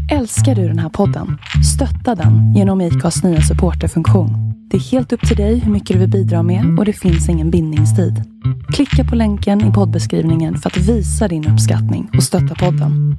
Älskar du den här podden? Stötta den genom IKAs nya supporterfunktion. Det är helt upp till dig hur mycket du vill bidra med och det finns ingen bindningstid. Klicka på länken i poddbeskrivningen för att visa din uppskattning och stötta podden.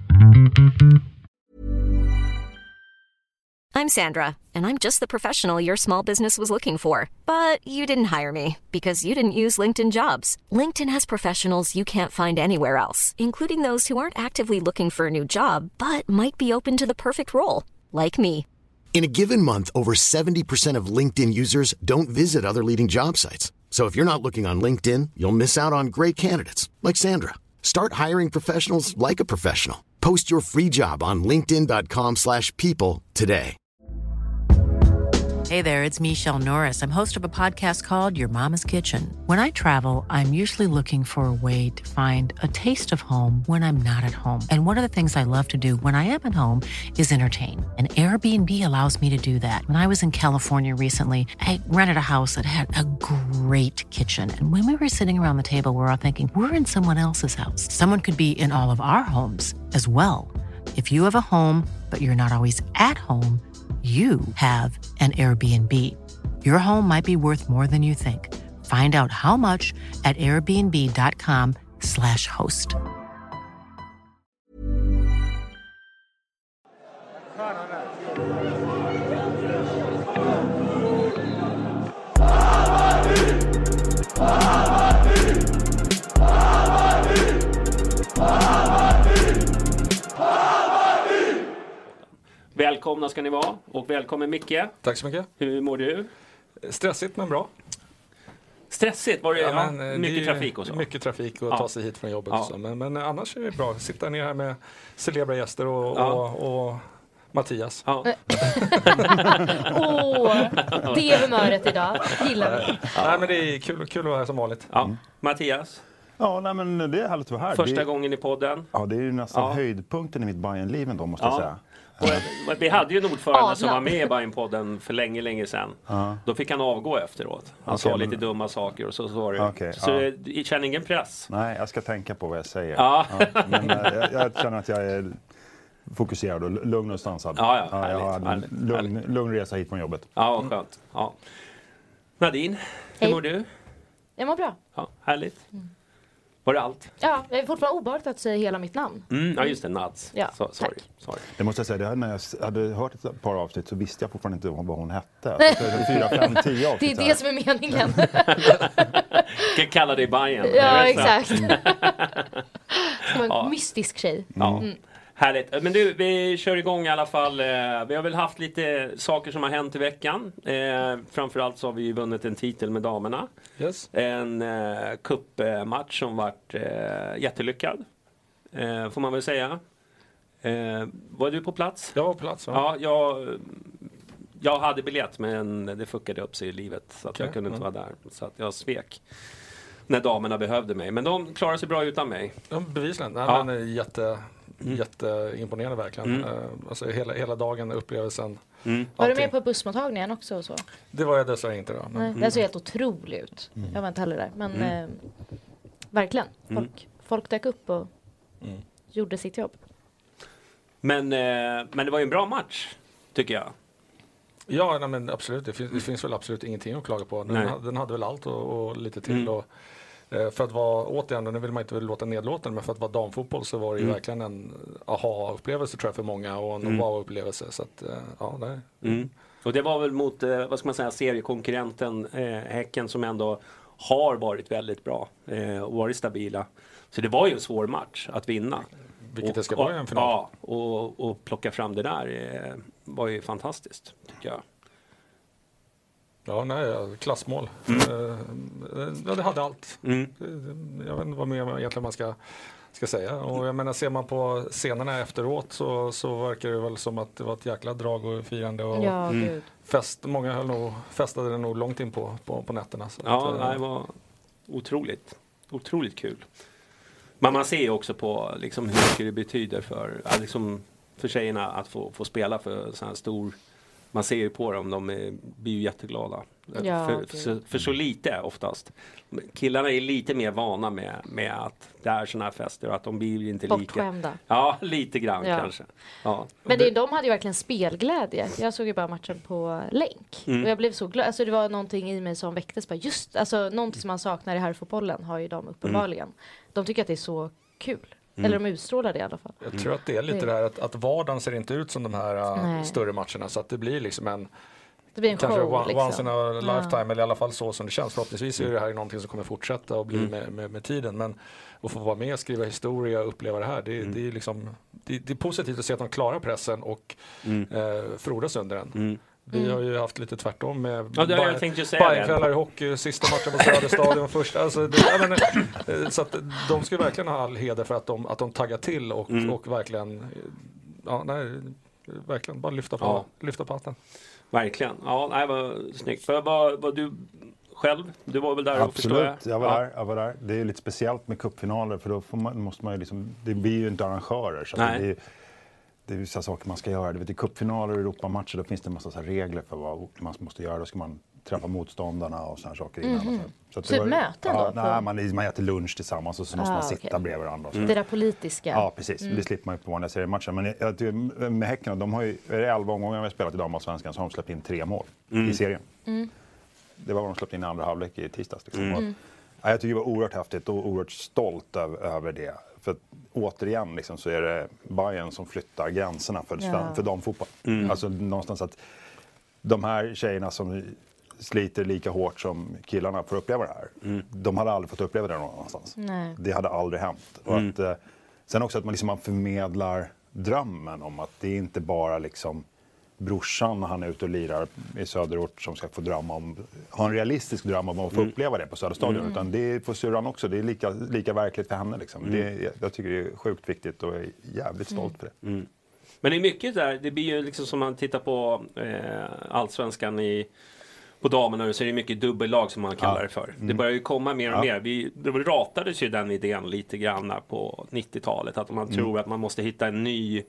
I'm Sandra, and I'm just the professional your small business was looking for. But you didn't hire me because you didn't use LinkedIn Jobs. LinkedIn has professionals you can't find anywhere else, including those who aren't actively looking for a new job, but might be open to the perfect role, like me. In a given month, over 70% of LinkedIn users don't visit other leading job sites. So if you're not looking on LinkedIn, you'll miss out on great candidates like Sandra. Start hiring professionals like a professional. Post your free job on linkedin.com/people today. Hey there, it's Michelle Norris. I'm host of a podcast called Your Mama's Kitchen. When I travel, I'm usually looking for a way to find a taste of home when I'm not at home. And one of the things I love to do when I am at home is entertain. And Airbnb allows me to do that. When I was in California recently, I rented a house that had a great kitchen. And when we were sitting around the table, we were all thinking, we're in someone else's house. Someone could be in all of our homes as well. If you have a home, but you're not always at home, you have an Airbnb. Your home might be worth more than you think. Find out how much at airbnb.com/host. Välkomna ska ni vara och välkommen Micke. Tack så mycket. Hur mår du? Stressigt men bra. Stressigt? Var det mycket trafik och så? Mycket trafik och ta sig hit från jobbet och så. Men annars är det bra. Sitta ner här med celebra gäster och Mattias. Det är humöret idag. Gillar vi. Nej men det är kul att vara här som vanligt. Mattias? Ja, nej, men det är härligt att vara här. Första gången i podden. Ja, det är ju nästan höjdpunkten i mitt Bayern-liv ändå, måste jag säga. Vi hade ju en ordförande som var med i Bayern-podden för länge sedan. Då fick han avgå efteråt. Han sa lite dumma saker och så var det. Så jag känner ingen press. Nej, jag ska tänka på vad jag säger. Men jag känner att jag är fokuserad och lugn och sansad. Jag har en lugn resa hit från jobbet. Ja, skönt. Nadine, hur mår du? Jag mår bra. Ja, härligt. Var det allt? Ja, det är fortfarande obehagligt att säga hela mitt namn. Ja, just det, Nads. Ja, sorry. Det måste jag säga, när jag hade hört ett par avsnitt så visste jag fortfarande inte vad hon hette. 4, 5, 10 avsnitt. Det är det som är meningen. Kan kalla dig Bayern. Ja, exakt. Som en mystisk tjej. Härligt. Men du, vi kör igång i alla fall. Vi har väl haft lite saker som har hänt i veckan. Framförallt så har vi vunnit en titel med damerna. Yes. En cupmatch som varit jättelyckad. Får man väl säga. Var du på plats? Jag var på plats. Ja, jag hade biljett men det fuckade upp sig i livet. Så att jag kunde inte vara där. Så att jag svek. När damerna behövde mig. Men de klarade sig bra utan mig. Bevisligen. Men jätteimponerande verkligen. Alltså hela dagen, upplevelsen. Var du med på bussmottagningen också och så? Det var jag dessvärre inte då. Nej, det såg helt otroligt ut. Jag var inte heller där. Men verkligen. Folk dök upp och gjorde sitt jobb. Men det var ju en bra match, tycker jag. Ja, men absolut. Det finns väl absolut ingenting att klaga på. Den hade väl allt och lite till. Och, för att vara, återigen, nu vill man inte låta nedlåtande, men för att vara damfotboll så var det ju verkligen en aha-upplevelse tror jag för många och en wow-upplevelse. Så att, Och det var väl mot, vad ska man säga, seriekonkurrenten Häcken som ändå har varit väldigt bra och varit stabila. Så det var ju en svår match att vinna. Vilket det ska vara i en final. Ja, och plocka fram det där var ju fantastiskt, tycker jag. Ja, klassmål. Ja, det hade allt. Jag vet inte vad mer egentligen man ska säga. Och jag menar, ser man på scenerna efteråt så verkar det väl som att det var ett jäkla drag och firande. Och många festade det nog långt in på nätterna. Så det var otroligt kul. Men man ser ju också på liksom, hur mycket det betyder för tjejerna att få spela för sån här man ser ju på dem, de blir ju jätteglada. För så lite oftast. Killarna är lite mer vana med att det är såna här fester och att de blir inte bortskämda. Lika. Ja, lite grann kanske. Ja. Men de hade ju verkligen spelglädje. Jag såg ju bara matchen på länk. Och jag blev så glad. Alltså det var någonting i mig som väcktes. Bara någonting som man saknar i herrfotbollen har ju de uppenbarligen. De tycker att det är så kul. Eller de utstrålar det i alla fall. Jag tror att det är lite det här att vardagen ser inte ut som de här större matcherna. Så att det blir liksom en kanske show, once in a lifetime, eller i alla fall så som det känns. Förhoppningsvis är det här någonting som kommer fortsätta och bli med tiden. Men att få vara med, skriva historia och uppleva det här, det är liksom, det är positivt att se att de klarar pressen och frodas under den. Vi har ju haft lite tvärtom med Bajenkvällar i hockey, sista matchen på Söderstadion först. Alltså, så att de ska verkligen ha all heder för att de taggar till och verkligen verkligen bara lyfta på hatten. Verkligen. Ja, det var snyggt. Var du själv? Du var väl där? Absolut, jag var där. Det är lite speciellt med cupfinaler, för då måste man ju liksom, det blir ju inte arrangörer, så det är vissa saker man ska göra. I cupfinaler och Europamatcher, då finns det en massa så här regler för vad man måste göra. Då ska man träffa motståndarna och sådana saker innan. Så möten då? Nej, man äter lunch tillsammans och så måste man sitta bredvid varandra. Det där politiska. Ja, precis. Det slipper man ju på vanliga seriematcher. Men med Häcken, de har ju 11 omgångar vi har spelat i damallsvenskan, så har de släppt in 3 mål i serien. Det var vad de släppte in i andra halvlek i tisdags. Liksom. Jag tycker det var oerhört häftigt och oerhört stolt över det. För återigen liksom, så är det Bayern som flyttar gränserna för damfotboll. Alltså någonstans att de här tjejerna som sliter lika hårt som killarna får uppleva det här. De hade aldrig fått uppleva det någonstans. Nej. Det hade aldrig hänt. Och att, sen också att man förmedlar drömmen om att det är inte bara liksom brorsan när han är ute och lirar i söderort som ska få ha en realistisk dröm om att få uppleva det på Söderstadion, utan det får syrran också. Det är lika verkligt för henne liksom. Jag tycker det är sjukt viktigt och är jävligt stolt för det. Men det är mycket där, det blir ju liksom som man tittar på allsvenskan på damerna, så är det mycket dubbellag som man kallar det för. Det börjar ju komma mer och mer. Det ratades ju den idén lite grann på 90-talet, att man tror att man måste hitta en ny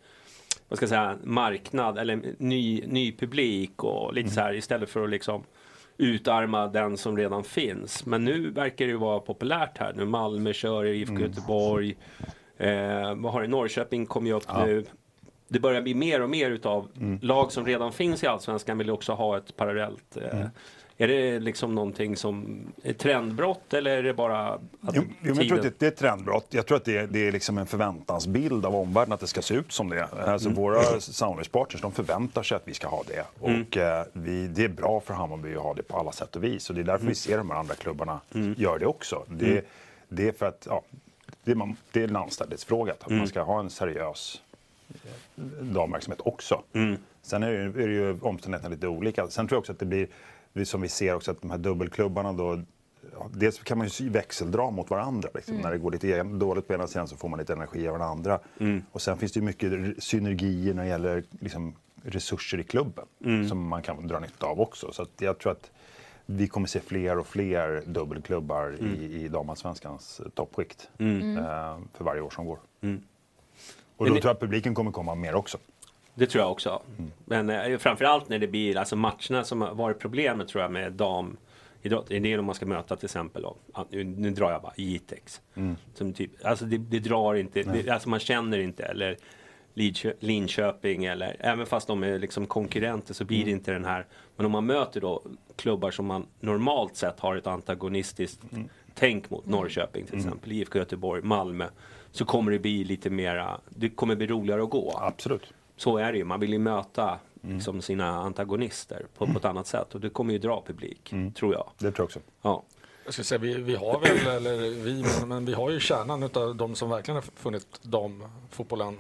marknad eller ny publik och lite så här, istället för att liksom utarma den som redan finns. Men nu verkar det ju vara populärt här. Nu Malmö kör, IFK Göteborg, vad har det? Norrköping kommer ju upp nu. Det börjar bli mer och mer utav lag som redan finns i allsvenskan vill också ha ett parallellt. Är det liksom någonting som är trendbrott, eller är det bara att jag tror att det är ett trendbrott. Jag tror att det är liksom en förväntansbild av omvärlden att det ska se ut som det. Alltså våra samarbetspartners, de förväntar sig att vi ska ha det. Och det är bra för Hammarby att ha det på alla sätt och vis. Och det är därför vi ser de här andra klubbarna gör det också. Det är för att det är en anständighetsfråga att man ska ha en seriös damverksamhet också. Sen är det ju omständigheterna lite olika. Sen tror jag också att det blir, som vi ser också, att de här dubbelklubbarna då, dels kan man ju växeldra mot varandra liksom. När det går lite dåligt på ena sidan så får man lite energi av den andra. Och sen finns det ju mycket synergier när det gäller liksom resurser i klubben som man kan dra nytta av också. Så att jag tror att vi kommer se fler och fler dubbelklubbar i damallsvenskans toppskikt för varje år som går. Och då tror jag att publiken kommer komma mer också. Det tror jag också. Men framförallt när det blir alltså matcherna som har varit problemet, tror jag, med damidrott. Det är om man ska möta till exempel nu drar jag bara Jitex. Som typ, alltså det drar inte, alltså man känner inte, eller Linköping, eller även fast de är liksom konkurrenter så blir det inte den här. Men om man möter då klubbar som man normalt sett har ett antagonistiskt tänk mot, Norrköping till exempel, IFK Göteborg, Malmö, så kommer det bli lite mera, det kommer bli roligare att gå. Absolut. Så är det ju, man vill ju möta liksom sina antagonister på ett annat sätt, och det kommer ju dra publik, tror jag. Det tror jag också. Ja. Jag ska säga, vi har väl, men vi har ju kärnan utav de som verkligen har funnit damfotbollen.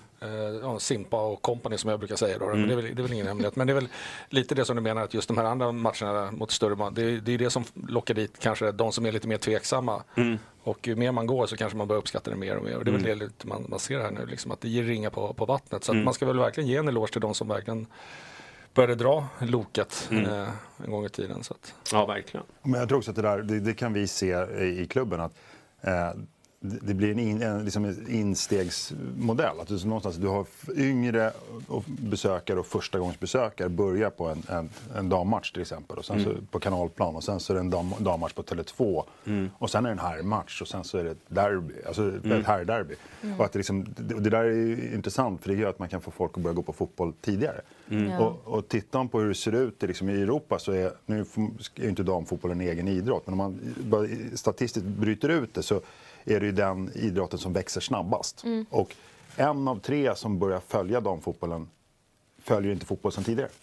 Simpa och company som jag brukar säga då. Men det är väl ingen hemlighet. Men det är väl lite det som du menar, att just de här andra matcherna mot större, det är det som lockar dit kanske de som är lite mer tveksamma. Och ju mer man går så kanske man börjar uppskatta det mer och mer. Och det är väl det man ser här nu, liksom, att det ger ringa på vattnet. Så att man ska väl verkligen ge en eloge till de som verkligen började dra loket en gång i tiden. Så att. Ja, verkligen. Men jag tror också att det kan vi se i klubben, att det blir en instegsmodell. Att du har yngre besökare och förstagångsbesökare börjar på en dammatch till exempel. Och sen så på Kanalplan och sen så är det en dammatch på Tele2. Och sen är det en herrmatch och sen så är det ett derby, alltså ett herrderby. Och att det där är intressant för det gör att man kan få folk att börja gå på fotboll tidigare. Och tittar man på hur det ser ut i Europa så är ju inte damfotboll en egen idrott. Men om man bara statistiskt bryter ut det så är det ju den idrotten som växer snabbast. Och 1 av 3 som börjar följa damfotbollen följer inte fotboll som tidigare.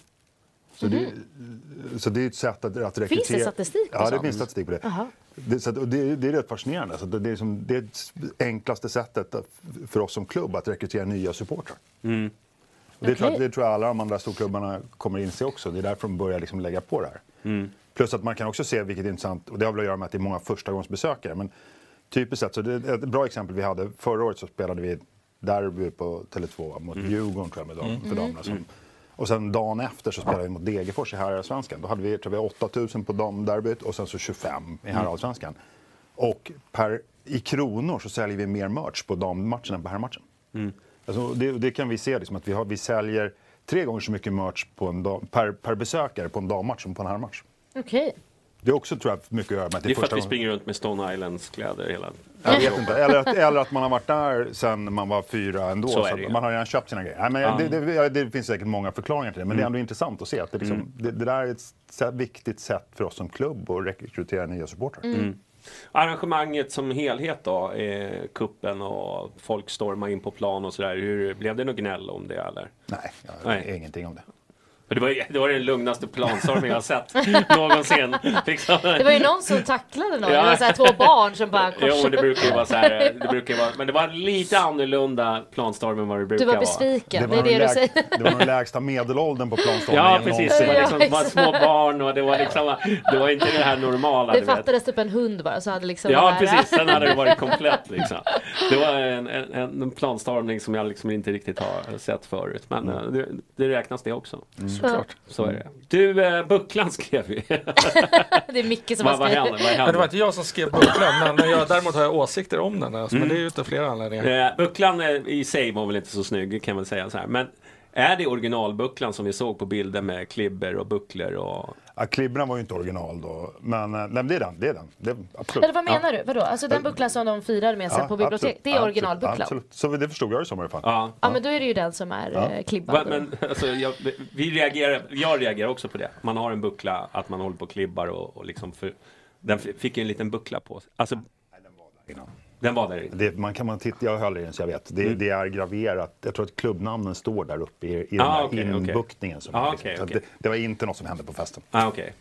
Så det är ett sätt att rekrytera. Finns det statistik på sånt? Ja, det finns statistik på det. Det är rätt fascinerande. Så det är det enklaste sättet för oss som klubb att rekrytera nya supportrar. Det tror jag alla de andra storklubbarna kommer inse också. Det är därför de börjar lägga på det här. Plus att man kan också se, vilket är intressant, och det har väl att göra med att det är många förstagångsbesökare. Men typiskt sett, så det är ett bra exempel vi hade. Förra året så spelade vi derby på Tele2 mot Djurgården tror jag, för damerna. Och sen dagen efter så spelade vi mot Degerfors i herrallsvenskan. Då hade vi 8000 på damderbyt och sen så 25 i herrallsvenskan. Och i kronor så säljer vi mer merch på dammatchen än på herrmatchen. Alltså det kan vi se att vi säljer 3 gånger så mycket merch på per besökare på en dammatch som på en herrmatch. Okej. Det är också, tror jag, mycket att göra med att det är för att vi springer runt med Stone Islands kläder hela. Jag vet inte. Eller att man har varit där sen man var 4 ändå. Så att man har redan köpt sina grejer. Men det finns säkert många förklaringar till det. Men det är ändå intressant att se att det där är ett viktigt sätt för oss som klubb att rekrytera nya supportrar. Arrangemanget som helhet då, kuppen och folk stormar in på plan och sådär. Hur blev det något gnäll om det eller? Nej, ingenting om det. Det var den lugnaste planstormen jag har sett någonsin. Det var ju någon som tacklade någon. Det var så här 2 barn som bara korsade. Jo, det brukar ju vara så här. Men det var lite annorlunda planstorm än vad det brukar vara. Du var besviken, det är det du säger. Det var den lägsta medelåldern på planstormen. Ja, precis. Det var små barn och det var inte det här normala. Det fattades typ en hund bara. Så hade ja, precis. Sen hade det varit komplett. Det var en planstormning som jag inte riktigt har sett förut. Men det räknas det också. Såklart, så är det. Du, Bucklan skrev vi. Det är mycket som har skrivit. Det var inte jag som skrev Bucklan, men däremot har jag åsikter om den. Men det är ju utav flera anledningar. Bucklan i sig var väl inte så snygg, kan man säga så här. Men är det originalbucklan som vi såg på bilder med klibber och bucklor? Och... Ja, klibborna var ju inte original då. Men det är den. Det, absolut. Eller vad menar du? Vadå? Alltså den bucklan som de firar med sig på biblioteket, det är originalbucklan? Absolut. Så det förstod jag det som i alla fall. Ja, men då är det ju den som är klibbad. Men alltså, jag reagerar också på det. Man har en buckla, att man håller på och klibbar och liksom den fick ju en liten buckla på sig. Alltså, den var där innan. Den var där. Man titta, jag höll i den så jag vet. Det är graverat. Jag tror att klubbnamnen står där uppe i den här inbuktningen. Det var inte något som hände på festen. Men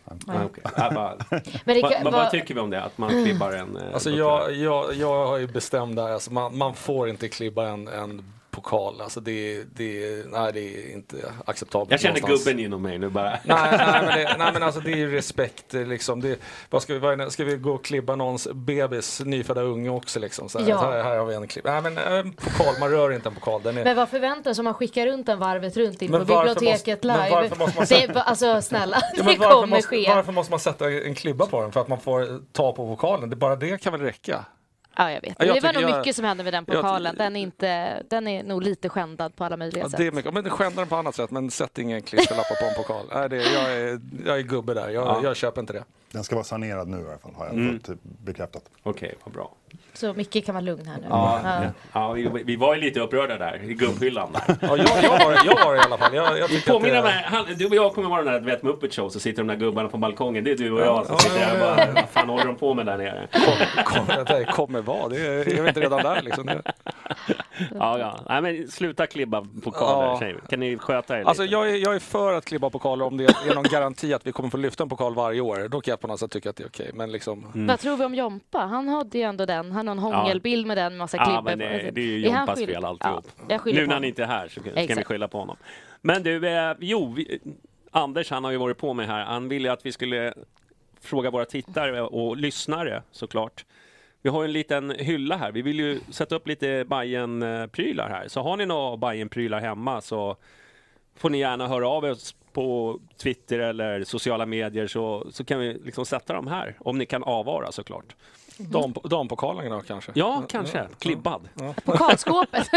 vad tycker vi om det? Att man klibbar en... Alltså jag har ju bestämt där. Alltså man får inte klibba en pokal. Alltså det är inte acceptabelt. Jag känner gubben inom mig nu bara. nej men alltså det är ju respekt liksom. Ska vi gå och klibba någons bebis nyfödda unge också liksom? Så här har vi en klibb. Nej men pokal, man rör inte en pokal. Men vad förväntas om man skickar runt en varvet runt in på biblioteket live? Men varför måste man alltså snälla, det kommer ske. Varför måste man sätta en klibba på den? För att man får ta på pokalen. Bara det kan väl räcka? Ja, jag vet. Det var nog mycket som hände med den pokalen. Den är nog lite skändad på alla möjliga sätt. Det är mycket. Men skändar den på annat sätt. Men sätt ingen klisterlappar på en pokal. Jag är gubbe där. Jag köper inte det. Den ska vara sanerad nu i alla fall, har jag fått bekräftat. Okej, vad bra. Så Micke kan vara lugn här nu. Ja, vi var ju lite upprörda där i gubbhyllan där. Ja, jag var i alla fall. Jag påminner mig, du och jag kommer vara den där Muppet Show, så sitter de där gubbarna på balkongen. Det är du och jag som sitter där och bara, vad fan håller de på med där nere? Kommer vad? Jag vet inte redan där liksom. Ja. Nej, men sluta klibba pokaler, säger vi. Kan ni sköta er alltså, lite? Jag är för att klibba pokaler om det är någon garanti att vi kommer få lyfta en pokal varje år. Då kan jag på något sätt tycka att det är okej. Men liksom... Vad tror vi om Jompa? Han hade ju ändå den. Han har en hångelbild med den, massa klibbor. Men det är ju Jompas fel alltihop. Nu när han inte är här så ska vi skylla på honom. Men du, Anders, han har ju varit på med här. Han ville att vi skulle fråga våra tittare och lyssnare, såklart. Vi har en liten hylla här. Vi vill ju sätta upp lite Bajen-prylar här. Så har ni några Bajen-prylar hemma så får ni gärna höra av oss på Twitter eller sociala medier så kan vi liksom sätta dem här. Om ni kan avvara såklart. Dampokalen då kanske? Ja, kanske. Klibbad. Ja. Pokalskåpet.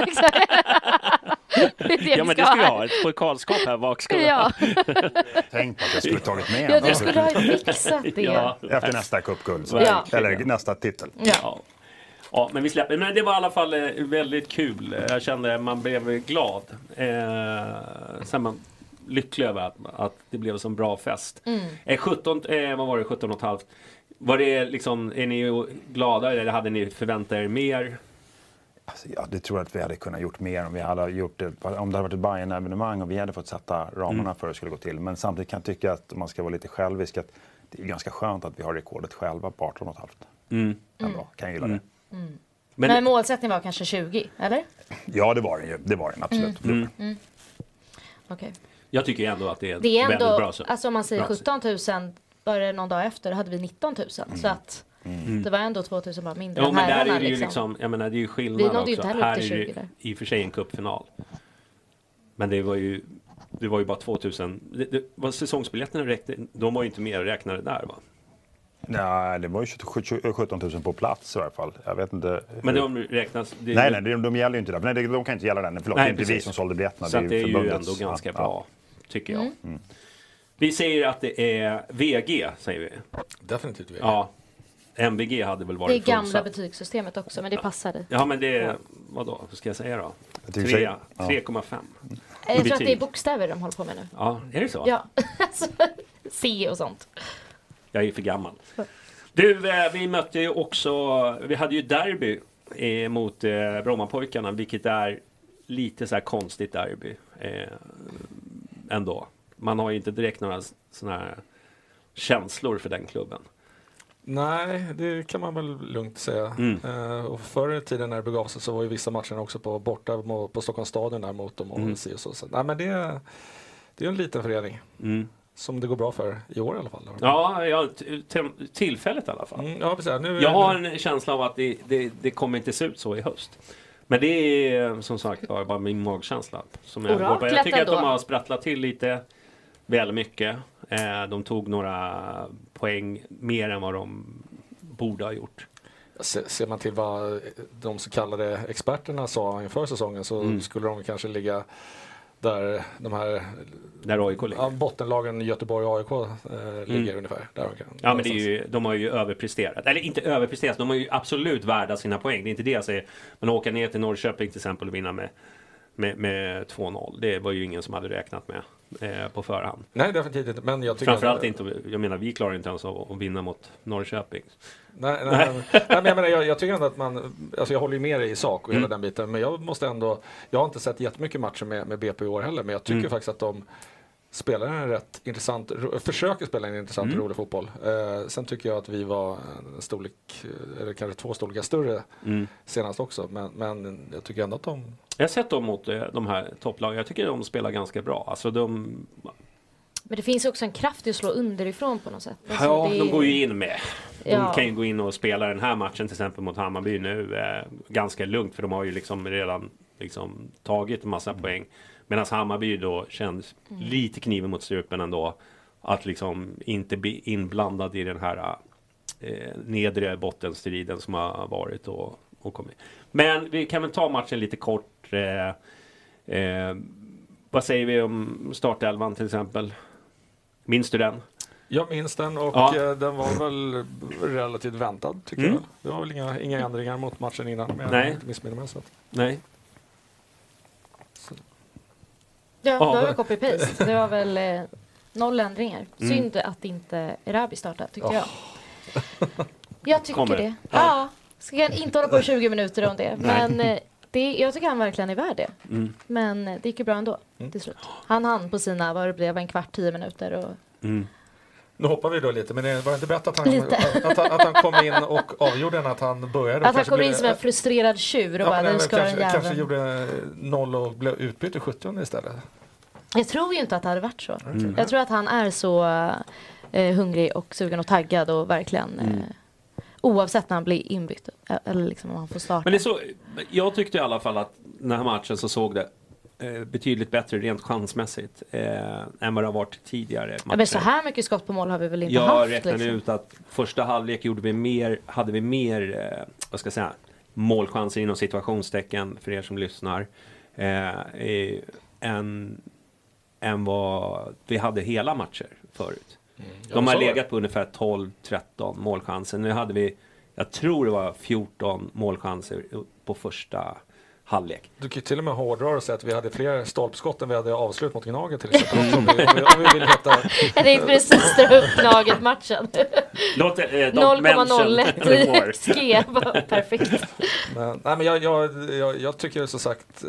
Ja, men det ska vi ha. Ett pokalskåp här bak ska vi ha. Tänk på att jag skulle tagit med. Ja, du skulle ha fixat det. Ja. Efter nästa cupguld. Ja. Eller nästa titel. Ja. Ja, men vi släpper. Men det var i alla fall väldigt kul. Jag kände att man blev glad. Sen man lycklig över att det blev en så bra fest. 17,5. Var det liksom, är ni glada eller hade ni förväntat er mer? Alltså, det tror jag att vi hade kunnat gjort mer om vi hade gjort det, om det hade varit ett Bayern-evenemang och vi hade fått sätta ramarna för att det skulle gå till. Men samtidigt kan jag tycka att om man ska vara lite självisk att det är ganska skönt att vi har rekordet själva på 18,5. Ändå, kan jag gilla det. Men målsättningen var kanske 20, eller? Ja, det var den ju. Det var den absolut. Okej. Jag tycker ändå att det är ändå, väldigt bra. alltså om man säger 17 000, bara någon dag efter hade vi 19 000. Så att det var ändå 2 000 bara mindre. Ja, men där är det ju liksom, jag menar det är ju skillnad också. Inte här till 20 är det där. i och för sig en cupfinal. Men det var ju bara 2 000. Vad säsongsbiljetterna räckte, de var ju inte mer räknade där va? Nej, det var ju 17 000 på plats i alla fall. Jag vet inte. Men de räknas... Nej, de gäller ju inte där. Nej, de kan inte gälla den. Förlåt, det är inte vi som sålde biljetterna. Så det är ju ändå ganska bra, tycker jag. Vi säger att det är VG, säger vi. Definitivt VG. Ja. MVG hade väl varit det är gamla betygssystemet också, men det passade. Ja, men det är... Vad ska jag säga då? 3,5. Jag tror att det är bokstäver de håller på med nu. Ja, är det så? Ja, C och sånt. Jag är för gammal. Du, vi mötte ju också... Vi hade ju derby mot Brommapojkarna, vilket är lite så här konstigt derby. Ändå. Man har ju inte direkt några såna här känslor för den klubben. Nej, det kan man väl lugnt säga. Och förr i tiden när det begav sig så var ju vissa matcher också borta på Stockholms stadion där mot dem och så. Nej, men det är en liten förening. Som det går bra för i år i alla fall. Ja, tillfället i alla fall. Ja, precis. Jag har en känsla av att det kommer inte se ut så i höst. Men det är som sagt bara min magkänsla. Som jag tycker att de har sprattlat till lite väl mycket. De tog några poäng mer än vad de borde ha gjort. Ser man till vad de så kallade experterna sa inför säsongen så skulle de kanske ligga där de här AIK ligger. Bottenlagen Göteborg och AIK ligger ungefär. Där de kan, ja, men det är ju, de har ju överpresterat. Eller inte överpresterat, de har ju absolut värda sina poäng. Det är inte det jag säger. Men åka ner till Norrköping till exempel och vinna med 2-0. Det var ju ingen som hade räknat med på förhand. Nej, definitivt inte. Men jag tycker framförallt inte, jag menar vi klarar inte ens att vinna mot Norrköping. Nej, men jag tycker ändå att alltså jag håller ju med dig i sak och hela den biten, men jag måste ändå, jag har inte sett jättemycket matcher med BP i år heller, men jag tycker faktiskt att de spelar en rätt intressant, försöker spela en intressant och rolig fotboll. Sen tycker jag att vi var en storlek, eller kanske 2 storlekar större senast också, men jag tycker ändå att jag har sett dem mot de här topplagen, jag tycker de spelar ganska bra. Alltså men det finns också en kraft att slå underifrån på något sätt. Alltså ja, de går ju in med. De kan ju gå in och spela den här matchen till exempel mot Hammarby nu ganska lugnt, för de har ju liksom redan tagit en massa poäng. Medan Hammarby då känns lite kniven mot strupen ändå. Att liksom inte bli inblandad i den här nedre bottenstriden som har varit och kommit. Men vi kan väl ta matchen lite kort. Vad säger vi om startelvan till exempel? Minns du den? Jag minns den och den var väl relativt väntad tycker jag. Det var väl inga ändringar mot matchen innan. Men jag inte missminner mig så. Nej. Ja, det var copy-paste. Det var väl 0 ändringar. Synd att inte Erabi startade, tyckte jag. Jag tycker det. Ja, ska jag inte hålla på 20 minuter om det. Men jag tycker han verkligen är värd det. Men det gick ju bra ändå till slut. Han på sina, vad det blev, en kvart, 10 minuter. Och... Nu hoppar vi då lite, men det var inte bättre att han kom in och avgjorde än att han började. Att han kom in som en frustrerad tjur och bara, kanske gjorde 0 och blev utbytt i 70 istället. Jag tror ju inte att det hade varit så. Jag tror att han är så hungrig och sugen och taggad och verkligen oavsett när han blir inbytt eller liksom om han får starta. Men det är så, jag tyckte i alla fall att den här matchen så såg det betydligt bättre rent chansmässigt än vad det har varit tidigare matcher. Ja, men så här mycket skott på mål har vi väl inte haft? Jag räknade ut att första halvlek hade vi mer vad ska jag säga, målchanser inom situationstecken för er som lyssnar än vad vi hade hela matcher förut. De har legat på ungefär 12-13 målchanser. Nu hade vi, jag tror det var 14 målchanser på första halvlek. Du kan ju till och med hårdra och säga att vi hade fler stolpskott än vi hade avslut mot Gnaget till exempel. Om vi vill heta... Det är precis dra upp Gnaget-matchen. 0,01 i SG. Perfekt. Men jag tycker som sagt...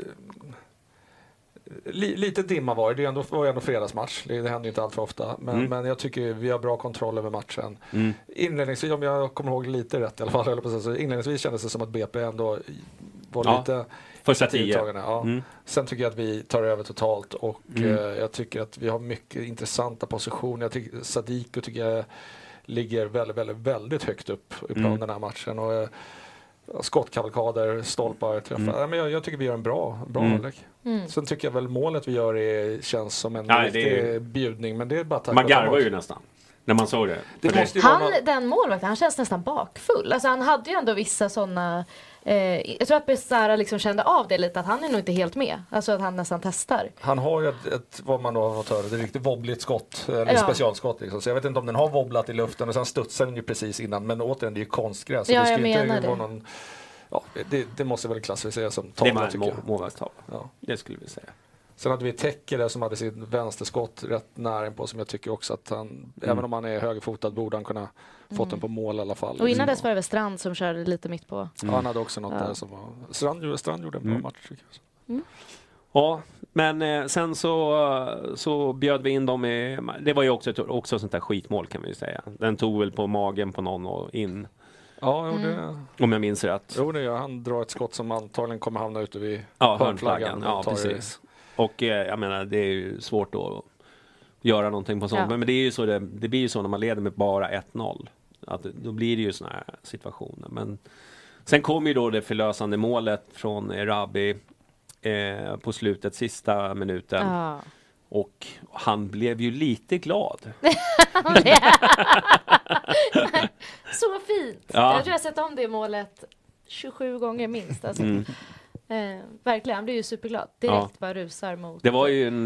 Lite dimma var det. Det var ändå fredagsmatch. Det händer inte allt för ofta. Men jag tycker vi har bra kontroll över matchen. Inledningsvis, om jag kommer ihåg lite rätt i alla fall, så inledningsvis kändes det som att BP ändå var lite... Första 10. Ja. Sen tycker jag att vi tar över totalt och jag tycker att vi har mycket intressanta positioner. Jag tycker Sadiko ligger väldigt, väldigt, väldigt högt upp i planen den här matchen. Och, skottkavalkader, stolpar, träffar. Men jag tycker vi gör en bra hålllägg. Sen tycker jag väl målet vi gör känns som en riktig bjudning, men det är bara tack. Man garvar ju nästan när man såg det. Den målvakten, han känns nästan bakfull. Alltså han hade ju ändå vissa sådana jag tror att Besara liksom kände av det lite, att han är nog inte helt med. Alltså att han nästan testar. Han har ju ett vad man då har fått höra, det är riktigt wobbligt skott, eller specialskott liksom. Så jag vet inte om den har wobblat i luften och sen studsar den ju precis innan, men återigen det är ju konstgräs. Ja, jag menar det. Någon, det måste väl klassificeras som tavla, tycker jag. Målvaktstavla. Ja, det skulle vi säga. Sen hade vi Tekke där som hade sin vänsterskott rätt nära på, som jag tycker också att han, även om han är högerfotad, borde han kunna fått den på mål i alla fall. Och innan dess var det väl Strand som körde lite mitt på. Ja, han hade också något där som var... Strand gjorde en bra match, tycker jag. Ja, men sen så bjöd vi in dem i... Det var ju också sånt där skitmål, kan vi ju säga. Den tog väl på magen på någon och in. Ja, om jag minns rätt. Jo, det gör. Han drar ett skott som antagligen kommer hamna ute vid hörnflaggan. Ja, precis. Och jag menar, det är ju svårt att göra någonting på sånt. Ja. Men det är ju så det blir ju så när man leder med bara 1-0. Att då blir det ju såna här situationer. Men sen kom ju då det förlösande målet från Erabi på slutet, sista minuten. Ja. Och han blev ju lite glad. Så fint. Ja. Jag tror jag sett om det målet 27 gånger minst. Alltså. Verkligen, han blir ju superglad. Direkt bara rusar mot... Det var ju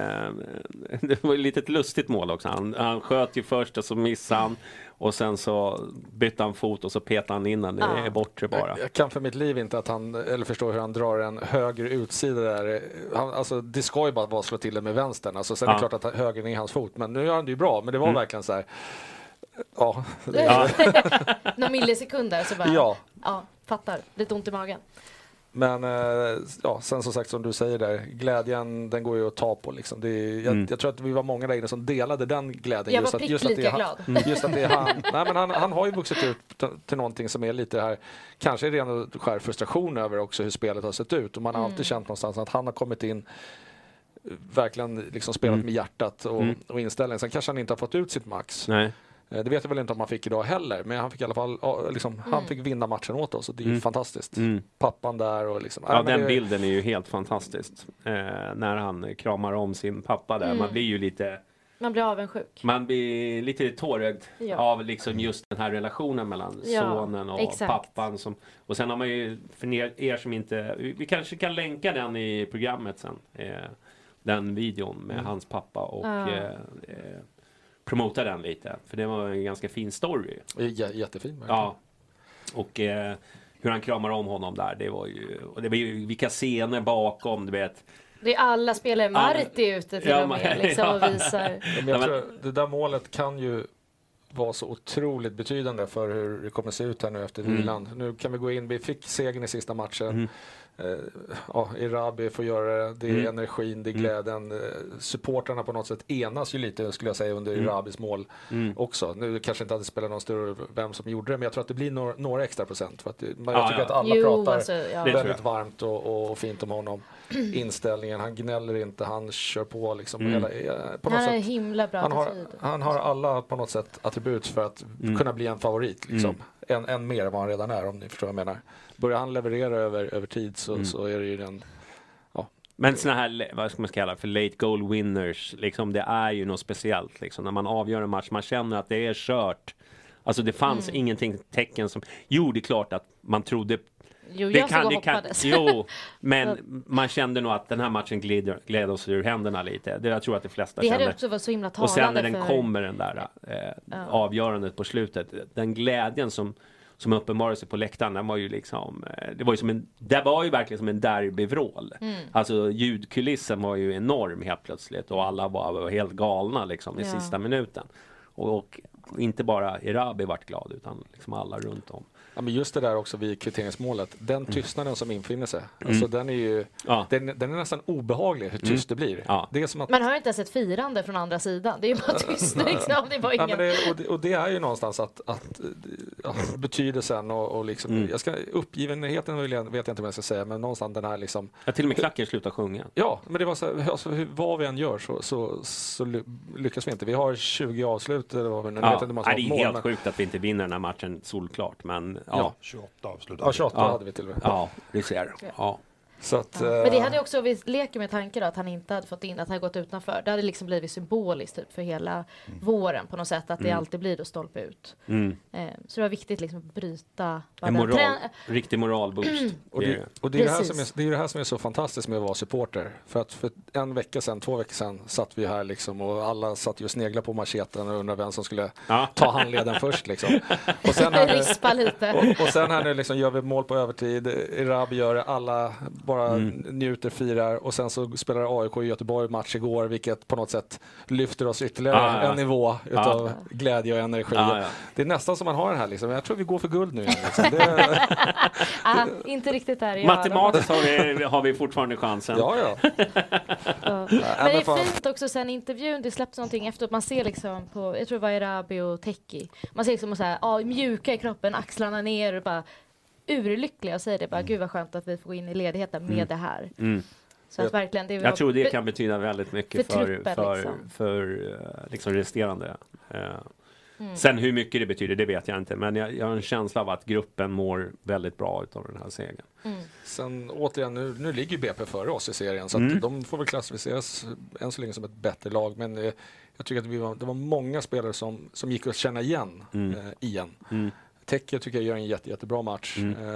det var ju lite ett lustigt mål också. Han sköt ju först och så missade han. Och sen så bytte han fot och så petade han in den. Det är bortre bara. Jag kan för mitt liv inte eller förstå hur han drar en höger utsida där. Alltså det ska ju bara vara att slå till det med vänstern. Alltså, sen är det klart att högern är hans fot. Men nu gör han det ju bra. Men det var verkligen så här... Ja. Några millisekunder så bara... Ja, fattar. Lite ont i magen. Men sen som sagt, som du säger där, glädjen, den går ju att ta på liksom. Jag tror att vi var många där inne som delade den glädjen. Jag var lika glad. Just att det är han. Nej, men han har ju vuxit ut till någonting som är lite här, kanske ren och skär frustration över också hur spelet har sett ut. Och man har alltid känt någonstans att han har kommit in, verkligen liksom spelat med hjärtat och inställningen. Sen kanske han inte har fått ut sitt max. Nej. Det vet jag väl inte om han fick idag heller, men han fick i alla fall han fick vinna matchen åt oss och det är ju fantastiskt. Pappan där och liksom... den bilden är ju helt fantastisk. När han kramar om sin pappa där. Man blir ju lite... Man blir avundsjuk. Man blir lite tårögd av liksom just den här relationen mellan sonen och pappan. Och sen har man ju, för er som inte... Vi kanske kan länka den i programmet sen. Den videon med hans pappa och... promota den lite, för det var en ganska fin story. Jättefin verkligen. Ja. Och hur han kramar om honom där, det var ju vilka scener bakom, du vet. Det är alla spelare, Marti ute till och med liksom, och visar. Jag tror det där målet kan ju vara så otroligt betydande för hur det kommer se ut här nu efter vilan. Nu kan vi gå in, vi fick segern i sista matchen. Erabi får göra det, är energin, det är glädjen. Supportrarna på något sätt enas ju lite, skulle jag säga, under Erabis mål också. Nu kanske inte hade spelat någon större vem som gjorde det, men jag tror att det blir några extra procent. För att jag tycker att alla pratar väldigt varmt och fint om honom. Inställningen, han gnäller inte, han kör på liksom på något sätt. Himla bra han har alla på något sätt attribut för att kunna bli en favorit liksom. Än mer än vad han redan är, om ni förstår vad jag menar. Börjar han leverera över tid så är det ju den... Ja. Men såna här, vad ska man kalla för late goal winners, liksom, det är ju något speciellt liksom, när man avgör en match, man känner att det är kört. Alltså det fanns ingenting tecken som, jo det är klart att man trodde men man kände nog att den här matchen gled oss ur händerna lite. Det jag tror att de flesta kände. Det hade också varit så himla talande. Och sen när den kommer den där avgörandet på slutet, den glädjen som uppenbarade sig på läktaren, den var ju liksom, det var ju verkligen som en derbyvrål. Alltså ljudkulissen var ju enorm helt plötsligt och alla var helt galna liksom i sista minuten. Och inte bara Erabi vart glad utan liksom alla runt om. Ja, men just det där också vid kvitteringsmålet, den tystnaden som infinner sig, alltså den är ju den är nästan obehaglig hur tyst det blir. Det är som att man hör inte ens ett firande från andra sidan, det är ju bara tyst liksom. Det var ingen... och det är ju någonstans att betydelsen och liksom, uppgivenheten vet jag inte vad jag ska säga, men någonstans den här liksom... till och med klacken slutar sjunga. Ja, men det var så här, alltså, vad vi än gör så lyckas vi inte. Vi har 20 avslut eller vad vi nu vet inte det är helt sjukt att vi inte vinner den här matchen solklart, men 28 avslut. Ja, 28 hade vi till och med. Ja, det ser. Ja. Så att, Men det hade också, vi leker med tanken att han inte hade fått in, att han gått utanför. Det hade liksom blivit symboliskt typ, för hela våren på något sätt, att det alltid blir då stolpe ut. Så det var viktigt liksom att bryta riktig moralboost. Och det är det här som är så fantastiskt med att vara supporter. För att för 2 veckor sedan satt vi här liksom, och alla satt ju och sneglade på macheten och undrade vem som skulle ta handleden först liksom. Och sen här nu liksom gör vi mål på övertid, Erabi gör det, alla bara njuter, firar, och sen så spelar AIK i Göteborg match igår, vilket på något sätt lyfter oss ytterligare en nivå utav glädje och energi. Det är nästan som man har den här liksom. Jag tror vi går för guld nu igen, liksom. inte riktigt där. Matematiskt har vi fortfarande chansen. Men det är fint också sen intervjun, det släpps någonting efter att man ser liksom på, jag tror det var Erabi och Teki, man ser liksom så här, mjuka i kroppen, axlarna ner och bara urlyckliga och säger det bara, gud vad skönt att vi får gå in i ledigheten med det här. Så att verkligen, det jag tror det kan betyda väldigt mycket för liksom resterande. Sen hur mycket det betyder, det vet jag inte, men jag har en känsla av att gruppen mår väldigt bra av den här segern. Sen återigen, nu ligger BP före oss i serien, så att de får väl klassificeras än så länge som ett bättre lag, men jag tycker att det var många spelare som gick att känna igen igen. Tecke tycker jag gör en jättebra match.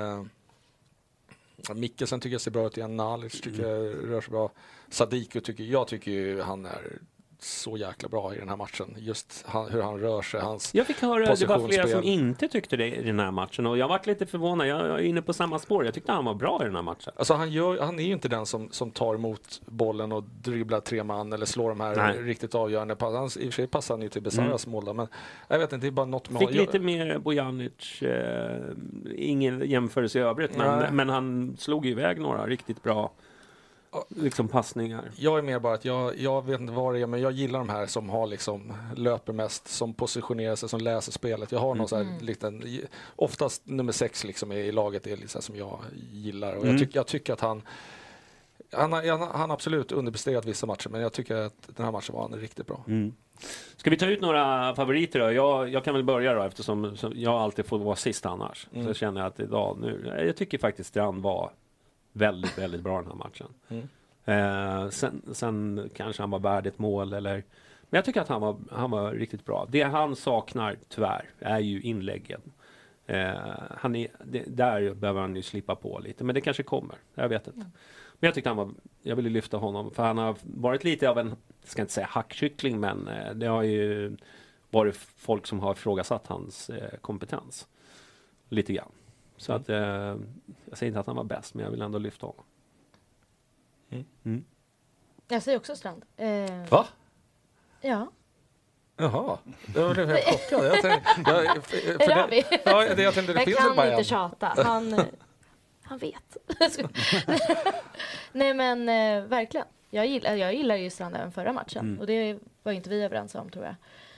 Mikkelsen tycker jag ser bra ut igen. Nalic tycker jag rör sig bra. Sadiku tycker ju han är så jäkla bra i den här matchen. Just hur han rör sig, hans jag fick höra det var flera som inte tyckte det i den här matchen, och jag varit lite förvånad. Jag är inne på samma spår. Jag tyckte han var bra i den här matchen. Alltså han är ju inte den som tar emot bollen och dribblar 3 man eller slår de här riktigt avgörande pass. I och för sig passar han ju till Besaras mål, men jag vet inte, det är bara något med fick lite mer Bojanic, ingen jämförelse i övrigt, men han slog iväg några riktigt bra liksom passningar. Jag är mer bara att jag vet inte vad det är, men jag gillar de här som har liksom löper mest, som positionerar sig, som läser spelet. Jag har någon så här liten, oftast nummer 6 liksom i laget är liksom som jag gillar, och jag tycker att han absolut underpresterat vissa matcher, men jag tycker att den här matchen var han riktigt bra. Ska vi ta ut några favoriter då? Jag kan väl börja då, eftersom jag alltid får vara sist annars. Så känner jag att idag nu, jag tycker faktiskt Strand var väldigt, väldigt bra den här matchen. Sen kanske han var värd ett mål, men jag tycker att han var riktigt bra. Det han saknar tyvärr är ju inläggen. Där behöver han ju slippa på lite, men det kanske kommer. Jag vet inte. Men jag tyckte jag ville lyfta honom, för han har varit lite av en, jag ska inte säga hackkyckling, men det har ju varit folk som har ifrågasatt hans kompetens lite grann. Så att jag säger inte att han var bäst, men jag vill ändå lyfta honom. Jag säger också Strand. Va? Ja. Jaha, jag blev helt chockad. Jag tänkte, det finns kan inte tjata. Han vet. Nej men verkligen. Jag gillar ju Strand även förra matchen. Och det var inte vi överens om, tror jag.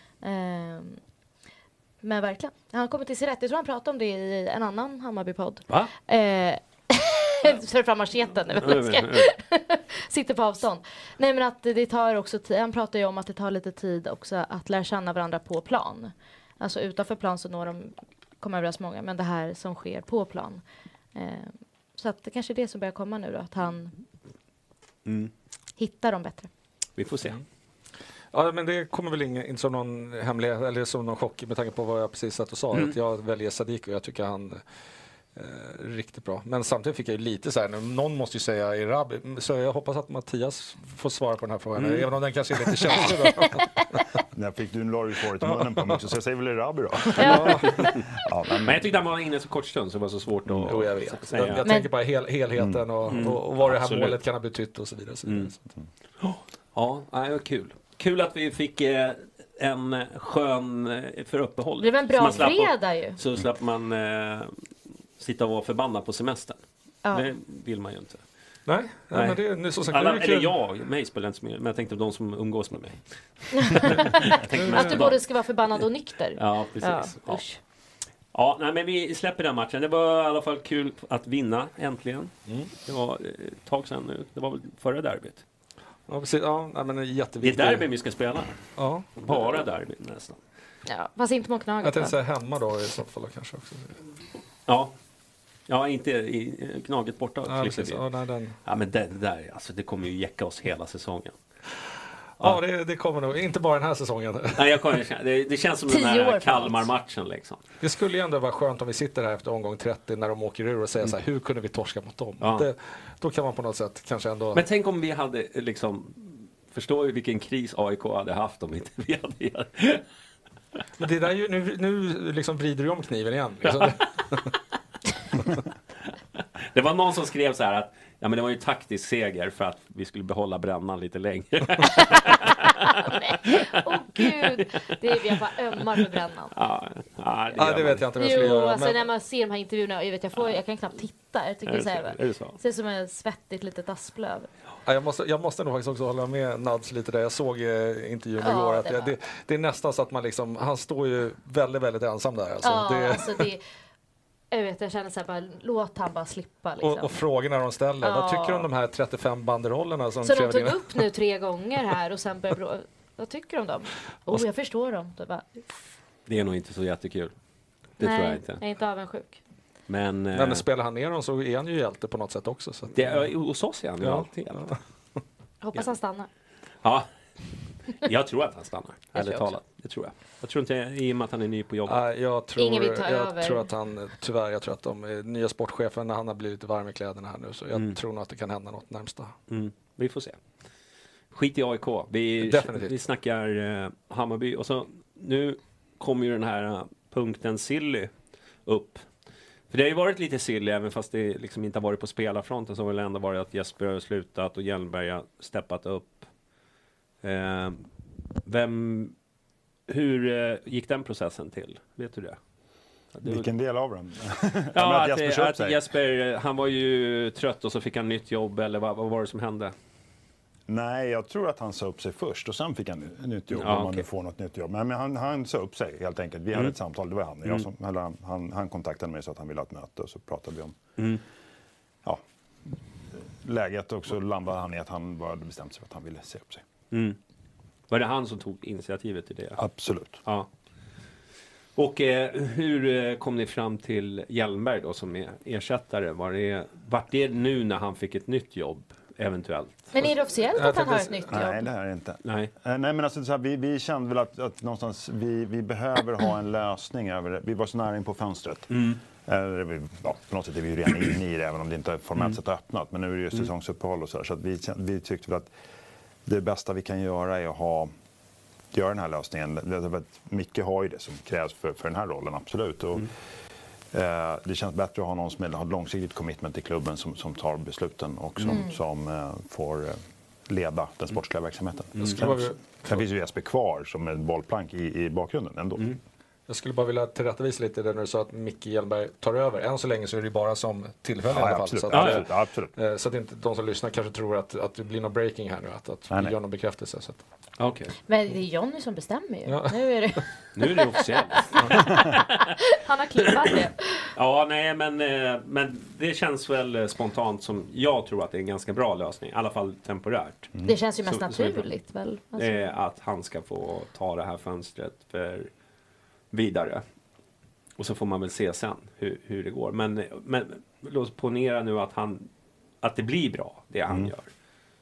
Men verkligen. Han kommer till sig rätt. Jag tror han pratade om det i en annan Hammarby-podd. Va? För fram macheten nu. Sitter på avstånd. Nej, men att det tar också tid. Han pratar ju om att det tar lite tid också att lära känna varandra på plan. Alltså utanför plan så kommer överens många. Men det här som sker på plan. Så att det kanske är det som börjar komma nu då. Att han hitta dem bättre. Vi får se. Ja, men det kommer väl inte som någon hemlighet eller som någon chock med tanke på vad jag precis satt och sa. Att jag väljer Sadiq och jag tycker han riktigt bra. Men samtidigt fick jag ju lite så här, någon måste ju säga Erabi, så jag hoppas att Mattias får svara på den här frågan, även om den kanske är lite känslig. När fick du en Laurie Ford i munnen på mig också, så jag säger väl Erabi då. Ja, men jag tyckte han var inne så kort stund så det var så svårt att jag vet. Jag tänker på helheten och vad det här målet kan ha betytt och så vidare. Ja, det var kul. Kul att vi fick en skön för uppehåll. Det var en bra fredag ju. Så slapp man sitta och vara förbannad på semestern. Ja. Det vill man ju inte. Nej. Men det är så sagt. Eller mig spelar inte så mycket, men jag tänkte på de som umgås med mig. Att du både ska vara förbannad och nykter. Ja, precis. Ja, nej, men vi släpper den matchen. Det var i alla fall kul att vinna äntligen. Det var ett tag sedan nu. Det var väl förra derbyt. Ja, precis. Ja, men jätteviktigt. Det är derby vi ska spela. Ja. Bara derby nästan. Ja, fast inte mot Knaget. Jag tänkte säga hemma då i så fall kanske också. Ja, inte i Knaget borta. Men det där, alltså, det kommer ju jäcka oss hela säsongen. Ja, det kommer nog. Inte bara den här säsongen. Nej, det känns som den här Kalmar-matchen liksom. Det skulle ju ändå vara skönt om vi sitter här efter omgång 30 när de åker ur och säger så här, hur kunde vi torska mot dem? Ja. Då kan man på något sätt kanske ändå... Men tänk om vi hade liksom... Förstår ju vilken kris AIK hade haft om inte vi hade... Men det där är ju, nu liksom vrider du om kniven igen. Liksom. Det var någon som skrev så här att men det var ju taktisk seger för att vi skulle behålla brännan lite längre. Gud, det är vi bara ömmar för brännan. Det vet jag inte vad jag skulle göra. Alltså när man ser de här intervjuerna, jag kan knappt titta. Jag tycker det ser som ett svettigt litet asplöv. Jag måste nog faktiskt också hålla med Nads lite där. Jag såg intervjun igår att det är nästan så att man liksom, han står ju väldigt, väldigt ensam där. Jag känner så här, bara, låt han bara slippa. Liksom. Och frågorna de ställer. Vad tycker du om de här 35 banderollerna? Som så de tog upp nu 3 gånger här och sen började vad tycker du om dem? Jag förstår dem. Det är nog inte så jättekul. Det tror jag inte. Jag är inte avundsjuk. Men spelar han ner dem så är han ju hjälte på något sätt också. Så att, hos oss är han ju alltid hjälte. Hoppas han stannar. Ja. Jag tror att han stannar. Ärligt talat. Det tror jag. Jag tror inte i och med att han är ny på jobbet. Jag tror att han tyvärr, jag tror att de nya sportchefen när han har blivit varm i kläderna här nu så jag tror nog att det kan hända något närmsta. Vi får se. Skit i AIK. Vi snackar Hammarby och så nu kommer ju den här punkten silly upp. För det har ju varit lite silly även fast det liksom inte har varit på spelarfronten så har det ändå varit att Jesper har slutat och Hjelmberg har steppat upp. Hur gick den processen till? Vet du det? Vilken del av den? att Jesper, han var ju trött och så fick han nytt jobb eller vad var det som hände? Nej, jag tror att han sa upp sig först och sen fick han ett nytt jobb om man nu får något nytt jobb. Men han sa upp sig helt enkelt. Vi hade ett samtal, det var han. Han kontaktade mig så att han ville ha ett möte och så pratade vi om läget och så landade han i att han hade bestämt sig för att han ville se upp sig. Var det han som tog initiativet till det? Absolut. Ja. Och hur kom ni fram till Hjelmberg då som är ersättare? Vart det nu när han fick ett nytt jobb eventuellt? Men är det officiellt att han har ett nytt jobb? Nej, det här är inte. Nej, men alltså så här, vi kände väl att någonstans vi behöver ha en lösning över det. Vi var så nära in på fönstret. På något sätt är vi ju redan inne i det även om det inte är formellt sett öppnat. Men nu är det ju säsongsuppehåll och så att vi tyckte väl att det bästa vi kan göra är att göra den här lösningen. Micke har ju det som krävs för den här rollen, absolut. Och, det känns bättre att ha någon som har långsiktigt commitment i klubben som tar besluten och som får leda den sportsliga verksamheten. Sen finns ju Jesper kvar som en bollplank i bakgrunden ändå. Jag skulle bara vilja tillrättavisa lite där när du sa att Micke Hjelmberg tar över. Än så länge så är det bara som tillfälle i alla fall. Absolut, absolut. Så att inte de som lyssnar kanske tror att det blir någon breaking här nu. Att vi gör någon bekräftelse. Så att. Okay. Men det är Johnny som bestämmer ju. Ja. Nu är det officiellt. Han har klippat det. Ja, nej, men det känns väl spontant som jag tror att det är en ganska bra lösning. I alla fall temporärt. Det känns ju mest naturligt väl? Alltså. Att han ska få ta det här fönstret för vidare. Och så får man väl se sen hur det går. Men låt oss ponera nu att det blir bra, det han gör.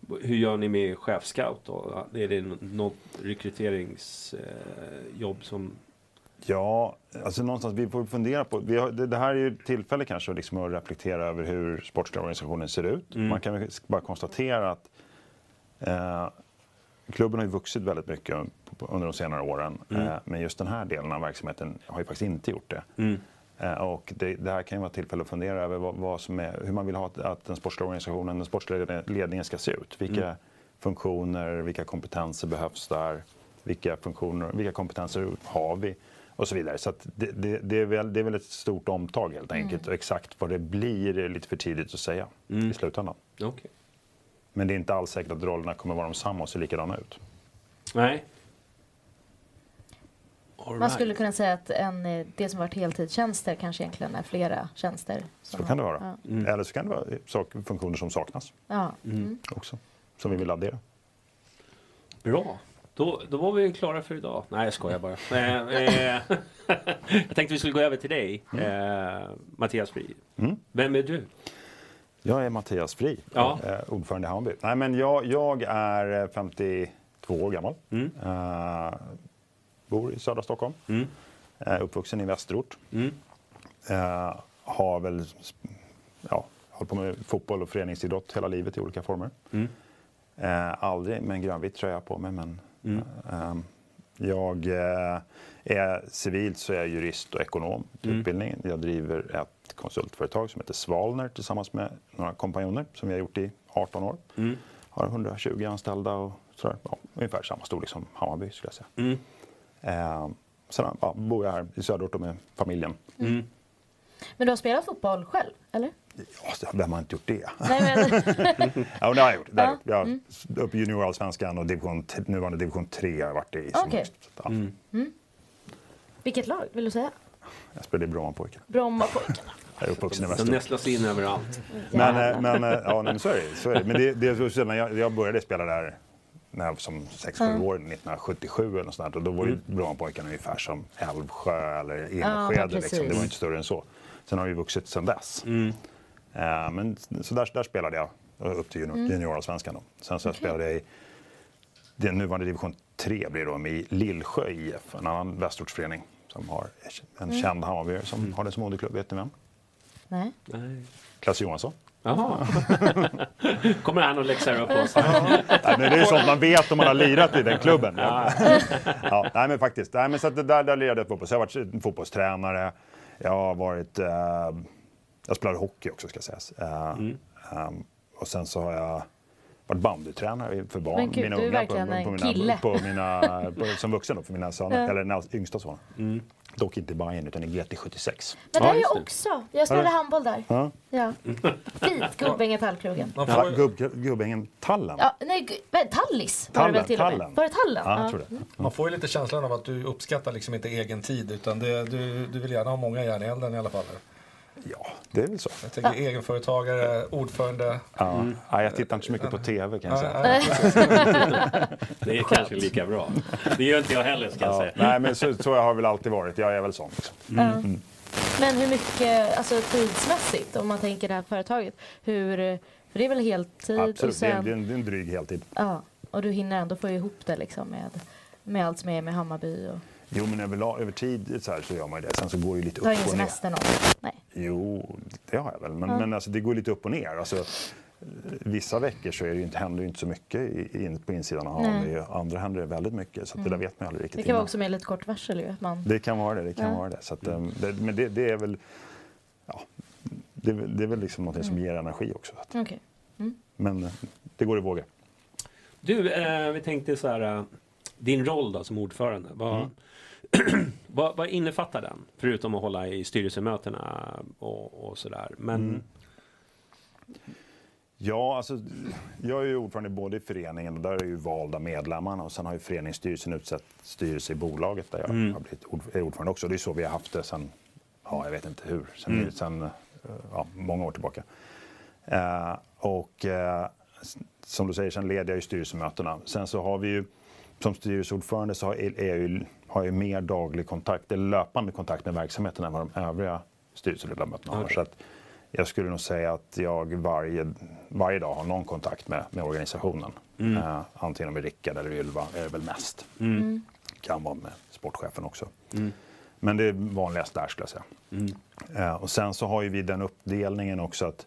hur gör ni med chefscout då? Är det något rekryteringsjobb som... Ja, alltså någonstans vi får fundera på. Det här är ju ett tillfälle kanske liksom att reflektera över hur sportsliga organisationen ser ut. Man kan bara konstatera att klubben har ju vuxit väldigt mycket under de senare åren. Men just den här delen av verksamheten har ju faktiskt inte gjort det. Och det här kan ju vara ett tillfälle att fundera över vad som är, hur man vill ha att den sportsliga organisationen, den sportsliga ledningen ska se ut. Vilka funktioner, vilka kompetenser behövs där? Vilka kompetenser har vi? Och så vidare. Så att det är väl ett stort omtag helt enkelt. Och exakt vad det blir är lite för tidigt att säga i slutändan. Okay. Men det är inte alls säkert att rollerna kommer vara de samma och se likadana ut. Nej. Man skulle kunna säga att det som varit heltidstjänster kanske egentligen är flera tjänster. Så kan det vara. Eller så kan det vara funktioner som saknas. Också. Som vi vill addera. Bra. Då var vi klara för idag. Nej, jag skojar bara. Jag tänkte vi skulle gå över till dig, Mattias Fri. Vem är du? Jag är Mattias Fri, ordförande i Hammarby. Nej, men jag är 52 år gammal. Bor i södra Stockholm. Uppvuxen i Västerort. Har väl hållit på med fotboll och föreningsidrott hela livet i olika former. Aldrig med en grönvit tröja på mig, men jag är civilt så är jag jurist och ekonom till utbildningen. Jag driver ett konsultföretag som heter Svalner tillsammans med några kompanjoner som vi har gjort i 18 år. Har 120 anställda och sådär, ungefär samma storlek som Hammarby skulle jag säga. Sen bor jag här i söderort med familjen. Men du har spelat fotboll själv, eller? Ja, vem har inte gjort det? Nej, men... Ja, det har jag gjort. Jag har upp i juniorallsvenskan och nuvarande division 3 har jag varit i. Okay. Vilket lag vill du säga? Jag spelade i Brommapojkarna. Brommapojkarna. Jag är uppvuxen i De Västerort. nästlas in överallt. Men så är det. Men jag började spela där när jag var som 6-7 år, 1977 eller sånt där. Och då var ju Brommapojkarna ungefär som Älvsjö eller Enskede. Liksom. Det var inte större än så. Sen har vi vuxit sedan dess. Men så där spelade jag upp till juniorallsvenskan då. Sen så spelade jag i den nuvarande division 3 blir då med i Lillsjö IF, en annan västerortsförening som har en känd Hammarby som har det som moderklubb. Vet ni vem? Nej. Klasse Johansson. Jaha. Kommer han och läxar upp oss? Nej, men det är ju sånt man vet om man har lirat i den klubben. Nej, men faktiskt. Nej, men så att där lirade jag fotboll. Så jag har varit fotbollstränare. Jag har varit... jag spelade hockey också, ska sägas. Och sen så har jag varit bandytränare för barn. Men gud, mina du är unga verkligen en kille. som vuxen då, för mina söner, eller yngsta soner. Dock inte i Bayern utan i GT76. Men det är jag också. Jag spelade handboll där. Ja. Fint, Gubbängen-Tallkrogen. Gubbängen-Tallen? Ja, nej, Tallis var det väl till och med. Var det Tallen? Ja, jag tror det. Man får ju lite känslan av att du uppskattar liksom inte egen tid, utan du vill gärna ha många järn i elden i alla fall. Ja, det är väl så. Jag tänker egenföretagare, ordförande. Ja, jag tittar inte så mycket på tv kan jag säga. Det är kanske lika bra. Det gör inte jag heller, ska jag säga. Nej, men så jag har väl alltid varit. Jag är väl sån. Liksom. Men hur mycket, alltså tidsmässigt, om man tänker det här företaget, för det är väl heltid? Absolut, och sen, det är en dryg heltid. Ja, och du hinner ändå få ihop det liksom med allt som är med Hammarby och... Jo, men över tid så gör man det. Sen så går ju lite upp och och ner. Har ingen semester någon? Nej. Jo, det har jag väl. Men alltså, det går lite upp och ner. Alltså, vissa veckor så händer det inte så mycket på insidan av Hammarby. Andra händer det väldigt mycket. Så det där vet man aldrig riktigt. Det kan vara också med lite kort varsel ju. Det kan vara det. Så att, men det är väl... Ja, det är väl liksom något som ger energi också. Okay. Men det går i vågor. Du, vi tänkte så här... Din roll då som ordförande, vad innefattar den? Förutom att hålla i styrelsemötena och sådär. Men... Ja, alltså jag är ju ordförande både i föreningen och där är ju valda medlemmarna. Och sen har ju föreningsstyrelsen utsett styrelse i bolaget där jag har blivit ordförande också. Det är så vi har haft det sen, jag vet inte hur, sen många år tillbaka. Som du säger, sen leder jag ju styrelsemötena. Sen så har vi ju som styrelseordförande så har jag mer daglig kontakt, eller löpande kontakt med verksamheten än vad de övriga styrelseledamöterna har. Så att Jag skulle nog säga att jag varje dag har någon kontakt med organisationen. Antingen med Rickard eller Ylva är det väl mest. Kan vara med sportchefen också. Men det är vanligast där skulle jag säga. Och sen så har ju vi den uppdelningen också att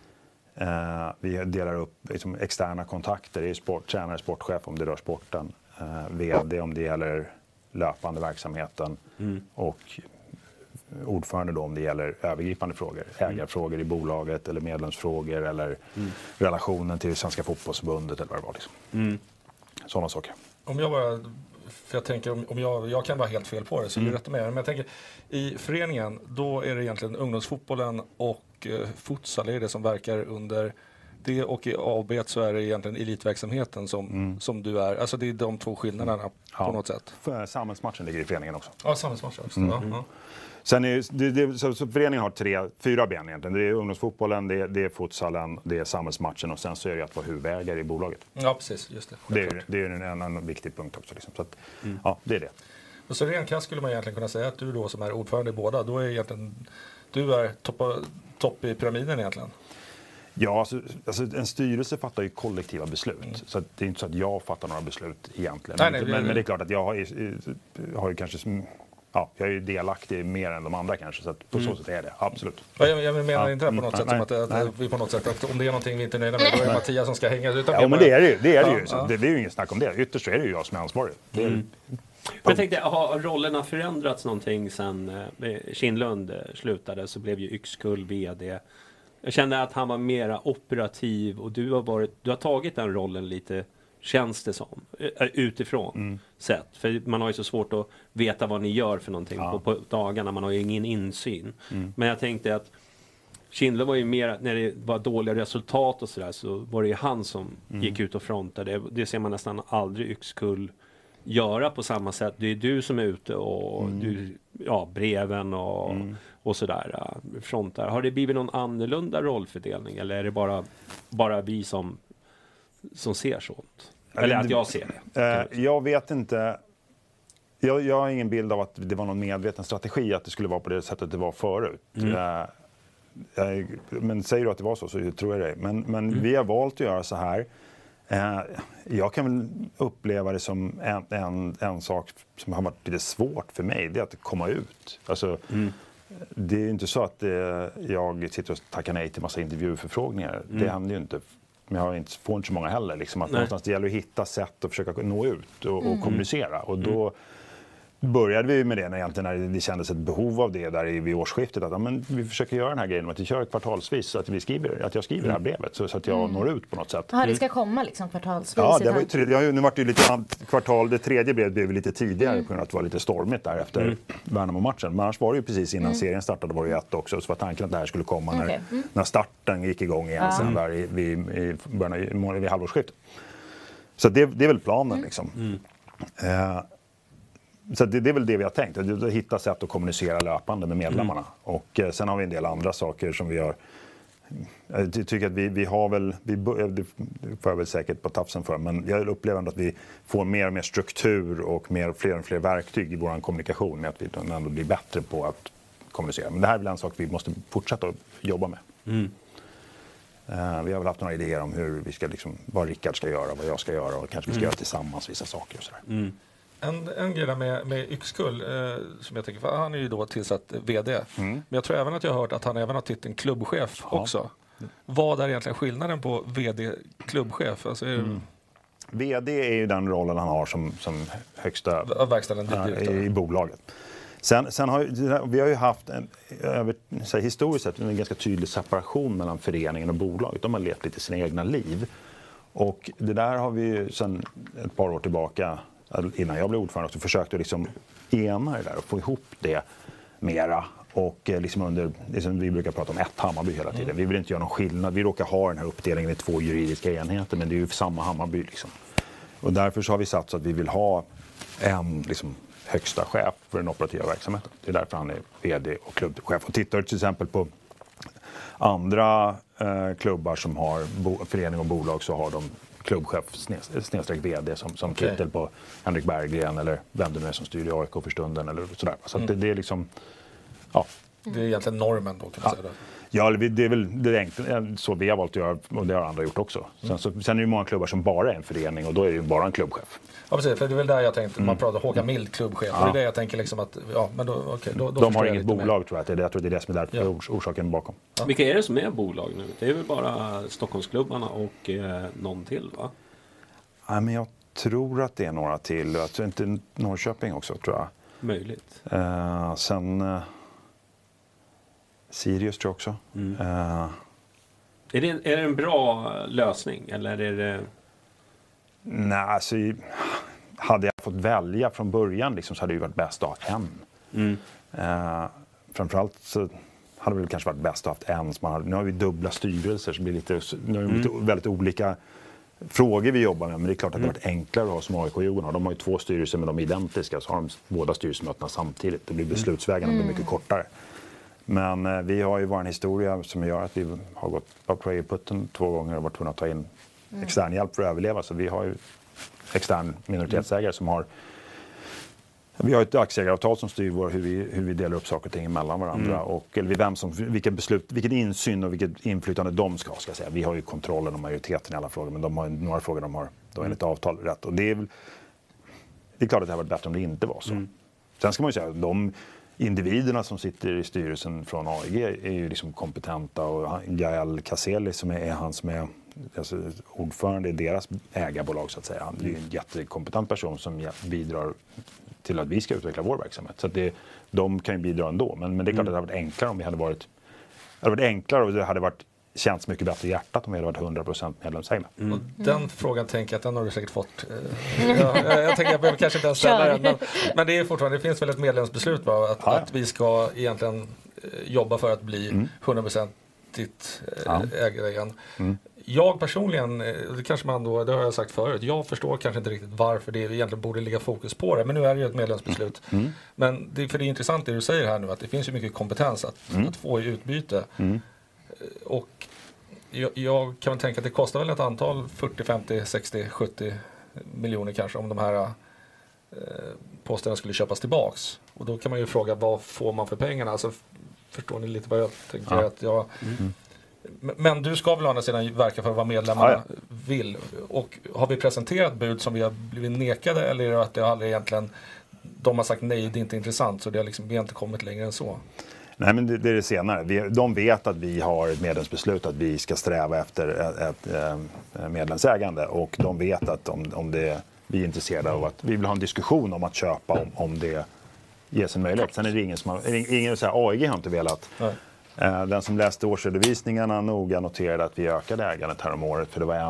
vi delar upp liksom, externa kontakter. Det är tränare, sportchef om det rör sporten. VD om det gäller löpande verksamheten. Och ordförande då om det gäller övergripande frågor. Ägarfrågor i bolaget eller medlemsfrågor eller relationen till Svenska fotbollsförbundet eller vad det var. Liksom. Sådana saker. Om jag bara... För jag tänker, om jag kan vara helt fel på det så är det rätt med. Men jag tänker, i föreningen då är det egentligen ungdomsfotbollen och futsal är det som verkar under det, och i AB så är det egentligen elitverksamheten som du är. Alltså det är de två skillnaderna på något sätt. Samhällsmatchen ligger i föreningen också. Ja, samhällsmatchen också. Ja. Sen är så föreningen har 4 ben egentligen. Det är ungdomsfotbollen, det är futsalen, det är samhällsmatchen och sen så är det att vara huvudägare i bolaget. Ja, precis. Just det. Det är en viktig punkt också. Liksom. Så att, ja, det är det. Och så rent krasst skulle man egentligen kunna säga att du då som är ordförande i båda, då är egentligen du är topp i pyramiden egentligen. Ja, alltså en styrelse fattar ju kollektiva beslut. Så att det är inte så att jag fattar några beslut egentligen. Men det är klart att jag har ju kanske... Ja, jag är ju delaktig mer än de andra kanske, så att på så sätt är det, absolut. Jag menar inte det på något sätt som att vi på något sätt, att om det är någonting vi inte är nöjda med, då är det Mattias som ska hänga ut. Ja, men det är det ju. Så det är ju inget snack om det. Ytterst så är det ju jag som är ansvarig. Jag tänkte, har rollerna förändrats någonting sen Kindlund slutade, så blev ju Yxkull vd. Jag kände att han var mera operativ och du har tagit den rollen lite, känns det som, utifrån sett. För man har ju så svårt att veta vad ni gör för någonting på dagarna. Man har ju ingen insyn. Men jag tänkte att Kindlund var ju mer, när det var dåliga resultat och sådär, så var det ju han som gick ut och frontade. Det ser man nästan aldrig Yxkull göra på samma sätt. Det är du som är ute och breven och sådär frontar. Har det blivit någon annorlunda rollfördelning eller är det bara vi som ser sånt? Eller att jag ser det? Jag vet inte. Jag har ingen bild av att det var någon medveten strategi att det skulle vara på det sättet det var förut. Men säger du att det var så tror jag det. Men vi har valt att göra så här. Jag kan väl uppleva det som en sak som har varit lite svårt för mig. Det är att komma ut. Alltså, det är ju inte så att jag sitter och tackar nej till massa intervjuförfrågningar. Det händer ju inte. Men jag får inte så många heller. Liksom, att någonstans det gäller att hitta sätt att försöka nå ut och kommunicera. Och då började vi med det när det kändes ett behov av det där vid årsskiftet. Att vi försöker göra den här grejen att vi kör kvartalsvis. Så att jag skriver det här brevet så att jag når ut på något sätt. Ja, det ska komma liksom kvartalsvis. Ja, det var ju nu var det ju lite kvartal. Det tredje brevet blev lite tidigare på grund av att det var lite stormigt där efter Värnamo-matchen. Men annars var det ju precis innan serien startade var det ju ett också. Så var tanken att det här skulle komma när starten gick igång igen sen där vid halvårsskiftet. Så det är väl planen liksom. Så det är väl det vi har tänkt, att hitta sätt att kommunicera löpande med medlemmarna. Och sen har vi en del andra saker som vi har. Jag tycker att vi har väl, det får jag väl säkert på tafsen för, men jag upplever ändå att vi får mer och mer struktur och fler och fler verktyg i vår kommunikation med att vi ändå blir bättre på att kommunicera. Men det här är väl en sak vi måste fortsätta att jobba med. Vi har väl haft några idéer om hur vi ska vad Rickard ska göra, vad jag ska göra och kanske vi ska göra tillsammans vissa saker och sådär. En grej där med Yxkull som jag tänker, för han är ju då tillsatt vd. Men jag tror även att jag har hört att han även har titeln klubbchef också. Vad är egentligen skillnaden på vd-klubbchef? Alltså vd är ju den rollen han har som högsta i bolaget. Sen har vi har ju haft historiskt sett en ganska tydlig separation mellan föreningen och bolaget. De har levt lite sina egna liv. Och det där har vi ju sedan ett par år tillbaka, innan jag blev ordförande, så försökte ena det där och få ihop det mera. Och vi brukar prata om ett Hammarby hela tiden. Vi vill inte göra någon skillnad. Vi råkar ha den här uppdelningen i 2 juridiska enheter, men det är ju samma Hammarby liksom. Och därför så har vi satt så att vi vill ha en högsta chef för den operativa verksamheten. Det är därför han är vd och klubbchef. Och tittar du till exempel på andra klubbar som har förening och bolag, så har de klubbchef snedstreck vd som titel på Henrik Berggren eller vem det nu är som styr i AIK för stunden eller sådär. Så att det är liksom, Det är egentligen normen då, kan man säga det. Ja, det är väl det enkelt, så vi har valt att göra, och det har andra gjort också. Sen är det ju många klubbar som bara är en förening och då är det ju bara en klubbchef. Ja, precis, för det är väl där jag tänkte, man pratar Håkan Mild, klubbchef, och det är det jag tänker liksom att, ja, men då, okej, då de har inget bolag mer. tror jag, jag tror det är det som är där orsaken bakom. Ja. Vilka är det som är bolag nu? Det är väl bara Stockholmsklubbarna och någon till, va? Ja, men jag tror att det är några till, jag tror inte Norrköping också, tror jag. Möjligt. Sen Sirius tror jag också. Är det en bra lösning eller är det... Nej, alltså hade jag fått välja från början liksom, så hade det ju varit bäst att ha en. Framförallt så hade det väl kanske varit bäst att ha haft en. Nu har vi dubbla styrelser så det blir lite väldigt olika frågor vi jobbar med. Men det är klart att det har varit enklare att ha som AIK och Djurgården. De har ju 2 styrelser men de är identiska, så har de båda styrelsemötena samtidigt. Det blir beslutsvägarna blir mycket kortare. Men vi har ju vår historia som gör att vi har gått på EU-putten 2 gånger och varit tvungna att ta in extern hjälp för att överleva. Så vi har ju extern minoritetsägare som har... Vi har ett aktieägaravtal som styr hur vi delar upp saker och ting emellan varandra. Vilken insyn och vilket inflytande de ska säga. Vi har ju kontrollen och majoriteten i alla frågor, men de har några frågor de har enligt avtal rätt. Och det är klart att det hade varit bättre om det inte var så. Sen ska man ju säga att de individerna som sitter i styrelsen från AIG är ju liksom kompetenta, och Jael Kasseli som är han som är alltså, ordförande i deras ägarbolag så att säga. Han är ju en jättekompetent person som bidrar till att vi ska utveckla vår verksamhet. Så att de kan ju bidra ändå. Men det är klart att det hade varit enklare om vi hade varit enklare, och det hade känts mycket bättre i hjärtat om vi hade varit 100% medlemsägda. Och den frågan tänker jag att den har du säkert fått. Jag tänker att jag kanske inte ens ställa den. Men det är fortfarande, det finns väl ett medlemsbeslut att vi ska egentligen jobba för att bli 100% ägare igen. Jag personligen, det kanske man då, det har jag sagt förut, jag förstår kanske inte riktigt varför det egentligen borde ligga fokus på det, men nu är det ju ett medlemsbeslut. Men det är intressant det du säger här nu, att det finns ju mycket kompetens att få i utbyte. Och jag kan väl tänka att det kostar väl ett antal 40, 50, 60, 70 miljoner kanske om de här posterna skulle köpas tillbaks. Och då kan man ju fråga, vad får man för pengarna? Alltså, förstår ni lite vad jag tänker? Att men du ska väl å andra sidan verka för vad medlemmarna vill. Och har vi presenterat bud som vi har blivit nekade, eller är det att det aldrig egentligen, de har sagt nej, det är inte intressant, så det har liksom, vi har inte kommit längre än så? Nej, men det är det senare. De vet att vi har ett medlemsbeslut att vi ska sträva efter ett medlemsägande, och de vet att om vi är intresserade av att vi vill ha en diskussion om att köpa om det ges en möjlighet. Sen är det ingen så här, AIG har inte velat. Den som läste årsredovisningarna noga noterade att vi ökade ägandet här om året, för det var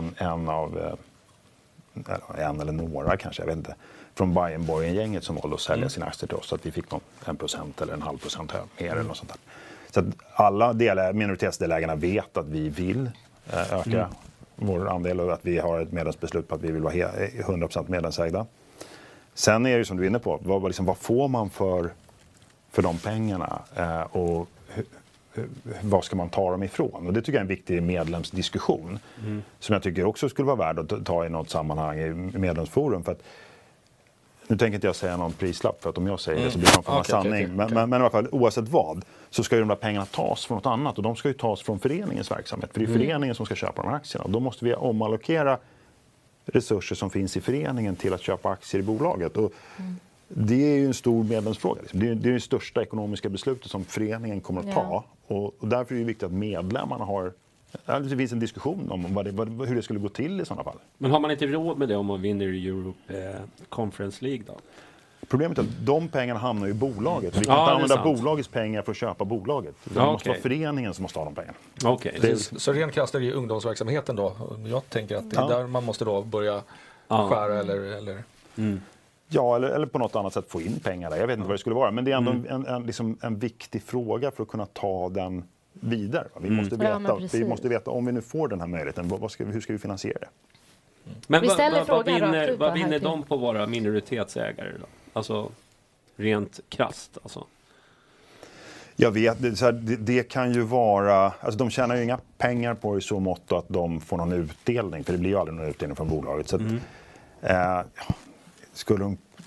en eller några kanske, jag vet inte, från Bajenborgen-gänget som valde att sälja sina aktier till oss, så att vi fick 1% eller 0,5% mer eller något sånt där. Så att alla minoritetsdelägarna vet att vi vill öka vår andel, och att vi har ett medlemsbeslut på att vi vill vara 100% medlemsägda. Sen är det ju som du är inne på, vad får man för de pengarna, och var ska man ta dem ifrån? Och det tycker jag är en viktig medlemsdiskussion som jag tycker också skulle vara värd att ta i något sammanhang i medlemsforum. För att, nu tänker inte jag säga någon prislapp, för att om jag säger det så blir det någon form av sanning. Men i alla fall, oavsett vad, så ska ju de där pengarna tas från något annat, och de ska ju tas från föreningens verksamhet. För det är föreningen som ska köpa de här aktierna, och då måste vi omallokera resurser som finns i föreningen till att köpa aktier i bolaget. Och det är ju en stor medlemsfråga. Det är det största ekonomiska beslutet som föreningen kommer att ta. Och därför är det viktigt att medlemmarna har... Det finns en diskussion om hur det skulle gå till i sådana fall. Men har man inte råd med det om man vinner Europe Conference League då? Problemet är att de pengarna hamnar i bolaget. Vi kan inte använda bolagets pengar för att köpa bolaget. Det måste vara föreningen som måste ha de pengarna. Så rent krasst är det ungdomsverksamheten då. Jag tänker att det är där man måste då börja skära eller... Ja, eller på något annat sätt få in pengar där. Jag vet inte vad det skulle vara. Men det är ändå en viktig fråga för att kunna ta den vidare. Vi måste veta om vi nu får den här möjligheten, hur ska vi finansiera det? Men vad vinner de på våra minoritetsägare då? Alltså rent krasst alltså. Jag vet, det kan ju vara, alltså de tjänar ju inga pengar på det så mått att de får någon utdelning, för det blir ju aldrig någon utdelning från bolaget. Så att,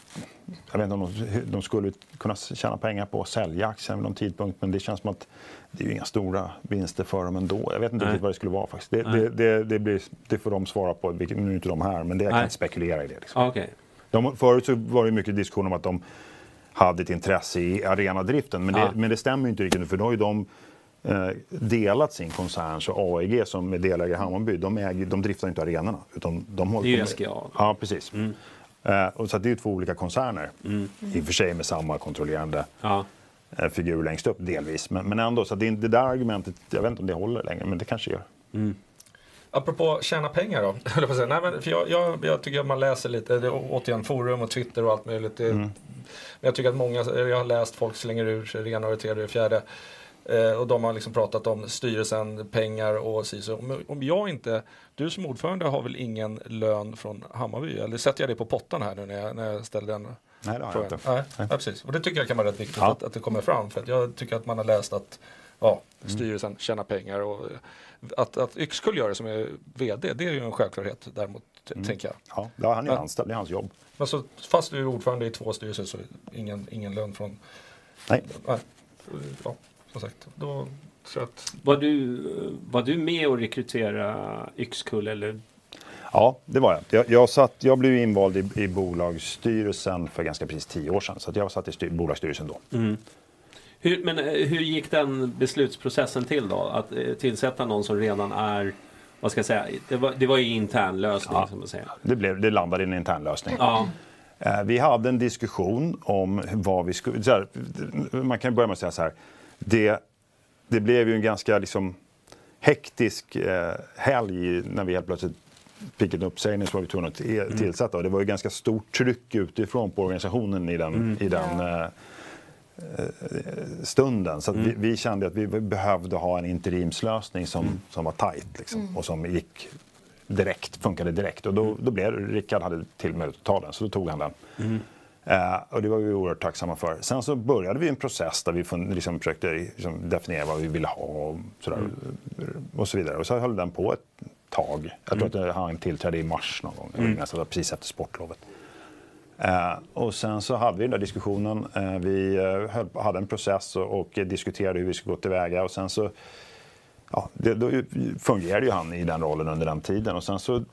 jag vet inte om de skulle kunna tjäna pengar på att sälja aktier vid någon tidpunkt, men det känns som att det är ju inga stora vinster för dem ändå. Jag vet inte riktigt vad det skulle vara faktiskt. Det får de svara på, nu är inte de här, men det jag kan inte spekulera i det. Liksom. Okay. Förut så var det mycket diskussion om att de hade ett intresse i arenadriften, men det stämmer ju inte riktigt, för då har ju de delat sin koncern, så AEG som är delägare i Hammarby, de driftar inte arenorna, utan de håller på med SGA. Ja, precis. Och så det är ju två olika koncerner, i och för sig med samma kontrollerande figur längst upp delvis, men ändå, så det där argumentet, jag vet inte om det håller längre, men det kanske gör. Apropå tjäna pengar då, nej, men för jag tycker att man läser lite, det, återigen forum och Twitter och allt möjligt. Men jag tycker att jag har läst folk slänger ur sig det ena och det tredje och det fjärde. Och de har liksom pratat om styrelsen, pengar och så. Om jag inte, du som ordförande har väl ingen lön från Hammarby? Eller sätter jag det på pottan här nu när jag ställer den? Nej, det har jag inte. Nej, precis. Och det tycker jag kan vara rätt viktigt att det kommer fram. För att jag tycker att man har läst att styrelsen tjänar pengar och att Yxkull gör det som är vd, det är ju en självklarhet däremot, tänker jag. Ja, han är anställd, det är hans jobb. Men så, fast du är ordförande i 2 styrelser så ingen lön från... Nej. Ja, som sagt. Då tror jag att... Var du med och rekrytera Yxkull eller? Ja, det var jag. Jag blev invald i bolagsstyrelsen för ganska precis 10 år sedan, så jag satt i bolagsstyrelsen då. Hur gick den beslutsprocessen till då? Att tillsätta någon som redan är, vad ska jag säga, det var ju intern lösning som man säger. Det landade i en intern lösning. Ja. Vi hade en diskussion om vad vi skulle... Så här, man kan börja med att säga så här. Det blev ju en ganska liksom hektisk helg när vi helt plötsligt fick en uppsägning som var vi tvungna att tillsätta. Och det var ju ganska stort tryck utifrån på organisationen i den stunden. Så att vi kände att vi behövde ha en interimslösning som var tajt liksom, och som funkade direkt. Och då blev Rickard hade till med att ta den, så då tog han den. Och det var vi oerhört tacksamma för. Sen så började vi en process där vi försökte definiera vad vi ville ha och så vidare. Och så höll den på ett tag. Jag tror att han tillträdde i mars någon gång, nästan precis efter sportlovet. Och sen så hade vi den där diskussionen. Vi hade en process och diskuterade hur vi skulle gå tillväga. Och sen så då fungerade ju han i den rollen under den tiden. Och sen så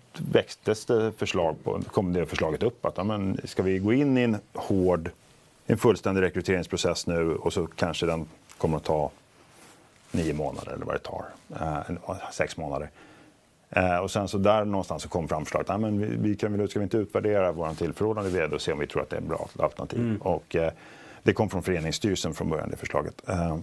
kom det förslaget upp att ska vi gå in i en fullständig rekryteringsprocess nu, och så kanske den kommer att ta 9 månader eller vad det tar. 6 månader. Och sen så där någonstans så kom fram förslaget att ska vi inte utvärdera vår tillförordnade vd och se om vi tror att det är ett bra alternativ. Och det kom från föreningsstyrelsen från början, det förslaget,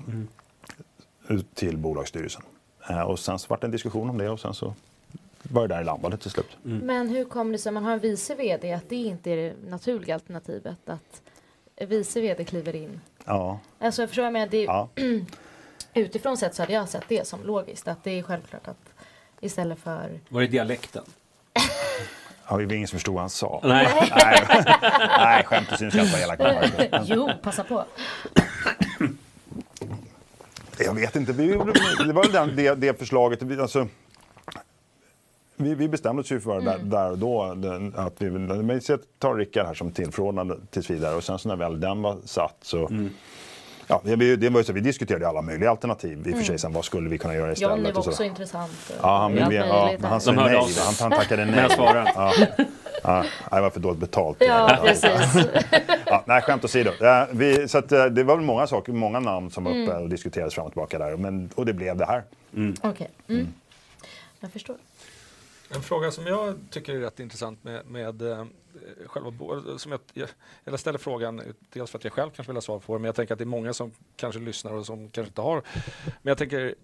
till bolagsstyrelsen. Och sen så var det en diskussion om det, och sen så var det där i landade till slut. Men hur kom det sig, man har en vice vd, att det inte är det naturliga alternativet att vice vd kliver in? Ja. Alltså jag förstår vad jag menar, utifrån sett så hade jag sett det som logiskt, att det är självklart att istället för... Var det dialekten? Ja, det var ingen som förstod vad han sa. Nej, skämt syns jag inte hela. Jo, passa på. Jag vet inte. Det var väl det förslaget. Vi bestämde oss ju för där och då att vi tar Rickard här som tillförordnad tills vidare. Och sen så när väl den var satt så... Ja, det var ju så vi diskuterade alla möjliga alternativ. I och för sig sen, vad skulle vi kunna göra istället? John var också intressant. Han sa nej. Han tackade nej. Det var för dåligt betalt. Ja, precis. Nej, skämt åsido. Så att, det var väl många namn som var uppe och diskuterades fram och tillbaka där. Och det blev det här. Okej. Jag förstår. En fråga som jag tycker är rätt intressant med själva som jag ställer frågan dels för att jag själv kanske vill ha svar på det, men jag tänker att det är många som kanske lyssnar och som kanske inte har. Men jag tänker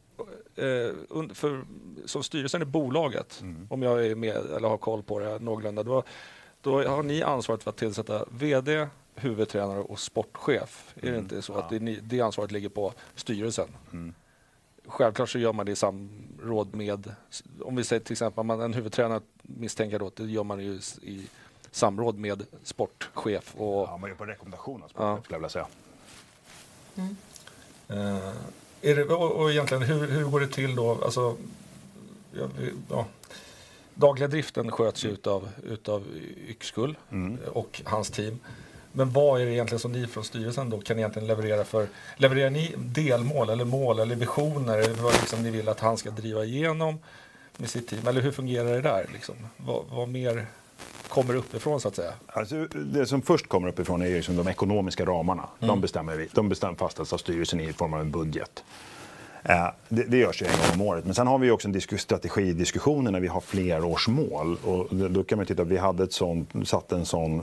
som styrelsen i bolaget, om jag är med eller har koll på det någorlunda, då har ni ansvaret för att tillsätta vd, huvudtränare och sportchef. Är det inte så att det ansvaret ligger på styrelsen? Självklart så gör man det i samråd med, om vi säger till exempel en huvudtränare misstänker då att det gör man ju i samråd med sportchef. Och, man gör på rekommendation av sportchef, skulle jag vilja säga. Och egentligen, hur går det till då? Alltså, dagliga driften sköts ju utav Yxkull och hans team. Men vad är det egentligen som ni från styrelsen då kan egentligen leverera för? Levererar ni delmål eller mål eller visioner? Eller vad liksom ni vill att han ska driva igenom med sitt team? Eller hur fungerar det där? Liksom? Vad mer kommer uppifrån så att säga? Alltså, det som först kommer uppifrån är liksom de ekonomiska ramarna. De fastställs av styrelsen i form av en budget. Det görs ju en gång om året. Men sen har vi också en strategidiskussion när vi har flerårsmål. Och då kan man titta att vi hade satt en sån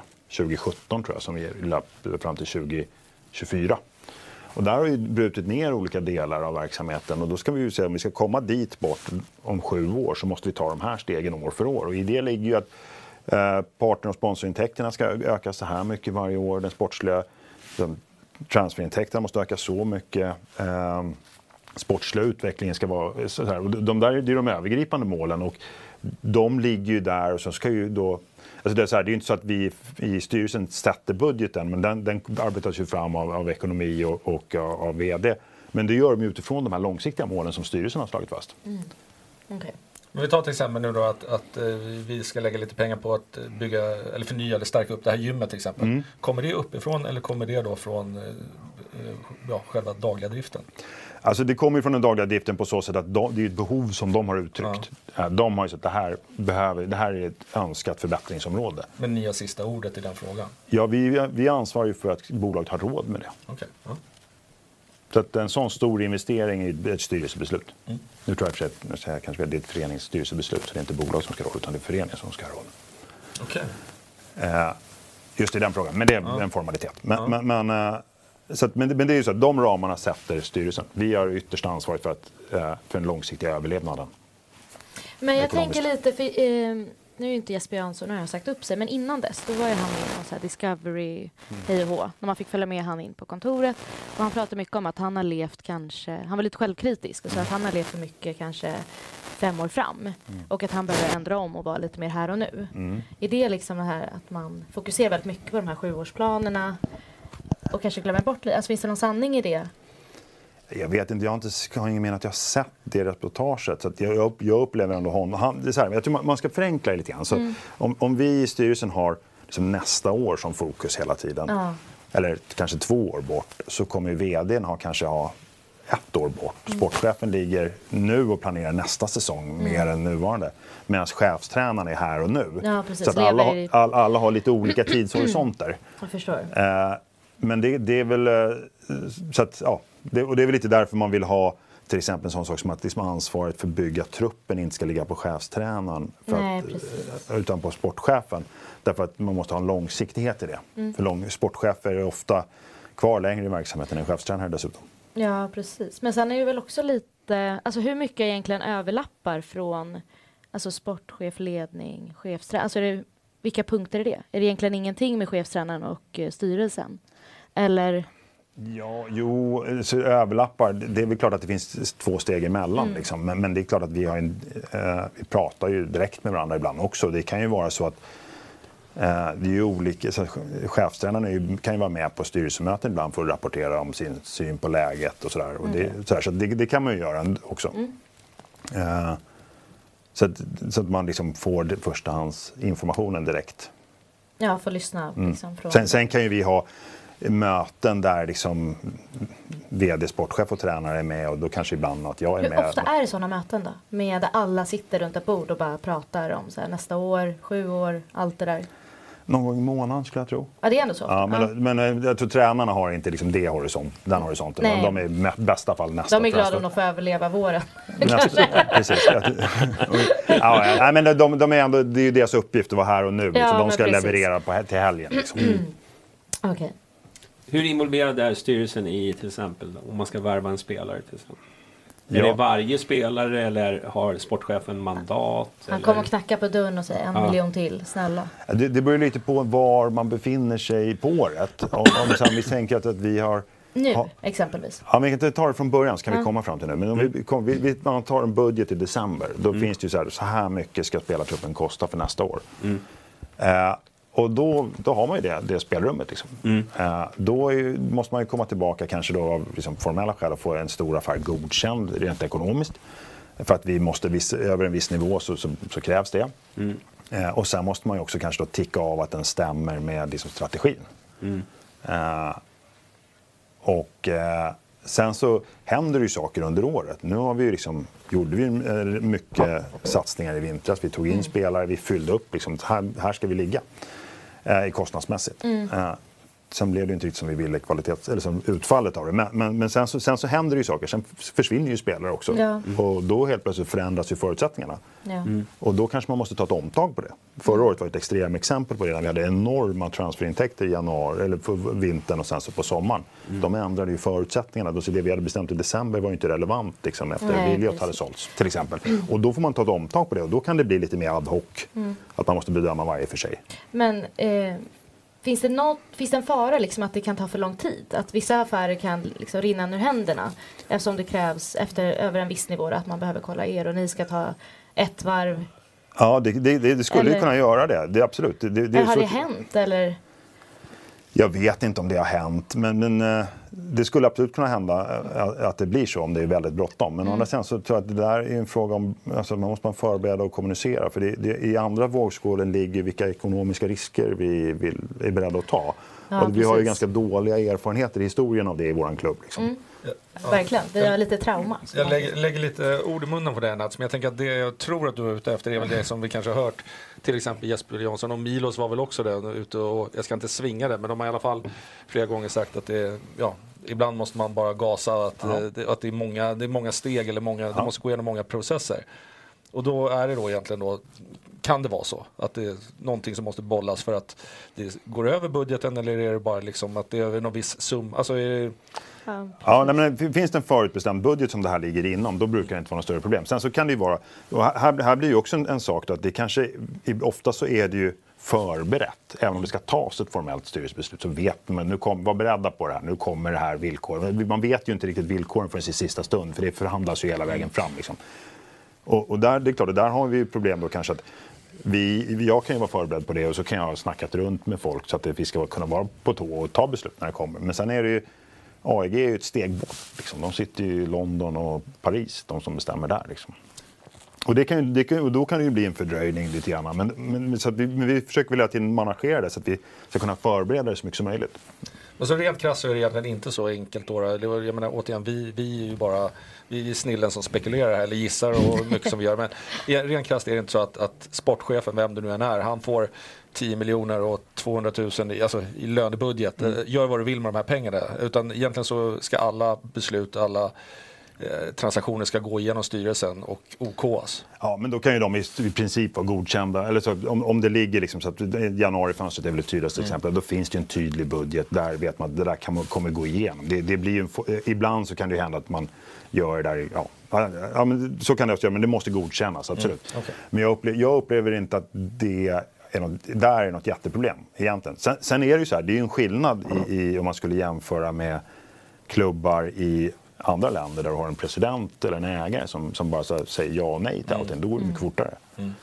2017 tror jag som vi löpte fram till 2024. Och där har vi brutit ner olika delar av verksamheten och då ska vi ju säga om vi ska komma dit bort om 7 år så måste vi ta de här stegen år för år. Och i det ligger ju att partner- och sponsorintäkterna ska öka så här mycket varje år. Den sportsliga transferintäkterna måste öka så mycket. Sportsliga utvecklingen ska vara så här. Och det är de övergripande målen och de ligger ju där och så ska ju då. Alltså det är ju inte så att vi i styrelsen sätter budgeten, men den arbetas ju fram av ekonomi och av vd. Men det gör de utifrån de här långsiktiga målen som styrelsen har slagit fast. Okay. Men vi tar till exempel nu då att vi ska lägga lite pengar på att bygga eller förnya eller stärka upp det här gymmet till exempel. Kommer det uppifrån eller kommer det då från själva dagliga driften? Alltså det kommer ju från den dagliga driften på så sätt att det är ett behov som de har uttryckt. Ja. De har ju sagt att det här är ett önskat förbättringsområde. Men ni har sista ordet i den frågan? Ja, vi ansvarar ju för att bolaget har råd med det. Okay. Ja. Så att en sån stor investering är ett styrelsebeslut. Nu tror jag att kanske det är ett föreningsstyrelsebeslut så det är inte bolag som ska ha råd utan det är föreningen som ska ha råd. Okej. Just i den frågan, men det är en formalitet. Men det är ju så att de ramarna sätter styrelsen. Vi har ytterst ansvaret för den långsiktiga överlevnaden. Men jag tänker lite, för, nu är ju inte Jesper Jansson, nu har jag sagt upp sig, men innan dess, då var ju han med i Discovery, hej och hå, när man fick följa med han in på kontoret. Och han pratade mycket om att han har levt han var lite självkritisk och så att han har levt för mycket kanske 5 år fram. Och att han behöver ändra om och vara lite mer här och nu. Är det liksom det här att man fokuserar väldigt mycket på de här 7-årsplanerna och kanske glömmer bort lite? Alltså finns det någon sanning i det? Jag vet inte, jag har ingen men att jag har sett det reportaget. Så att jag upplever ändå honom. Det är så här, jag tror man ska förenkla lite grann. Så om vi i styrelsen har liksom nästa år som fokus hela tiden, eller kanske 2 år bort, så kommer ju vdn kanske ha 1 år bort. Sportchefen ligger nu och planerar nästa säsong mer än nuvarande. Medan chefstränaren är här och nu. Ja, precis. Så att alla har lite olika tidshorisonter. Jag förstår. Men det är väl så att, och det är väl lite därför man vill ha till exempel en sån sak som att liksom ansvaret för att bygga truppen inte ska ligga på chefstränaren utan på sportchefen. Därför att man måste ha en långsiktighet i det. För sportchefer är ofta kvar längre i verksamheten än chefstränare dessutom. Ja, precis. Men sen är det väl också lite, alltså hur mycket egentligen överlappar från sportchef, ledning, chefstränare? Alltså vilka punkter är det? Är det egentligen ingenting med chefstränaren och styrelsen? Eller? Ja, så överlappar. Det är väl klart att det finns 2 steg emellan. Liksom. Men det är klart att vi pratar ju direkt med varandra ibland också. Det kan ju vara så att det är ju olika. Chefstränaren kan ju vara med på styrelsemöten ibland för att rapportera om sin syn på läget och sådär. Så det kan man ju göra också. Så att man liksom får förstahandsinformationen direkt. Ja, får lyssna. Liksom, sen kan ju vi ha möten där liksom vd, sportchef och tränare är med och då kanske ibland att jag är med. Hur ofta är det sådana möten då? Med där alla sitter runt ett bord och bara pratar om så här, nästa år, 7 år, allt det där. Någon gång i månaden skulle jag tro. Ja, det är ändå så. Ja, men jag tror tränarna har inte liksom den horisonten. Nej. Men de är i bästa fall nästa. De är glada om de får överleva våren. Precis. Men de är ändå, det är ju deras uppgift att vara här och nu. Ja, så de ska leverera till helgen. Liksom. Okay. Hur involverad är styrelsen i till exempel om man ska värva en spelare till exempel? Är det varje spelare eller har sportchefen mandat? Han kommer och knackar på dörren och säger 1 miljon till, snälla. Det beror lite på var man befinner sig på året. Om vi tänker att vi har... Nu, exempelvis. Ja, men vi kan ta det från början så kan vi komma fram till nu. Men om man tar en budget i december, då finns det ju så här mycket ska spelartruppen kosta för nästa år. Och då har man ju det spelrummet. Liksom. Då måste man ju komma tillbaka kanske då av liksom formella skäl och få en stor affär godkänd rent ekonomiskt. För att vi måste över en viss nivå så krävs det. Och sen måste man ju också kanske då ticka av att den stämmer med liksom strategin. Sen så händer det ju saker under året. Nu har vi ju gjorde vi mycket satsningar i vintras. Vi tog in spelare, vi fyllde upp. Här ska vi ligga kostnadsmässigt. Sen blev det inte riktigt som vi ville eller som utfallet av det. Men sen så händer det ju saker. Sen försvinner ju spelare också. Ja. Och då helt plötsligt förändras ju förutsättningarna. Ja. Och då kanske man måste ta ett omtag på det. Förra året var ett extrem exempel på det. När vi hade enorma transferintäkter i januari, eller på vintern och sen så på sommaren. De ändrade ju förutsättningarna. Så det vi hade bestämt i december var ju inte relevant efter Williot hade sålts till exempel. Och då får man ta ett omtag på det. Och då kan det bli lite mer ad hoc. Att man måste bedöma varje för sig. Men... Finns det en fara att det kan ta för lång tid? Att vissa affärer kan rinna ur händerna eftersom det krävs över en viss nivå att man behöver kolla er och ni ska ta ett varv? Ja, det skulle ju kunna göra det. Det är absolut. Har det hänt eller? Jag vet inte om det har hänt, men det skulle absolut kunna hända att det blir så om det är väldigt bråttom. Men andra sidan så tror jag att det där är en fråga om, man måste förbereda och kommunicera. För i andra vågskålen ligger vilka ekonomiska risker vi är beredda att ta. Ja, och vi har ju ganska dåliga erfarenheter i historien av det i våran klubb. Ja, verkligen, vi har lite trauma. Jag lägger lite ord i munnen på det, Nats, men jag tänker att det jag tror att du är ute efter är väl det som vi kanske har hört. Till exempel Jesper Jansson och Milos var väl också där ute, och jag ska inte svinga det, men de har i alla fall flera gånger sagt att ibland måste man bara gasa, att det är många steg eller det måste gå igenom många processer. Och då är det egentligen kan det vara så att det är någonting som måste bollas för att det går över budgeten, eller är det bara att det är över någon viss summa? Alltså men finns det en förutbestämd budget som det här ligger inom, då brukar det inte vara något större problem. Sen så kan det ju vara, och här blir ju också en sak då, att det kanske, ofta så är det ju förberett. Även om det ska tas ett formellt styrelsebeslut så vet man, var beredda på det här, nu kommer det här villkoren. Man vet ju inte riktigt villkoren förrän i sista stund, för det förhandlas ju hela vägen fram. Och där, det är klart, där har vi ju problem då kanske att jag kan ju vara förberedd på det, och så kan jag ha snackat runt med folk så att vi ska kunna vara på tå och ta beslut när det kommer. Men sen är det ju, AEG är ju ett steg bort. De sitter ju i London och Paris, de som bestämmer där. Och då kan det ju bli en fördröjning lite grann. Men så att vi försöker väl att managera det så att vi ska kunna förbereda det så mycket som möjligt. Och så rent krasst är det egentligen inte så enkelt då. Jag menar, återigen, vi är ju bara snillen som spekulerar eller gissar och mycket som vi gör. Men rent krasst är det inte så att sportchefen, vem det nu än är, han får 10 miljoner och 200 000 i lönebudget. Gör vad du vill med de här pengarna. Utan egentligen så ska alla beslut, alla transaktioner ska gå igenom styrelsen och OKs. Ja, men då kan ju de i princip vara godkända. Eller så, om det ligger så att januarifönstret är väl ett tydligast exempel, då finns det en tydlig budget. Där vet man att det där kommer gå igenom. Det blir ju ibland så kan det hända att man gör det där. Ja, men så kan det också göra, men det måste godkännas, absolut. Okay. Men jag upplever inte att det är något jätteproblem egentligen. Sen är det ju så här, det är ju en skillnad om man skulle jämföra med klubbar i andra länder där du har en president eller en ägare som bara säger ja och nej till allting. Då går det mycket fortare.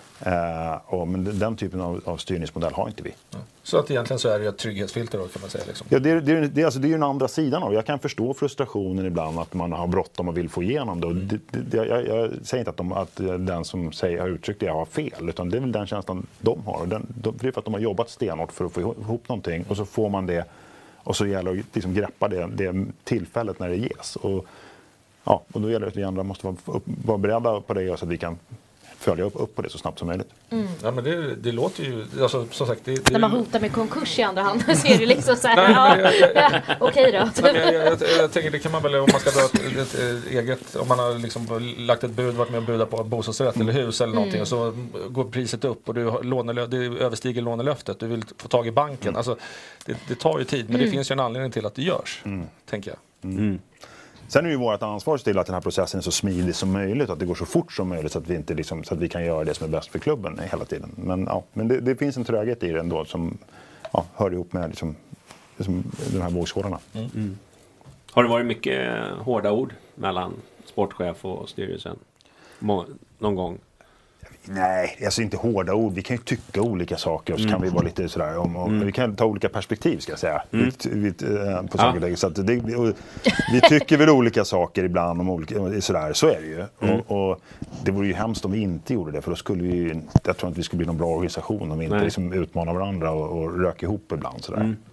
Men den typen av styrningsmodell har inte vi. Så att egentligen så är det ett trygghetsfilter då, kan man säga. Ja, det är ju den andra sidan av. Jag kan förstå frustrationen ibland att man har bråttom och vill få igenom det. Jag säger inte att den som har uttryckt det har fel, utan det är väl den känslan de har. Det är för att de har jobbat stenhårt för att få ihop någonting, och så får man det. Och så gäller det att greppa det tillfället när det ges. Och då gäller det att vi andra måste vara beredda på det, så att vi kan följa upp på det så snabbt som möjligt. Ja, men det låter ju, som sagt... När man hotar med konkurs i andra hand så är det liksom så här, okej då. Jag tänker, det kan man väl, om man ska dra ett eget, om man har lagt ett bud, varit med och budat på bostadsrätt eller hus eller någonting, och så går priset upp och det överstiger lånelöftet, du vill få tag i banken. Alltså, det tar ju tid, men det finns ju en anledning till att det görs, tänker jag. Sen är det ju vårt ansvar till att den här processen är så smidig som möjligt, att det går så fort som möjligt, så att vi inte så att vi kan göra det som är bäst för klubben hela tiden. Men det finns en tröghet i det ändå som hör ihop med de här vågskålarna. Har det varit mycket hårda ord mellan sportchef och styrelsen någon gång? Nej, alltså inte hårda ord. Vi kan ju tycka olika saker, och så kan vi vara lite sådär vi kan ta olika perspektiv, ska jag säga, på saker. Så att vi tycker väl olika saker ibland om olika, sådär, så är det ju. Och det vore ju hemskt om vi inte gjorde det, för då skulle jag tror inte vi skulle bli någon bra organisation om vi inte utmanar varandra och röker ihop ibland sådär.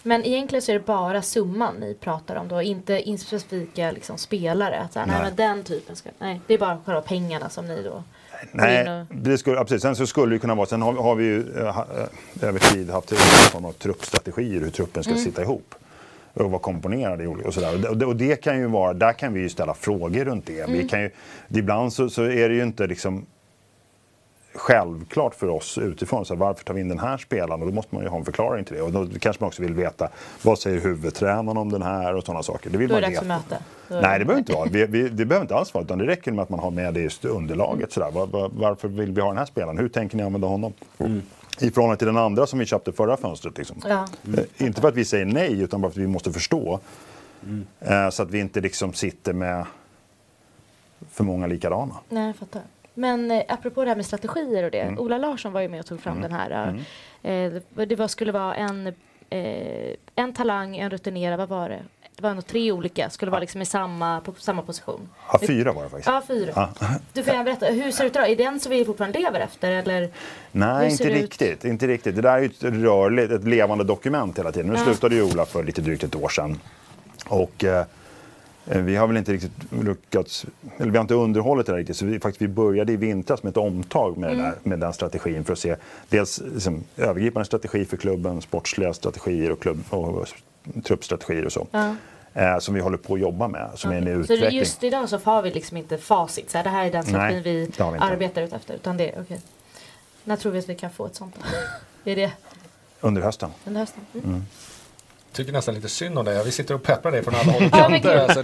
Men egentligen så är det bara summan ni pratar om då, inte specifika liksom spelare. Att nej, men den typen nej, det är bara själva pengarna som ni då... Nej, det skulle, absolut. Sen så skulle det kunna vara, sen har vi ju över tid haft en form av truppstrategier, hur truppen ska sitta ihop och vara komponerade och sådär. Och det kan ju vara, där kan vi ju ställa frågor runt det. Vi kan ju, ibland så är det ju inte liksom självklart för oss utifrån, så varför tar vi in den här spelaren, och då måste man ju ha en förklaring till det, och då kanske man också vill veta vad säger huvudtränaren om den här och sådana saker. Det vill då är man det dags att möta. Nej, det behöver inte vara. Det behöver inte alls vara, utan det räcker med att man har med det just underlaget. Sådär. Varför vill vi ha den här spelaren? Hur tänker ni använda honom? I förhållande till den andra som vi köpte förra fönstret. Liksom. Ja. Inte för att vi säger nej, utan bara för att vi måste förstå. Så att vi inte liksom sitter med för många likadana. Nej, jag fattar. Men apropå det här med strategier och det. Ola Larsson var ju med och tog fram den här. Det skulle vara en talang, en rutinerad, vad var det? Det var nog 3 olika, skulle vara liksom på samma position. Ja, 4 var det faktiskt. Ja, 4. Ja. Du får gärna berätta, hur ser det ut idag? Är det den som vi fortfarande lever efter? Eller nej, inte riktigt. Det där är ju ett rörligt, ett levande dokument hela tiden. Nu slutade ju Ola för lite drygt ett år sedan. Och vi har väl inte riktigt lyckats, eller vi har inte underhållit det där riktigt. Så vi började i vintras med ett omtag med den strategin för att se dels liksom, övergripande strategi för klubben, sportsliga strategier och truppstrategier och så. Som vi håller på att jobba med, som är en utveckling. Så just idag så har vi liksom inte facit, så här, det här är den strategin vi arbetar ut efter, utan det okej. När tror vi att vi kan få ett sånt då? Är det under hösten? Tycker nästan lite synd om det. Vi sitter och pepprar dig från alla håll och kanter. Alltså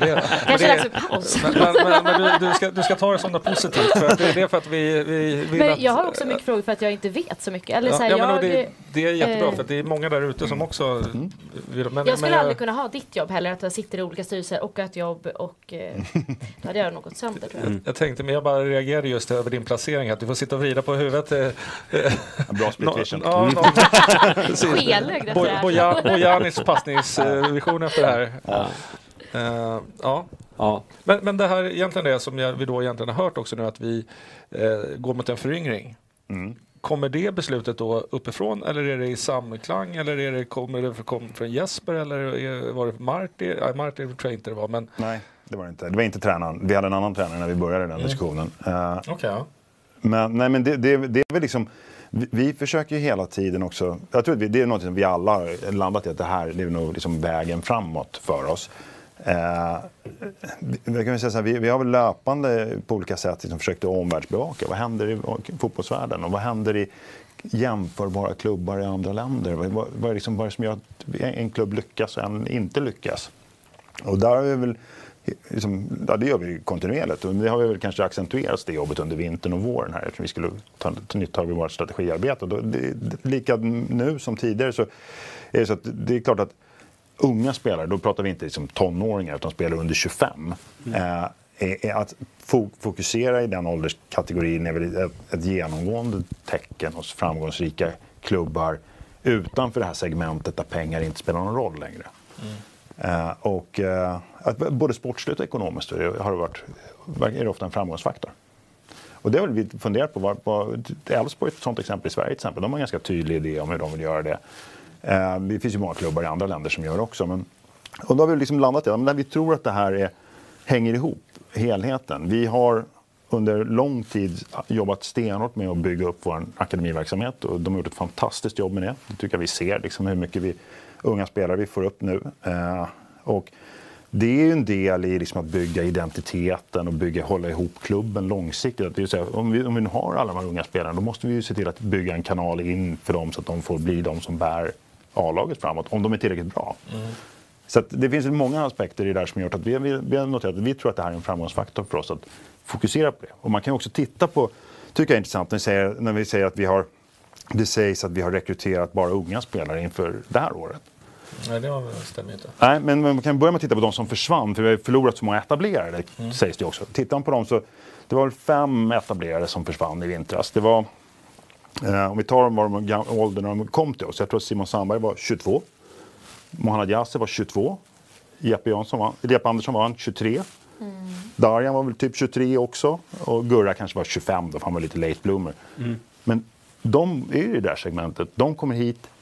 men du ska ta det som något positivt. För att det är för att vi vill men jag har också mycket frågor för att jag inte vet så mycket. Eller så här, det är jättebra för att det är många där ute som också vill. Jag skulle aldrig kunna ha ditt jobb heller. Att jag sitter i olika styrelser och ett jobb. Och då hade jag något sönder, tror jag. Jag tänkte, men jag bara reagerade just över din placering. Att du får sitta och vrida på huvudet. Bra split vision. Skelögd Bojanis passningsvision efter det här. Men det här egentligen det som vi då egentligen har hört också nu, att vi går mot en föryngring. Kommer det beslutet då uppifrån, eller är det i samklang, eller kommer det från Jesper, eller var det Martin? Nej, Martin tror jag inte det var. Men... Nej, det var det inte. Det var inte tränaren. Vi hade en annan tränare när vi började den diskussionen. Men det är väl liksom... Vi försöker ju hela tiden också, jag tror att det är något som vi alla har landat i, att det här är nog liksom vägen framåt för oss. Vi har väl löpande på olika sätt liksom försökt att omvärldsbevaka. Vad händer i fotbollsvärlden och vad händer i jämförbara klubbar i andra länder? Vad är det som gör att en klubb lyckas och en inte lyckas? Och där är vi väl... det gör vi kontinuerligt, och det har vi väl kanske accentuerat det jobbet under vintern och våren här, eftersom vi skulle ta nytt tag i vårt strategiarbete. Och lika nu som tidigare så är det så att det är klart att unga spelare, då pratar vi inte liksom tonåringar utan spelare under 25, att fokusera i den ålderskategorin är väl ett genomgående tecken hos framgångsrika klubbar utanför det här segmentet där pengar inte spelar någon roll längre. Att både sportsligt och ekonomiskt är det ofta en framgångsfaktor. Och det har vi funderat på. Elfsborg är ett sånt exempel i Sverige till exempel. De har en ganska tydlig idé om hur de vill göra det. Det finns ju många klubbar i andra länder som gör också. Och då har vi liksom landat i att vi tror att det här hänger ihop, helheten. Vi har under lång tid jobbat stenhårt med att bygga upp vår akademiverksamhet. Och de har gjort ett fantastiskt jobb med det. Det tycker jag vi ser, liksom hur mycket unga spelare vi får upp nu. Och det är ju en del i liksom att bygga identiteten och hålla ihop klubben långsiktigt. Det vill säga, om vi nu har alla de här unga spelarna, då måste vi ju se till att bygga en kanal in för dem så att de får bli de som bär A-laget framåt, om de är tillräckligt bra. Så att det finns många aspekter i det där som gjort att vi har noterat att vi tror att det här är en framgångsfaktor för oss att fokusera på det. Och man kan också titta på, tycker jag är intressant, när vi säger att det sägs att vi har rekryterat bara unga spelare inför det här året. Nej, det stämmer inte. Nej, men man kan börja med att titta på de som försvann, för vi har förlorat så många etablerade, sägs det också. Tittar man på dem så, det var väl 5 etablerade som försvann i vintras. Det var, om vi tar dem var de åldern när de kom till oss, jag tror att Simon Sandberg var 22, Mohamed Yasser var 22, Jeppe Andersson var 23, Darjan var väl typ 23 också, och Gurra kanske var 25 då, för han var lite late bloomer. Men de är ju i det där segmentet, de kommer hit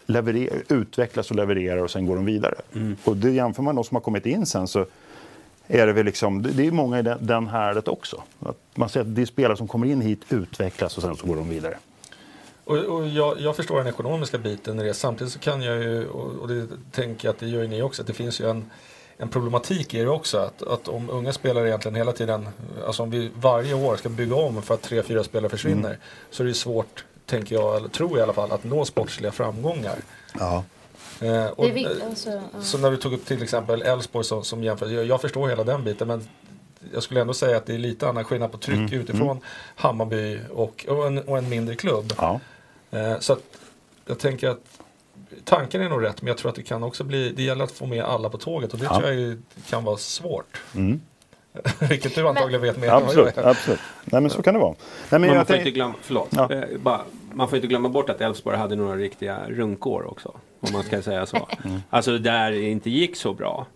utvecklas och levererar och sen går de vidare. Och det jämför man de som har kommit in sen så är det väl liksom, det är många i den härdet också. Att man ser att det är spelare som kommer in hit, utvecklas och sen så går de vidare. Och jag förstår den ekonomiska biten i det. Samtidigt så kan jag ju, och det tänker jag att det gör ni också, att det finns ju en problematik i det också. Att om unga spelare egentligen hela tiden, alltså om vi varje år ska bygga om för att 3-4 spelare försvinner, så är det svårt, tänker jag, eller tror jag i alla fall, att nå sportsliga framgångar. Ja. Och, så när du tog upp till exempel Elfsborg som jämför, jag förstår hela den biten, men jag skulle ändå säga att det är lite annan skillnad på tryck utifrån Hammarby och en mindre klubb. Ja. Så att jag tänker att tanken är nog rätt, men jag tror att det kan också bli, det gäller att få med alla på tåget, och det tror jag ju kan vara svårt. Vilket du antagligen vet mer. Absolut. Nej, men så kan det vara. Nej, men man får inte glömma, man får inte glömma bort att Elfsborg hade några riktiga runkår också, om man ska säga så. Alltså där det inte gick så bra.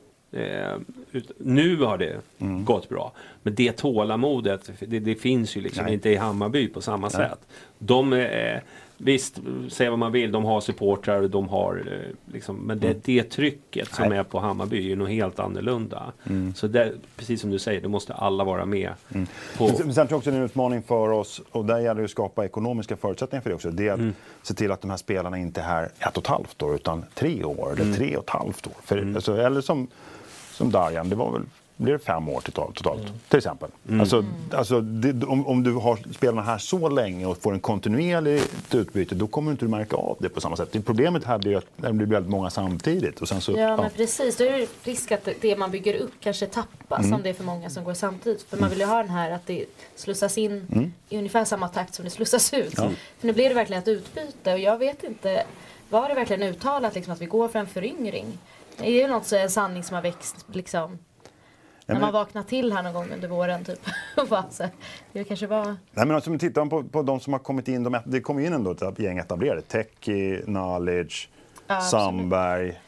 Nu har det gått bra, men det tålamodet det finns ju liksom inte i Hammarby på samma sätt. De visst, säga vad man vill, de har supportrar och de har liksom, men det trycket som är på Hammarby är ju något helt annorlunda. Så det, precis som du säger, då måste alla vara med. Sen tror jag också det är en utmaning för oss, och där gäller det att skapa ekonomiska förutsättningar för det också. Det är att se till att de här spelarna inte är här 1,5 år utan 3 år eller 3,5 år. För, alltså, eller som Darjan, det var väl, blir det 5 år totalt till exempel. Alltså om du har spelarna här så länge och får en kontinuerligt utbyte, då kommer du inte märka av det på samma sätt. Det problemet här blir att det blir väldigt många samtidigt. Och sen så, men precis. Då är det risk att det man bygger upp kanske tappas om det är för många som går samtidigt. För man vill ju ha den här att det slussas in i ungefär samma takt som det slussas ut. För nu blir det verkligen ett utbyte, och jag vet inte, var det verkligen uttalat liksom, att vi går för en föryngring? Det är ju något så en sanning som har växt liksom. När man vaknar till här någon gång under våren typ. Det kanske var... Nej, men alltså, om vi tittar på de som har kommit in, det kommer in ändå ett gäng etablerade. Teki, Nalic, Sandberg.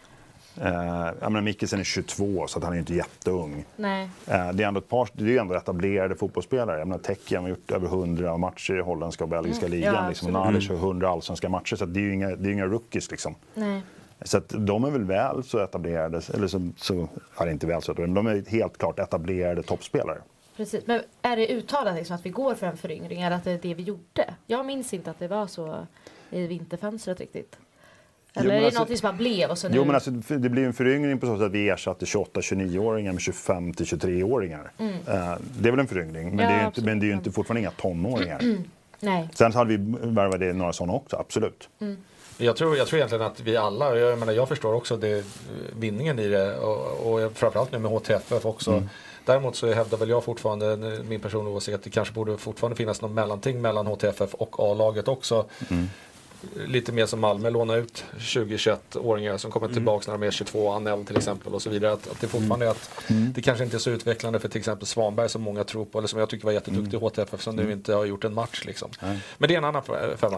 Mikkelsen är 22, så att han är inte jätteung. Nej. Det är ändå det är ju ändå etablerade fotbollsspelare. Jag menar, Teki har gjort över 100 matcher i holländska och belgiska ligan. Liksom. Nalic har 100 allsvenska matcher, så att det är ju inga rookies liksom. Nej. Så att de är väl så etablerade, eller så är det inte väl så, men de är helt klart etablerade toppspelare. Precis, men är det uttalat liksom att vi går för en föryngring, eller att det är det vi gjorde? Jag minns inte att det var så i vinterfönstret riktigt. Eller är det något som bara blev? Och så nu... men alltså, det blir en föryngring på så sätt att vi ersatte 28-29-åringar med 25-23-åringar. Det är väl en föryngring, men det är ju inte fortfarande inga tonåringar. Nej. Sen så hade vi värvat några sådana också, absolut. Jag tror egentligen att vi alla, jag förstår också vinningen i det, och framförallt nu med HTFF också. Däremot så hävdar väl jag fortfarande, min personliga åsikt, att det kanske borde fortfarande finnas någon mellanting mellan HTFF och A-laget också. Lite mer som Malmö, låna ut 20-21-åringar som kommer tillbaka när de är 22, Anel till exempel och så vidare. Att det fortfarande är att det kanske inte är så utvecklande för till exempel Svanberg som många tror på, eller som jag tycker var jätteduktig i HTFF som nu inte har gjort en match liksom. Men det är en annan femma.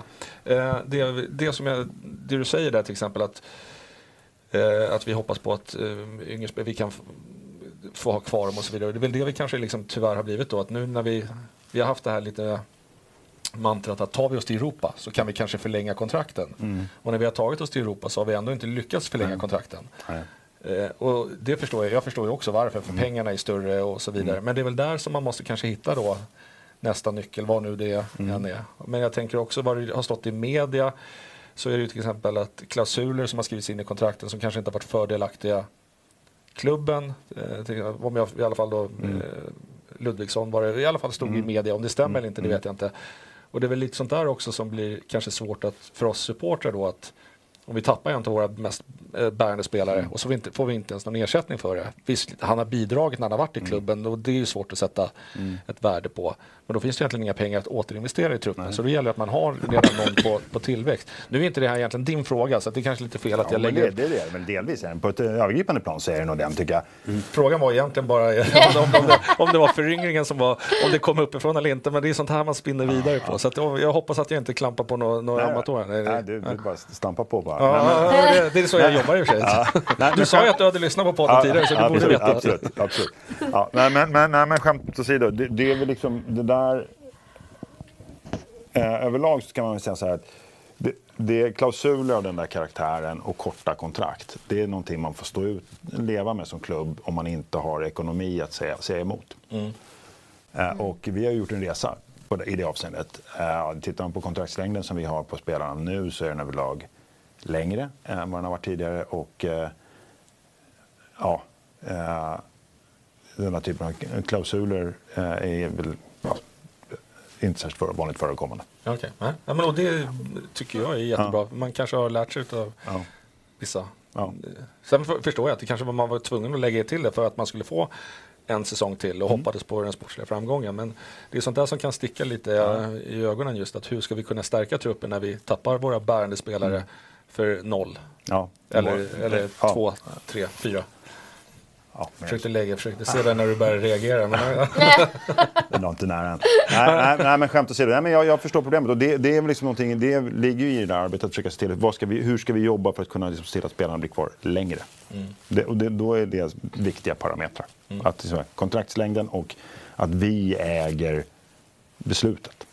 Det du säger där till exempel att vi hoppas på att vi kan få ha kvar dem och så vidare. Det är väl det vi kanske liksom tyvärr har blivit då, att nu när vi har haft det här lite mantrat att tar vi oss till Europa så kan vi kanske förlänga kontrakten. Och när vi har tagit oss till Europa så har vi ändå inte lyckats förlänga kontrakten. Och det förstår jag förstår ju också varför, för pengarna är större och så vidare. Men det är väl där som man måste kanske hitta då nästa nyckel, vad nu det än är. Men jag tänker också vad det har stått i media, så är det ju till exempel att klausuler som har skrivits in i kontrakten som kanske inte har varit fördelaktiga klubben, om jag i alla fall då Ludvigsson var det i alla fall stod i media, om det stämmer eller inte det vet jag inte. Och det är väl lite sånt där också som blir kanske svårt för oss supportrar då, att om vi tappar en av våra mest bärande spelare och så får vi inte ens någon ersättning för det. Visst, han har bidragit när han har varit i klubben och det är ju svårt att sätta ett värde på. Men då finns det egentligen inga pengar att återinvestera i truppen. Så det gäller att man har redan någon på tillväxt. Nu är inte det här egentligen din fråga, så det är kanske lite fel att jag lägger... Det är det, men delvis på ett övergripande plan så är det nog den, tycker jag. Frågan var egentligen bara om det var föryngringen som var, om det kom uppifrån eller inte, men det är sånt här man spinner vidare på. Så att jag hoppas att jag inte klampar på några amatörer. Nej, du bara stampar på bara. Ja, det är så jag jobbar i och för sig. Du sa ju att du hade lyssnat på podden tidigare, så du borde veta. Absolut. Ja, men skämt åsido, det är väl liksom det där överlag, så kan man väl säga så här att det är klausuler av den där karaktären och korta kontrakt. Det är någonting man får leva med som klubb om man inte har ekonomi att säga emot. Och vi har gjort en resa i det avseendet. Tittar man på kontraktslängden som vi har på spelarna nu så är den överlag längre än vad den har varit tidigare. Och den här typen av klausuler är väl inte särskilt vanligt förekommande. Okej. Ja, men och det tycker jag är jättebra. Man kanske har lärt sig av vissa. Ja. Sen förstår jag att det kanske man var tvungen att lägga till det för att man skulle få en säsong till och hoppades på den sportsliga framgången. Men det är sånt där som kan sticka lite i ögonen just att hur ska vi kunna stärka truppen när vi tappar våra bärande spelare för 0? Ja. Eller 2, 3, 4. Ja, försökte se det när du började reagera. Men det var inte nära än. Nej, men skämt åsido. Men jag förstår problemet. Och det är väl liksom någonting, det ligger ju i det här arbetet att försöka se till hur ska vi jobba för att kunna se till att spelarna blir kvar längre. Då är det viktiga parametrar. Att kontraktslängden och att vi äger beslutet.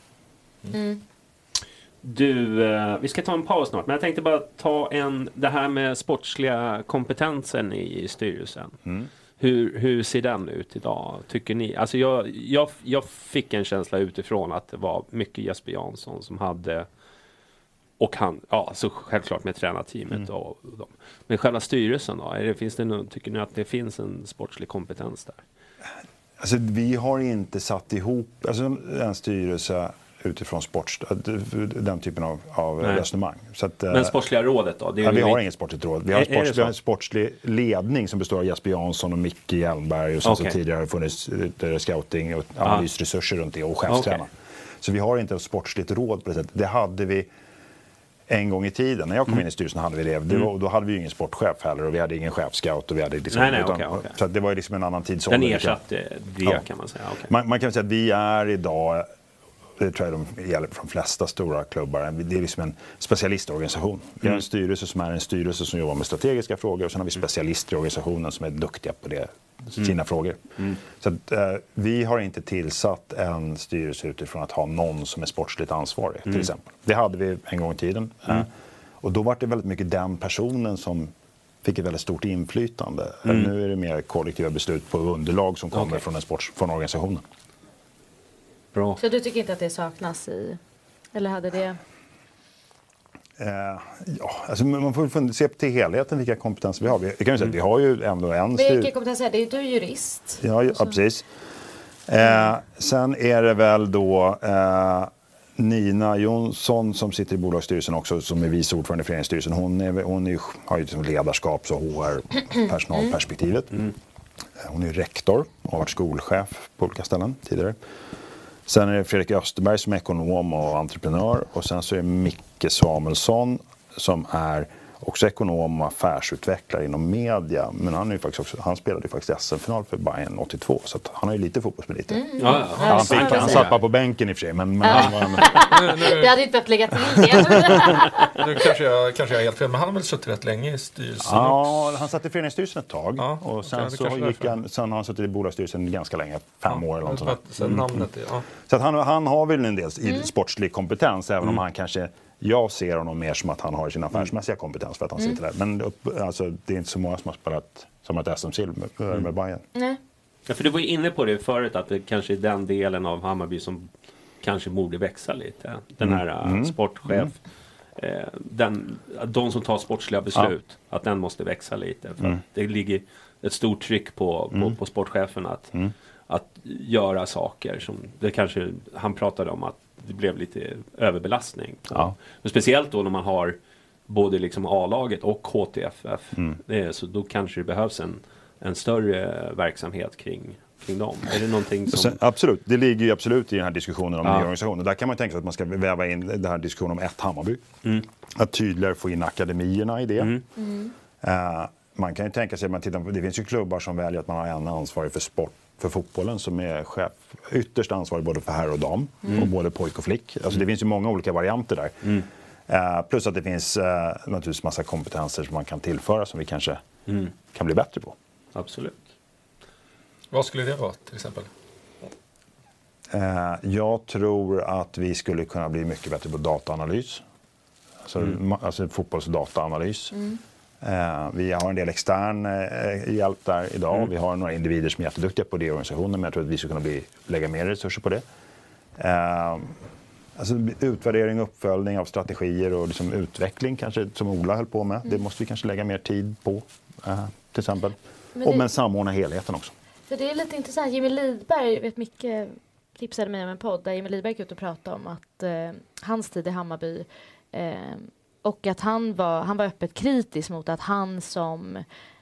Du, vi ska ta en paus snart, men jag tänkte bara ta det här med sportsliga kompetensen i styrelsen. Hur ser den ut idag, tycker ni? Alltså jag fick en känsla utifrån att det var mycket Jesper Jansson som hade, och han, så självklart med tränarteamet och dem. Men själva styrelsen då, tycker ni att det finns en sportslig kompetens där? Alltså vi har inte satt ihop en styrelse utifrån den typen av resonemang. Så att, men sportsliga rådet då? Vi har inget sportligt råd. Vi har en sportslig ledning som består av Jesper Jansson och Micke Hjelmberg och så tidigare har det funnits scouting och analysresurser runt det och chefstränare. Så vi har inte ett sportsligt råd på det sättet. Det hade vi en gång i tiden. När jag kom in i styrelsen hade vi det. Då hade vi ju ingen sportchef heller och vi hade ingen chefscout och vi hade liksom, så det var liksom en annan tidsålder. Den ersatte det kan man säga. Man kan säga att vi är idag, det tror jag de gäller för de flesta stora klubbar. Det är liksom en specialistorganisation. Vi har en styrelse som är en styrelse som jobbar med strategiska frågor och sen har vi specialister i organisationen som är duktiga på sina frågor. Så att, vi har inte tillsatt en styrelse utifrån att ha någon som är sportsligt ansvarig till exempel. Det hade vi en gång i tiden. Och då var det väldigt mycket den personen som fick ett väldigt stort inflytande. Nu är det mer kollektiva beslut på underlag som kommer från organisationen. Bra. Så du tycker inte att det saknas eller hade det? Alltså man får se till helheten vilka kompetenser vi har. Vi kan ju säga att vi har ju ändå en vilka kompetenser är det? Du är jurist. Ja, precis. Sen är det väl då Nina Jonsson som sitter i bolagsstyrelsen också, som är vice ordförande i föreningsstyrelsen. Hon har ju liksom ledarskaps- och HR-personalperspektivet. Hon är rektor och har varit skolchef på olika ställen tidigare. Sen är det Fredrik Österberg som är ekonom och entreprenör. Och sen så är det Micke Samuelsson som är också ekonom och affärsutvecklare inom media. Men han spelade ju faktiskt SM-final för Bayern 82. Så att han har ju lite fotbollsmeriter. Han satt bara på bänken i och för sig. Men det hade inte behövt lägga till det. Nu kanske jag är helt fel, men han har väl suttit rätt länge i styrelsen? Ja, han satt i föreningsstyrelsen ett tag. Och sen har han suttit i bolagsstyrelsen ganska länge, 5 år eller något sånt. Så att han har väl en del sportslig kompetens, även om han kanske... Jag ser honom mer som att han har sin affärsmässiga kompetens för att han sitter där. Men det är inte så många som har spelat som ett SM-silver med Bayern. Nej. Ja, för du var ju inne på det förut att det kanske är den delen av Hammarby som kanske borde växa lite. Den här sportchef. De som tar sportsliga beslut. Att den måste växa lite. För att det ligger ett stort tryck på sportchefen att göra saker som det kanske han pratade om att det blev lite överbelastning. Men speciellt då när man har både liksom A-laget och HTFF. Så då kanske det behövs en större verksamhet kring dem. Är det någonting som... Absolut, det ligger ju absolut i den här diskussionen om nya organisationer. Där kan man tänka sig att man ska väva in den här diskussionen om ett Hammarby. Att tydligare få in akademierna i det. Man kan ju tänka sig, det finns ju klubbar som väljer att man har en ansvarig för fotbollen som är ytterst ansvarig både för herr och dam och både pojk och flick. Alltså det finns ju många olika varianter där. Plus att det finns naturligtvis massa kompetenser som man kan tillföra som vi kanske kan bli bättre på. Absolut. Vad skulle det vara till exempel? Jag tror att vi skulle kunna bli mycket bättre på dataanalys. alltså fotbollsdataanalys. Vi har en del extern hjälp där idag. Vi har några individer som är jätteduktiga på det i organisationen, men jag tror att vi ska kunna lägga mer resurser på det. Alltså utvärdering och uppföljning av strategier och liksom utveckling kanske som Ola höll på med. Det måste vi kanske lägga mer tid på till exempel. Men samordna helheten också. För det är lite intressant. Jimmy Lidberg, vet Micke tipsade mig om en podd där Jimmy Lidberg gick ut och pratade om att hans tid i Hammarby och att han var öppet kritisk mot att han som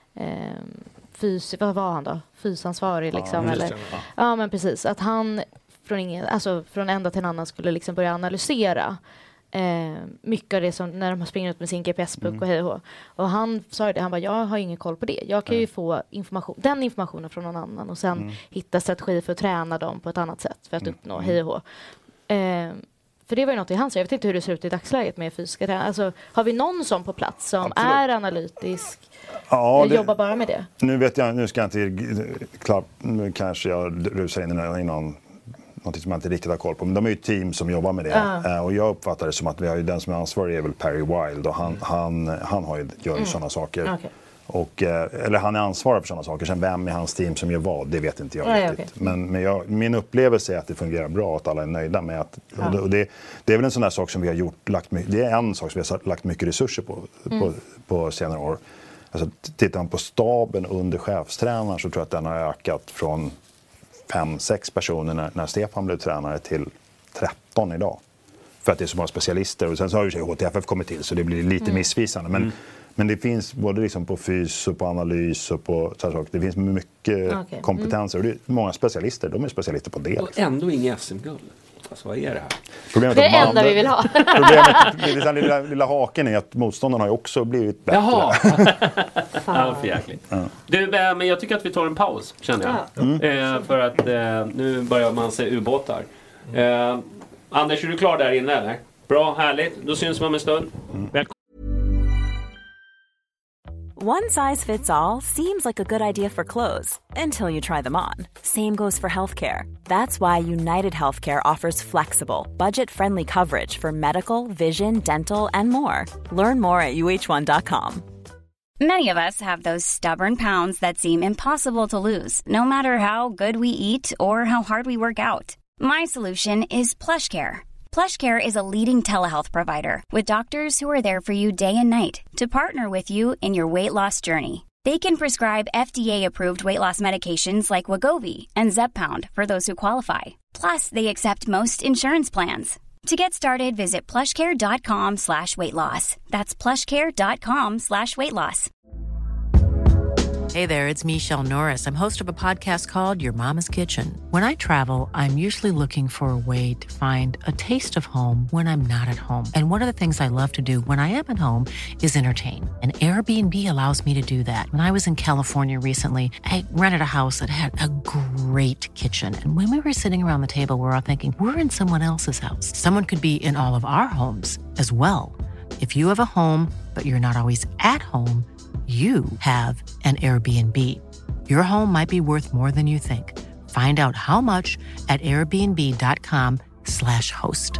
vad var han då? Fysansvarig liksom, ja men precis, att han från ända till en annan skulle liksom börja analysera mycket av det som när de har sprungit ut med sin GPS-puck och hej och han sa det, han bara, jag har ingen koll på det. Jag kan ju få den informationen från någon annan och sen hitta strategier för att träna dem på ett annat sätt för att uppnå hej och för det var ju något i hans. Jag vet inte hur det ser ut i dagsläget med fysiska träning. Alltså, har vi någon som på plats som är analytisk? Jobbar bara med det? Nu ska jag inte nu kanske jag rusar in i någonting som jag inte riktigt har koll på. Men de är ju ett team som jobbar med det. Och jag uppfattar det som att vi har ju den som är ansvarig är väl Perry Wild. Och han gör ju sådana saker. Okay. Eller han är ansvarig för sådana saker. Sen vem i hans team som gör vad, det vet inte jag riktigt. Okay. Men min upplevelse är att det fungerar bra, att alla är nöjda med att... Och det är väl en sån där sak som vi har det är en sak som vi har lagt mycket resurser på senare år. Alltså, tittar man på staben under chefstränaren så tror jag att den har ökat från 5-6 personer när Stefan blev tränare till 13 idag. För att det är så många specialister. Och sen så har ju HTFF kommit till så det blir lite missvisande. Men det finns både liksom på fys och på analys och på sådana saker. Det finns mycket kompetenser. Och det är många specialister. De är specialister på det. Och ändå ingen SM-guld. Alltså, vad är det här? Det är det enda vi vill ha. Problemet med den lilla haken är att motståndarna har ju också blivit bättre. Jaha. Ja, för jäkligt. Du, men jag tycker att vi tar en paus, känner jag. För att nu börjar man se ubåtar. Anders, är du klar där inne, eller? Bra, härligt. Då syns man om en stund. Välkommen. One size fits all seems like a good idea for clothes until you try them on. Same goes for healthcare. That's why United Healthcare offers flexible, budget-friendly coverage for medical, vision, dental, and more. Learn more at uh1.com. Many of us have those stubborn pounds that seem impossible to lose, no matter how good we eat or how hard we work out. My solution is PlushCare. PlushCare is a leading telehealth provider with doctors who are there for you day and night to partner with you in your weight loss journey. They can prescribe FDA-approved weight loss medications like Wegovy and Zepbound for those who qualify. Plus, they accept most insurance plans. To get started, visit plushcare.com/weightloss. That's plushcare.com/weightloss. Hey there, it's Michelle Norris. I'm host of a podcast called Your Mama's Kitchen. When I travel, I'm usually looking for a way to find a taste of home when I'm not at home. And one of the things I love to do when I am at home is entertain. And Airbnb allows me to do that. When I was in California recently, I rented a house that had a great kitchen. And when we were sitting around the table, we were all thinking, we're in someone else's house. Someone could be in all of our homes as well. If you have a home, but you're not always at home, you have an Airbnb. Your home might be worth more than you think. Find out how much at airbnb.com/host.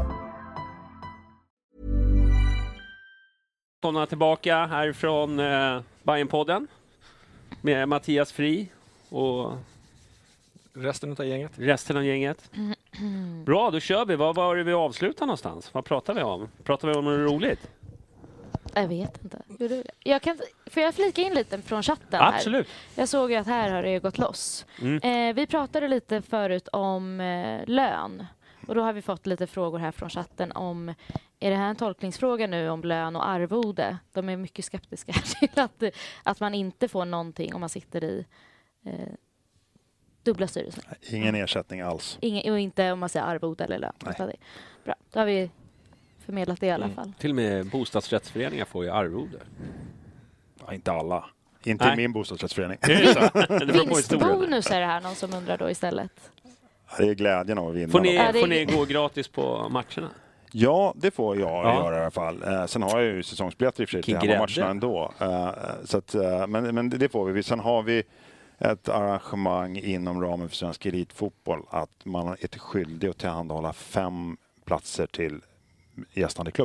Välkomna tillbaka härifrån Bajenpodden med Mattias Fri och resten av gänget. Bra, då kör vi. Vad var det vi avslutade någonstans? Vad pratar vi om? Pratar vi om något roligt? Jag vet inte. Får jag flika in lite från chatten här? Absolut. Jag såg ju att här har det gått loss. Vi pratade lite förut om lön. Och då har vi fått lite frågor här från chatten om, är det här en tolkningsfråga nu om lön och arvode? De är mycket skeptiska till att man inte får någonting om man sitter i dubbla styrelser. Ingen ersättning alls. Och inte om man säger arvode eller lön. Bra, då har vi förmedlat det i alla fall. Till och med bostadsrättsföreningar får ju arvode. Ja, inte alla. Inte i min bostadsrättsförening. Vinstbonus är det här, någon som undrar då istället. Det är glädjen av att vinna. Får ni gå gratis på matcherna? Ja, det får jag göra i alla fall. Sen har jag ju säsongsbiljetter i och för sig till hemmamatcherna ändå. Så att, men det får vi. Sen har vi ett arrangemang inom ramen för svensk elitfotboll att man är skyldig att tillhandahålla 5 platser till gästande klubb.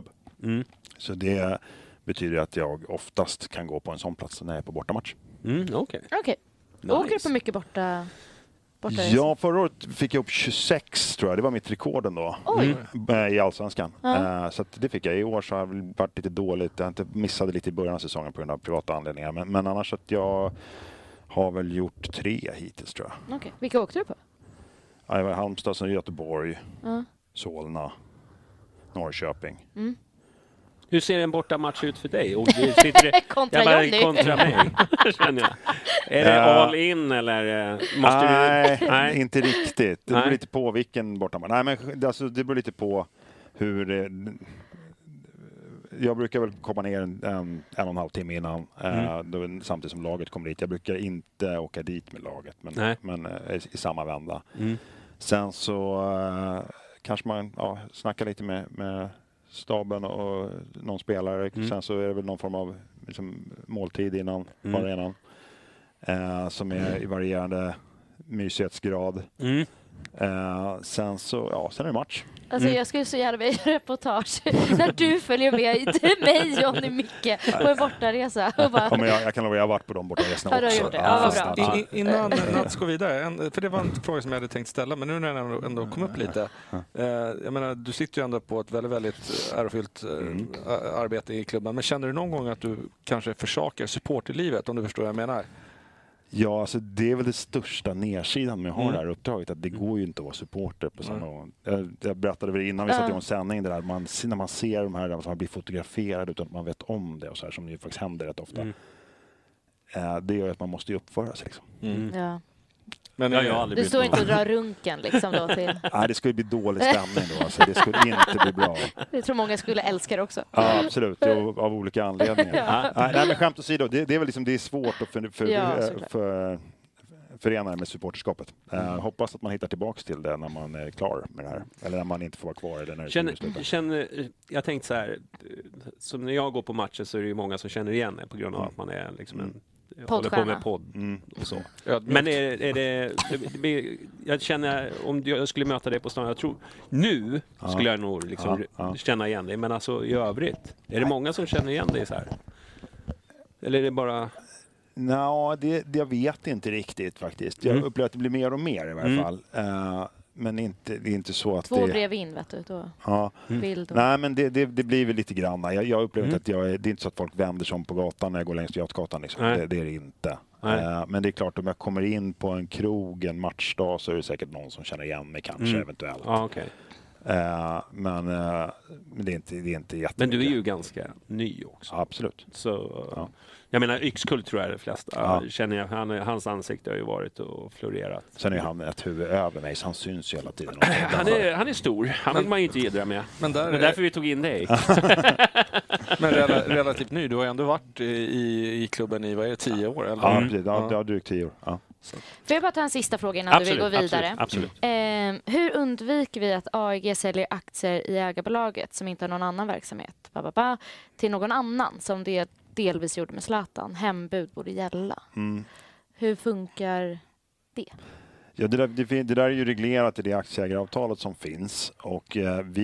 Så det betyder att jag oftast kan gå på en sån plats när jag är på bortamatch. Okej. Nice. Åker du på mycket borta? Ja, förra året fick jag upp 26 tror jag. Det var mitt rekord ändå i Allsvenskan. Så att det fick jag. I år så har jag varit lite dåligt. Jag har inte missade lite i början av säsongen på grund av privata anledningar. Men annars att jag har väl gjort 3 hittills tror jag. Okej. Vilka åkte du på? Ja, jag var i Halmstad, sen Göteborg, Solna, Norrköping. Hur ser en bortamatch ut för dig? Och du sitter kontra mig. Känner jag. Är det all in eller måste du... Nej, inte riktigt. Det beror lite på vilken bortamatch. Nej, men alltså, det beror lite på hur... Jag brukar väl komma ner en och en halv timme innan, samtidigt som laget kommer dit. Jag brukar inte åka dit med laget, men i samma vända. Sen så kanske man snackar lite med staben och någon spelare. Sen så är det väl någon form av liksom, måltid innan arenan. Som är i varierande mysighetsgrad. Sen är det match. Alltså jag skulle så gärna vilja göra reportage när du följer med till mig, Johnny Micke, på en bortaresa. Jag kan lova, jag har varit på de bortaresorna också. Innan Nats går vidare, för det var en fråga som jag hade tänkt ställa, men nu när den ändå kom upp lite. Jag menar, du sitter ju ändå på ett väldigt, väldigt ärofyllt arbete i klubben, men känner du någon gång att du kanske försakar supporterlivet, om du förstår vad jag menar? Ja, alltså det är väl det största nedsidan med att ha det här uppdraget, att det går ju inte att vara supporter på samma. Jag berättade väl innan vi satte igång sändning det där, när man ser de här som blir fotograferade utan att man vet om det och så här, som ju faktiskt händer rätt ofta. Det gör att man måste ju uppföra sig liksom. Ja. Men du står inte och drar runken liksom då till... Nej, det skulle bli dålig stämning då. Alltså, det skulle inte bli bra. Jag tror många skulle älska det också. Ja, absolut. Av olika anledningar. Nej, men skämt åsido. Det är väl liksom, det är svårt att förena det med supporterskapet. Hoppas att man hittar tillbaka till det när man är klar med det här. Eller när man inte får vara kvar. Eller när jag tänkte så här, så när jag går på matcher så är det ju många som känner igen det på grund av att man är liksom en håller på med podd och så. Men är det jag känner, om jag skulle möta dig på stan, jag tror nu skulle jag nog liksom känna igen dig, men alltså i övrigt är det många som känner igen dig så här? Eller är det bara... Det jag vet inte riktigt faktiskt. Jag upplever att det blir mer och mer i varje fall. Men det är inte så att 2 brev in, vet du, då. Bild och... Nej, men det blir väl lite grann. Jag upplever att det är inte så att folk vänder sig om på gatan när jag går längs Götgatan. Liksom. Det är det inte. Men det är klart, om jag kommer in på en krog en matchdag så är det säkert någon som känner igen mig kanske, eventuellt. Men det är inte jättemycket. Men du är ju ganska ny också. Absolut. Så... Jag menar, Yxkull tror jag de flesta känner jag. Hans ansikte har ju varit och florerat. Sen är han ett huvud över mig, så han syns ju hela tiden. Han är stor. Han vill man ju inte jiddra med. Men därför vi tog in dig. Men relativt ny. Du har ju ändå varit i klubben i, vad är det, 10 år? Eller? Ja, precis. Det har drygt 10 år. Ja. Får jag bara ta en sista fråga innan du vill gå vidare? Absolut. Hur undviker vi att AEG säljer aktier i ägarbolaget som inte har någon annan verksamhet till någon annan, som det delvis gjorde med Zlatan? Hembud borde gälla. Hur funkar det? Ja, det där är ju reglerat i det aktieägaravtalet som finns, och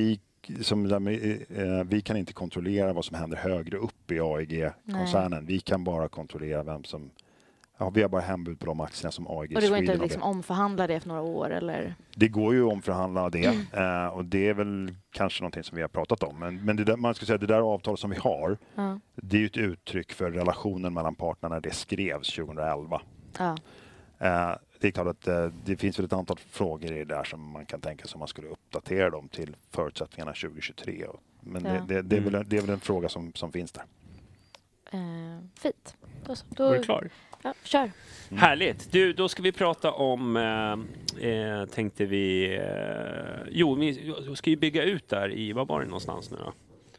vi kan inte kontrollera vad som händer högre upp i AEG-koncernen. Vi kan bara kontrollera vem som... Ja, vi har bara hembud på de aktierna som AEG. Och det går inte att liksom omförhandla det för några år? Eller? Det går ju att omförhandla det. Och det är väl kanske någonting som vi har pratat om. Men det där, man ska säga, det där avtalet som vi har, det är ju ett uttryck för relationen mellan parterna när det skrevs 2011. Det är klart att det finns väl ett antal frågor i det där som man kan tänka sig om man skulle uppdatera dem till förutsättningarna 2023. Men det är väl en fråga som finns där. Fint. Då är du klar? Ja, kör. Härligt. Du, då ska vi prata om, tänkte vi, vi ska ju bygga ut där i, vad var det någonstans nu då?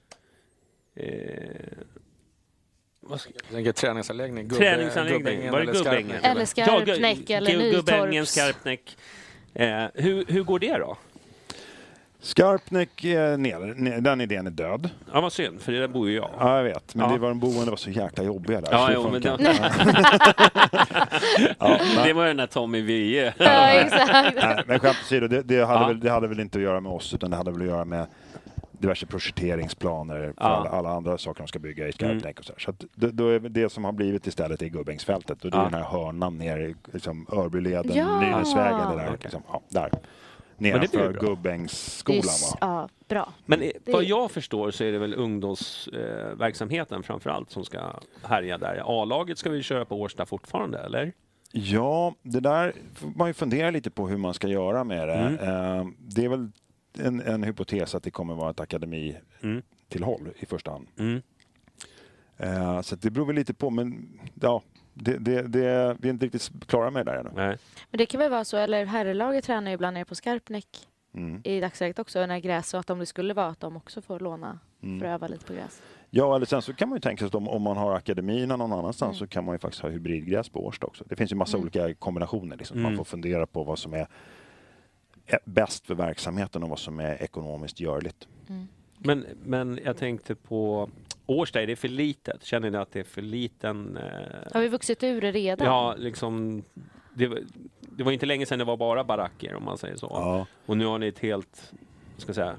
Jag tänker träningsanläggning. Träningsanläggning. Var det Gubbängen? Eller Skarpnäck eller Nytorps. Gubbängen, Skarpnäck. Hur går det då? Skarpnäck den idén är död. Ja, vad synd, för det där bor ju jag. Ja, jag vet. Men det var de boende var så jäkla jobbiga där. Det var den där Tommy Wiehe. Ja, exakt. Men skämt åsido, det hade väl inte att göra med oss, utan det hade väl att göra med diverse projekteringsplaner för alla andra saker de ska bygga i Skarpnäck och så här. Så att då är det som har blivit istället i Gubbängsfältet och det är den här hörnan ner i liksom Örbyleden, Nynäsvägen där liksom, där. Nedanför Gubbängsskolan, va? Ja, bra. Men vad jag förstår så är det väl ungdomsverksamheten framförallt som ska härja där. A-laget ska vi köra på Årsta fortfarande, eller? Ja, det där får man ju fundera lite på hur man ska göra med det. Det är väl en hypotes att det kommer vara ett akademi tillhåll i första hand. Så det beror väl lite på, men ja, vi är inte riktigt klara med det där ännu. Nej. Men det kan väl vara så, eller herrlaget tränar ju ibland ner på Skarpnäck i dagsläget också, när gräs, så att om det skulle vara att de också får låna för att öva lite på gräs. Ja, eller sen så kan man ju tänka sig att om man har akademierna någon annanstans så kan man ju faktiskt ha hybridgräs på Årsta också. Det finns ju massa olika kombinationer. Liksom. Man får fundera på vad som är bäst för verksamheten och vad som är ekonomiskt görligt. Men jag tänkte på Årsta, är det för litet? Känner ni att det är för liten? Har vi vuxit ur det redan? Ja, liksom... Det var inte länge sedan det var bara baracker, om man säger så. Ja. Och nu har ni ett helt, ska säga,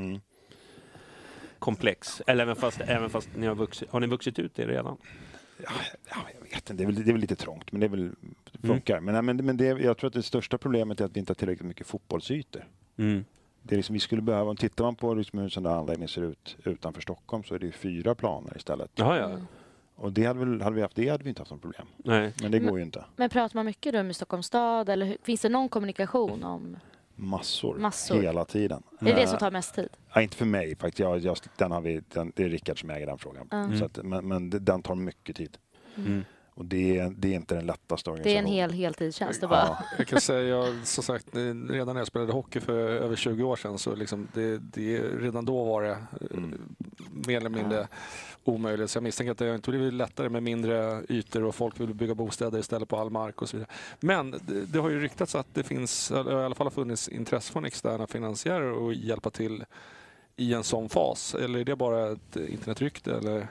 komplex. Eller även fast ni har ni vuxit ut det redan? Ja, jag vet inte. Det är väl lite trångt, men det funkar. Men jag tror att det största problemet är att vi inte har tillräckligt mycket fotbollsytor. Det är liksom, vi skulle behöva, om tittar man på liksom hur en sån där anläggning ser ut utanför Stockholm, så är det 4 planer istället. Ja. Och det hade vi haft, hade vi inte haft någon problem. Nej. Men det går ju inte. Men pratar man mycket då med Stockholms stad, eller finns det någon kommunikation om? Massor. Hela tiden. Är det som tar mest tid? Ja, inte för mig faktiskt. Det är Rickard som äger den frågan. Så att, men den tar mycket tid. Och det är inte den lättaste organisationen. Det är en heltidstjänst bara. Ja. Jag kan säga, som sagt, redan när jag spelade hockey för över 20 år sedan, så liksom redan då var det mer eller mindre omöjligt. Så jag misstänker att det inte blivit lättare med mindre ytor och folk vill bygga bostäder istället på all mark och så vidare. Men det har ju ryktats att det finns, eller i alla fall har funnits intresse från externa finansiärer att hjälpa till i en sån fas. Eller är det bara ett internetrykte? Eller?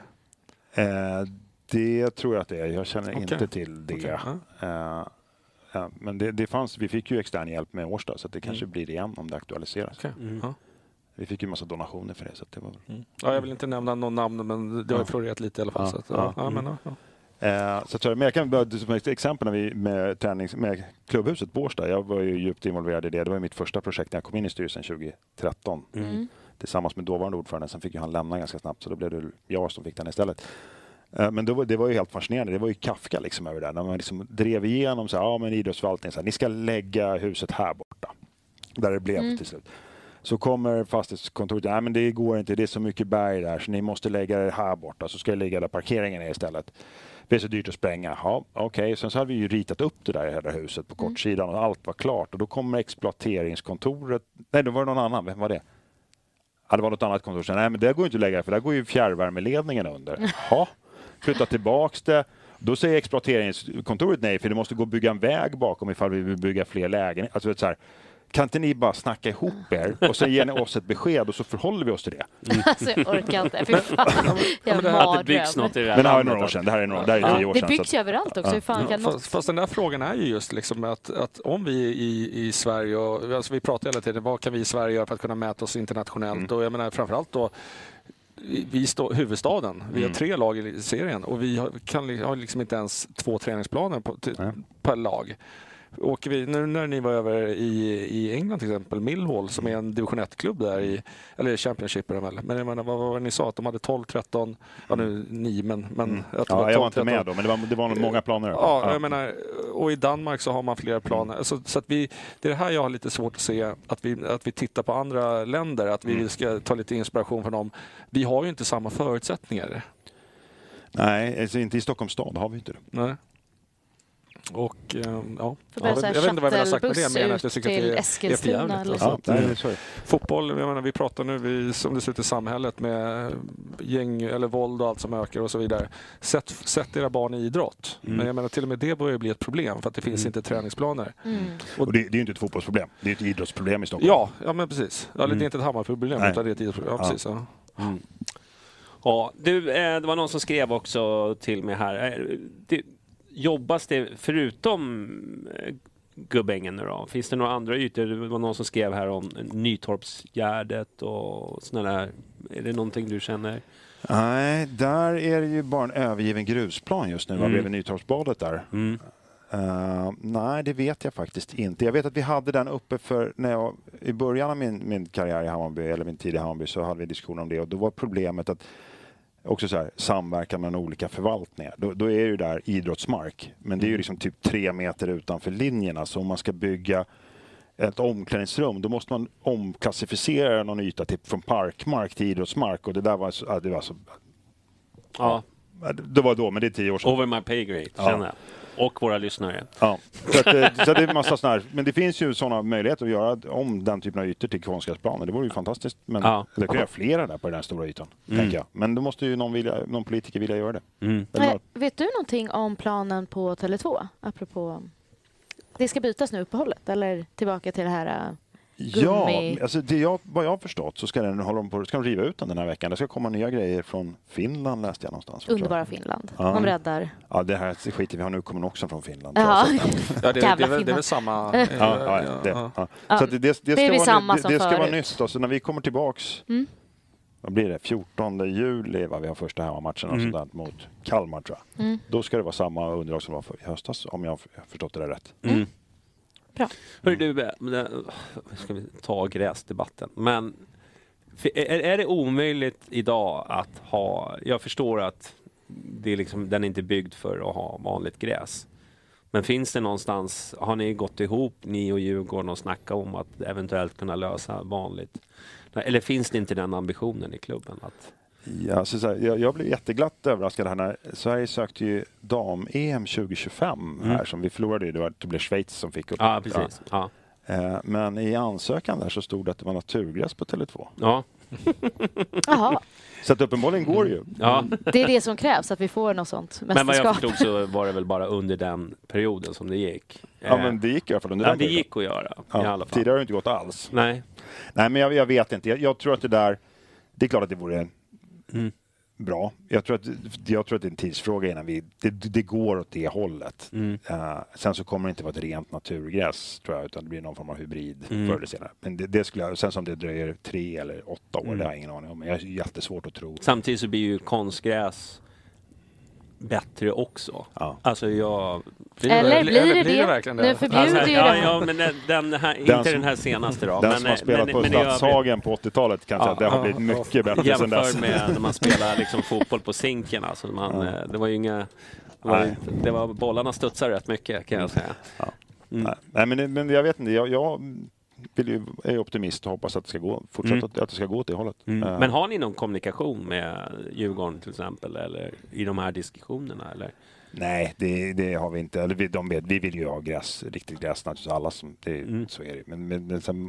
Det tror jag att det är. Jag känner inte till det. Men det fanns, vi fick ju extern hjälp med Årsta, så att det kanske blir det igen om det aktualiseras. Vi fick ju en massa donationer för det. Så att det var... Ja, jag vill inte nämna någon namn, men det har ju florerat lite i alla fall. Men jag kan bara som ett exempel när vi med klubbhuset på Årsta. Jag var ju djupt involverad i det. Det var mitt första projekt när jag kom in i styrelsen 2013. Tillsammans med dåvarande ordförande. Sen fick ju han lämna ganska snabbt, så då blev det jag som fick den istället. Men det var ju helt fascinerande. Det var ju Kafka liksom över där. När man liksom drev igenom så här, men idrottsförvaltningen så här, ni ska lägga huset här borta. Där det blev till slut. Så kommer fastighetskontoret, nej men det går inte, det är så mycket berg där så ni måste lägga det här borta, så ska jag lägga där parkeringen är istället. Det är så dyrt att spränga. Ja, okej. Sen så hade vi ju ritat upp det där i hela huset på kortsidan och allt var klart. Och då kommer exploateringskontoret, nej då var det någon annan, vem var det? Ja, det var något annat kontor. Så, nej men det går inte att lägga, för där går ju fjärrvärmeledningen under. Ja, flytta tillbaks det. Då säger exploateringskontoret nej, för det måste gå att bygga en väg bakom ifall vi vill bygga fler lägenheter. Alltså så här, kan inte ni bara snacka ihop er och så ger ni oss ett besked och så förhåller vi oss till det? Alltså jag orkar inte. Fy fan. Det byggs något i det här. Men det här är några år sedan. Det här är 10 år sedan. Det byggs ju överallt också. Hur fan kan fast den där frågan är ju just liksom att om vi i Sverige, och, alltså vi pratar hela tiden, vad kan vi i Sverige göra för att kunna mäta oss internationellt? Och jag menar framförallt då huvudstaden. Vi har 3 lag i serien och vi har liksom inte ens 2 träningsplaner per lag. Åker vi, när ni var över i England till exempel, Millwall som är en division 1-klubb där eller Championship men jag menar, vad var det ni sa? Att de hade 12-13, nu 9 men att jag var inte med då, men det var nog många planer. Ja, jag menar, och i Danmark så har man flera planer. Så att det är det här jag har lite svårt att se, att vi tittar på andra länder, att vi ska ta lite inspiration från dem. Vi har ju inte samma förutsättningar. Nej, alltså inte i Stockholms stad har vi inte det. Nej. Och jag vet inte vad jag vill ha sagt med det, men att jag tycker till att Eskilstuna eller så. Fotboll, jag menar, vi pratar nu som det ser ut i samhället med gäng eller våld och allt som ökar och så vidare. Sätt era barn i idrott. Men jag menar, till och med det börjar bli ett problem för att det finns inte träningsplaner. Och det är ju inte ett fotbollsproblem, det är ett idrottsproblem i Stockholm. Ja men precis. Det är inte ett Hammarby-problem utan det är ett idrottsproblem. Ja, precis. Ja, det var någon som skrev också till mig här. Jobbas det förutom Gubbängen nu då? Finns det några andra ytor? Det var någon som skrev här om Nytorpsgärdet och sådana där. Är det någonting du känner? Nej, där är det ju bara en övergiven grusplan just nu. Vad blev Nytorpsbadet där? Nej, det vet jag faktiskt inte. Jag vet att vi hade den uppe för när jag i början av min karriär i Hammarby, eller min tid i Hammarby, så hade vi diskussion om det. Och då var problemet att också så här, samverkan mellan olika förvaltningar. Då är ju där idrottsmark. Men det är ju liksom typ 3 meter utanför linjerna. Så om man ska bygga ett omklädningsrum, då måste man omklassificera någon yta typ från parkmark till idrottsmark. Och det där var så... Ja. Det var då, men det är 10 år sedan. Over my pay grade, känner jag. Och våra lyssnare. Ja, så det är massa sådana här. Men det finns ju sådana möjligheter att göra om den typen av ytor till konstgräsplaner. Det vore ju fantastiskt. Men det kan göra flera där på den här stora ytan, tänker jag. Men då måste ju någon politiker vilja göra det. Vet du någonting om planen på Tele2? Apropå... Det ska bytas nu uppehållet, eller tillbaka till det här... Ja, alltså vad jag har förstått så ska de riva ut den här veckan. Det ska komma nya grejer från Finland, läste jag någonstans. Underbara Finland. De räddar. Ja, det här skiter vi har nu kommer också från Finland. Ja, det är väl samma... Så det ska vara nytt. Så när vi kommer tillbaks, vad blir det? 14 juli var vi har första hemmamatchen och sådär mot Kalmar, tror jag. Då ska det vara samma underlag som var för i höstas, om jag har förstått det rätt. Bra. Hör du, ska vi ta gräsdebatten. Men är det omöjligt idag att ha... Jag förstår att det är liksom, den är inte byggd för att ha vanligt gräs. Men finns det någonstans... Har ni gått ihop, ni och Djurgården, och snacka om att eventuellt kunna lösa vanligt? Eller finns det inte den ambitionen i klubben att... Ja, jag blev jätteglatt överraskad här när Sverige sökte ju dam-EM 2025 här som vi förlorade. Det blev Schweiz som fick upp. Ja, precis. Ja. Men i ansökan där så stod det att det var naturgräs på Tele2. Ja. Jaha. Så att uppenbarligen går det ju. Ja. Det är det som krävs, att vi får något sånt mästerskap. Men vad jag förstod så var det väl bara under den perioden som det gick. Ja, men det gick i alla fall under den perioden. Det gick att göra i alla fall. Tidigare har det inte gått alls. Nej, men jag vet inte. Jag tror att det där... Det är klart att det vore... bra. Jag tror att det är en tidsfråga innan det går åt det hållet. Sen så kommer det inte vara ett rent naturgräs, tror jag, utan det blir någon form av hybrid förr eller senare. Men det skulle jag, sen som det dröjer 3 eller 8 år, det har jag ingen aning om. Men jag är jättesvårt att tro. Samtidigt så blir ju konstgräs bättre också. Ja. Alltså jag... Eller blir det verkligen det? Nu förbjuder ju det. Ja, men inte den här senaste då. Den som har spelat på Stadshagen på 80-talet kan säga att det har blivit mycket bättre sen dess. Jämför med när man spelar liksom fotboll på Zinken. Alltså det var ju inga... Det var bollarna studsar rätt mycket, kan jag säga. Ja. Nej, men jag vet inte. Jag är optimist och hoppas att det ska gå fortsätta att det ska gå åt det hållet. Men har ni någon kommunikation med Djurgården till exempel, eller i de här diskussionerna, eller? Nej, det har vi inte. Eller de vet, vi vill ju ha gräs, riktigt gräs naturligtvis, alla som så är det. Men sen,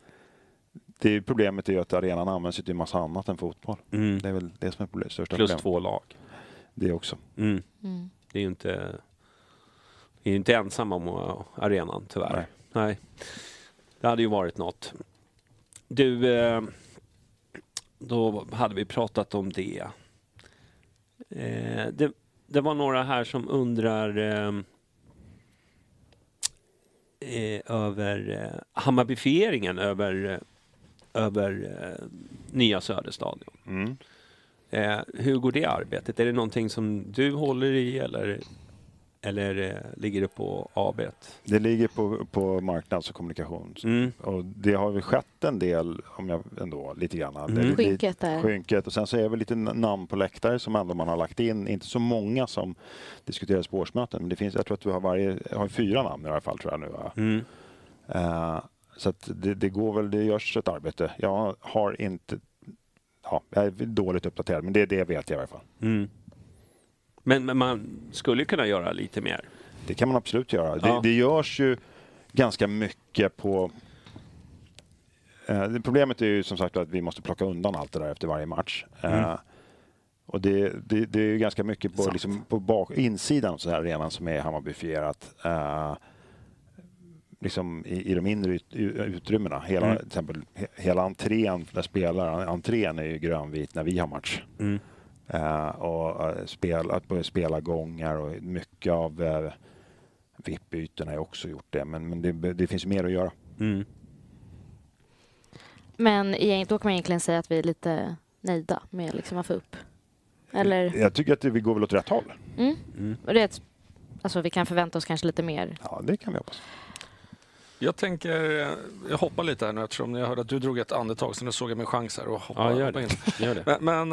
det problemet är ju att arenan används till en massa annat än fotboll. Det är väl det som är största plus problemet. 2 lag. Det också. Det är ju inte ensam om arenan, tyvärr. Nej. Det hade ju varit något. Du, då hade vi pratat om det. Det var några här som undrar över Hammarbyfieringen över nya Söderstadion. Hur går det arbetet? Är det någonting som du håller i, eller ligger det på AB? Det ligger på marknads- och kommunikation. Och det har väl skett en del, om jag ändå lite grann. Skynket där. Skynket. Och sen så är det väl lite namn på läktare som ändå man har lagt in. Inte så många som diskuterar spårsmöten. Men det finns, jag tror att du har 4 namn i alla fall, tror jag nu. Så att det går väl, det görs ett arbete. Jag har inte... Ja, jag är dåligt uppdaterad, men det vet jag i alla fall. Men man skulle kunna göra lite mer. Det kan man absolut göra. Ja. Det görs ju ganska mycket på... Problemet är ju som sagt att vi måste plocka undan allt det där efter varje match. Och det är ju ganska mycket på, liksom, på insidan av så här arenan som är Hammarbyfierat. Liksom i de inre utrymmena. Till exempel hela entrén där entrén är ju grönvit när vi har match. Och att börja spela gångar och mycket av VIP-bytena har också gjort det. Men det finns mer att göra. Men då kan man egentligen säga att vi är lite nöjda med liksom att få upp. Eller? Jag tycker att vi går väl åt rätt håll. Och det alltså vi kan förvänta oss kanske lite mer. Ja, det kan vi hoppas. Jag hoppar lite här nu eftersom jag hörde att du drog ett andetag, så nu såg jag min chans här och hoppa gör det. in. Gör det. Men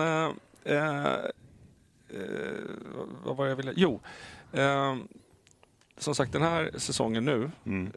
vad var jag ville? Jo, som sagt den här säsongen nu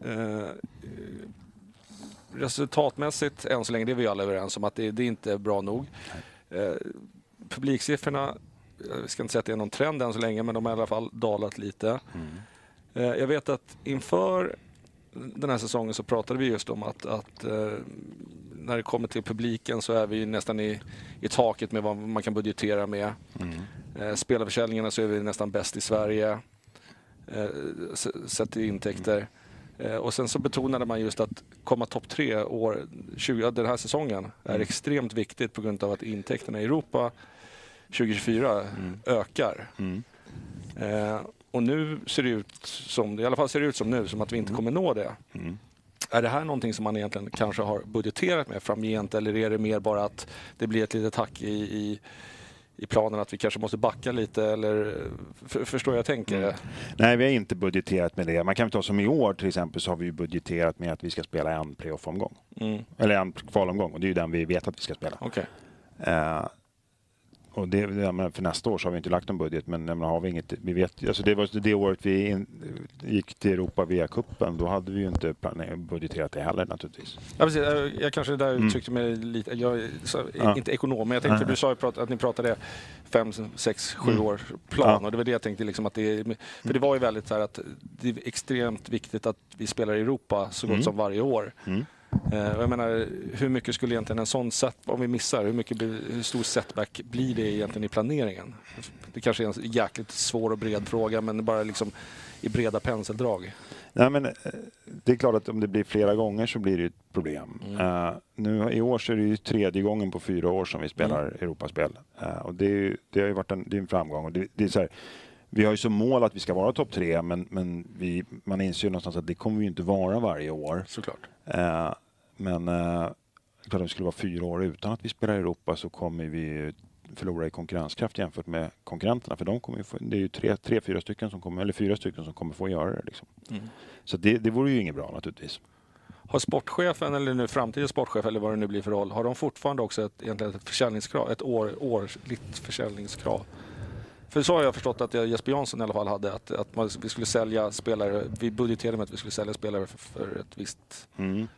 resultatmässigt än så länge, det är vi alla överens om att det inte är bra nog. Publiksiffrorna, jag ska inte säga att det är någon trend än så länge, men de har i alla fall dalat lite. Jag vet att inför den här säsongen så pratade vi just om att när det kommer till publiken så är vi nästan i taket med vad man kan budgetera med. Spelarförsäljningarna så är vi nästan bäst i Sverige sett i intäkter. Och sen så betonade man just att komma topp 3 den här säsongen är extremt viktigt på grund av att intäkterna i Europa 2024 ökar. Och nu ser det ut som, i alla fall ser det ut som nu, som att vi inte kommer nå det. Är det här någonting som man egentligen kanske har budgeterat med framgent, eller är det mer bara att det blir ett litet hack i planen att vi kanske måste backa lite, eller förstår jag tänker? Nej, vi har inte budgeterat med det. Man kan ta som i år till exempel, så har vi budgeterat med att vi ska spela en playoff-omgång. Eller en kvalomgång, och det är ju den vi vet att vi ska spela. Okay. Och för nästa år så har vi inte lagt en budget, men har vi inget, vi vet, alltså det var det året vi gick till Europa via kuppen, då hade vi ju inte budgeterat det heller naturligtvis. Ja, precis. Jag kanske där uttryckte mig lite, jag är inte ekonom, men jag tänkte, du sa ju att ni pratade 5, 6, 7 års plan, och det var det jag tänkte liksom att för det var ju väldigt så här att det är extremt viktigt att vi spelar i Europa så gott som varje år. Jag menar, hur mycket skulle egentligen en sån om vi missar, hur stor setback blir det egentligen i planeringen? Det kanske är en jäkligt svår och bred fråga, men bara liksom i breda penseldrag. Nej, men det är klart att om det blir flera gånger så blir det ett problem. Nu i år så är det ju 3:e gången på 4 år som vi spelar Europaspel. Och det har ju varit en framgång. Och det är så här, vi har ju som mål att vi ska vara topp 3, men man inser ju någonstans att det kommer ju inte vara varje år. Såklart. Men klart att det skulle vara 4 år utan att vi spelar i Europa, så kommer vi förlora i konkurrenskraft jämfört med konkurrenterna. För de kommer det är ju 3-4 stycken som kommer, eller 4 stycken som kommer få göra det. Liksom. Så det vore ju inget bra naturligtvis. Har sportchefen, eller nu framtida sportchef, eller vad det nu blir för roll, har de fortfarande också egentligen ett försäljningskrav, ett årligt försäljningskrav? För så har jag förstått att Jesper Jansson i alla fall hade att vi skulle sälja spelare, vi budgeterade med att vi skulle sälja spelare för ett visst...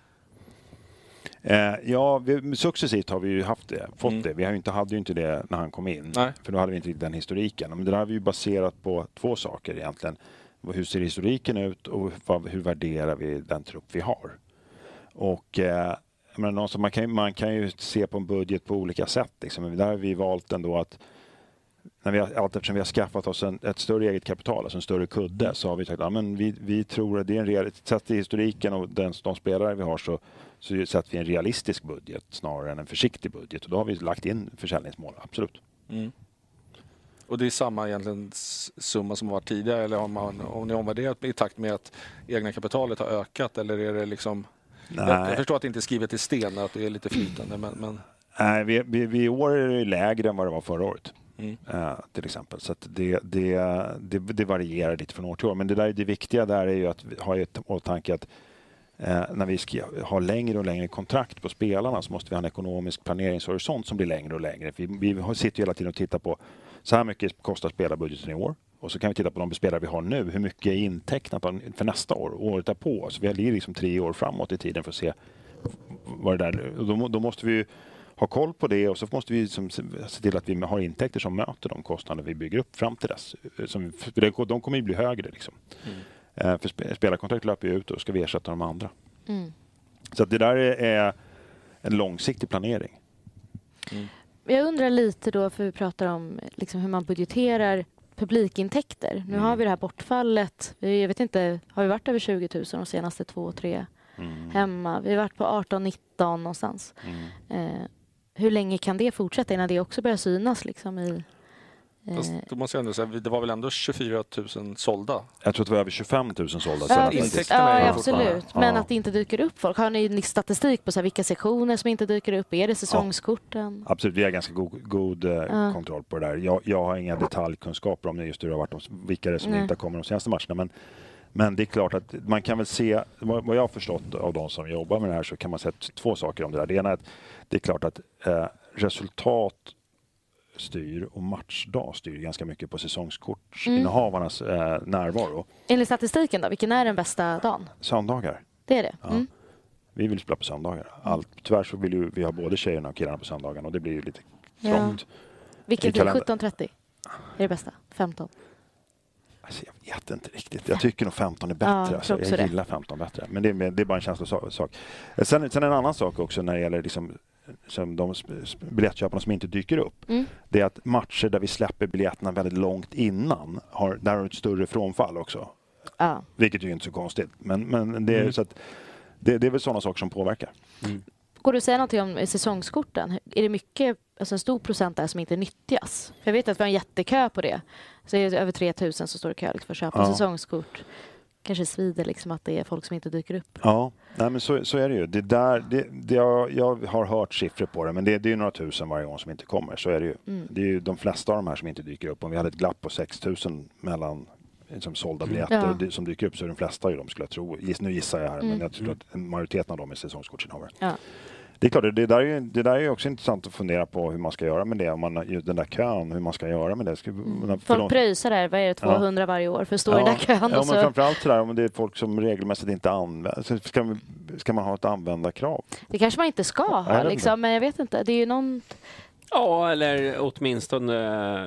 Successivt har vi ju fått det. Vi hade ju inte det när han kom in. Nej. För då hade vi inte riktigt den historiken. Men det där har vi ju baserat på 2 saker egentligen. Hur ser historiken ut och hur värderar vi den trupp vi har? Och man kan ju se på en budget på olika sätt. Liksom. Men där har vi valt ändå att eftersom vi har skaffat oss ett större eget kapital, alltså en större kudde, så har vi sagt att vi tror att det är en realitet. Sett i historiken och de spelare vi har så sätter vi en realistisk budget snarare än en försiktig budget. Och då har vi lagt in försäljningsmål, absolut. Och det är samma egentligen summa som var tidigare, eller om ni omvärderat i takt med att egna kapitalet har ökat, eller är det liksom... Jag förstår att det inte är skrivet i sten, att det är lite flytande, men... Nej, vi i år är det lägre än vad det var förra året. Till exempel. Så att det varierar lite från år till år. Men det viktiga där är ju att ha i åtanke att när vi ska ha längre och längre kontrakt på spelarna, så måste vi ha en ekonomisk planeringshorisont som blir längre och längre. Vi sitter ju hela tiden och tittar på så här mycket kostar spelarbudgeten i år. Och så kan vi titta på de spelare vi har nu. Hur mycket är intecknat för nästa år, året därpå. Så vi har liksom 3 år framåt i tiden för att se vad det där... Och då måste vi ha koll på det, och så måste vi se till att vi har intäkter som möter de kostnader vi bygger upp fram till dess. De kommer ju bli högre. Liksom. För spelarkontrakt löper ju ut och ska vi ersätta de andra. Så att det där är en långsiktig planering. Jag undrar lite då, för vi pratar om liksom hur man budgeterar publikintäkter. Nu har vi det här bortfallet. Jag vet inte, har vi varit över 20 000 de senaste 2-3 hemma? Vi har varit på 18-19 någonstans. Hur länge kan det fortsätta innan det också börjar synas liksom Fast då måste jag ändå säga, det var väl ändå 24 000 sålda? Jag tror att det var över 25 000 sålda. Ja, absolut. Men att det inte dyker upp folk. Har ni statistik på så här, vilka sektioner som inte dyker upp? Är det säsongskorten? Ja, absolut, vi har ganska god kontroll på det där. Jag har inga detaljkunskaper om det just hur det har varit, vilka det är som inte kommer de senaste matcherna. Men det är klart att man kan väl se, vad jag har förstått av de som jobbar med det här, så kan man säga 2 saker om det där. Det ena är att det är klart att resultat styr och matchdag styr ganska mycket på säsongskortsinnehavarnas närvaro. Enligt statistiken då, vilken är den bästa dagen? Söndagar. Det är det? Ja. Vi vill spela på söndagar. Tyvärr så vill ju vi ha både tjejerna och killarna på söndagarna och det blir ju lite trångt. Vilket är 17:30? Är det bästa? 15? Alltså, jag vet inte riktigt. Jag tycker nog 15 är bättre. Jag gillar 15 bättre. Men det är bara en känslosak. Sen en annan sak också när det gäller liksom, som de biljettköparna som inte dyker upp. Det är att matcher där vi släpper biljetterna väldigt långt innan där har ett större frånfall också. Vilket ju inte är så konstigt. Men det är så att det är väl sådana saker som påverkar. Går du att säga någonting om säsongskorten? Är det mycket, alltså en stor procent där som inte nyttjas? För jag vet att vi har en jättekö på det. Så är det över 3000 så står det kö för att köpa säsongskort. Kanske svider liksom att det är folk som inte dyker upp. Ja, nej, men så är det ju. Jag har hört siffror på det, men det är ju några tusen varje gång som inte kommer. Så är det ju. Det är ju de flesta av de här som inte dyker upp. Om vi hade ett glapp på 6000 mellan som sålda biljetter som dyker upp, så är de flesta ju de skulle jag tro. Nu gissar jag här, men jag tror att majoriteten av dem är säsongskortsinnehavare. Ja. Det är klart, det där är ju också intressant att fundera på hur man ska göra med det. Om man, den där kön, hur man ska göra med det. Folk pröjsar där, vad är det, 200 varje år för att stå i den där kön? Ja, men framförallt sådär, om det är folk som regelmässigt inte använder. Så ska man ha ett användarkrav? Det kanske man inte ska ha, liksom, men jag vet inte. Det är ju någon... Ja, eller åtminstone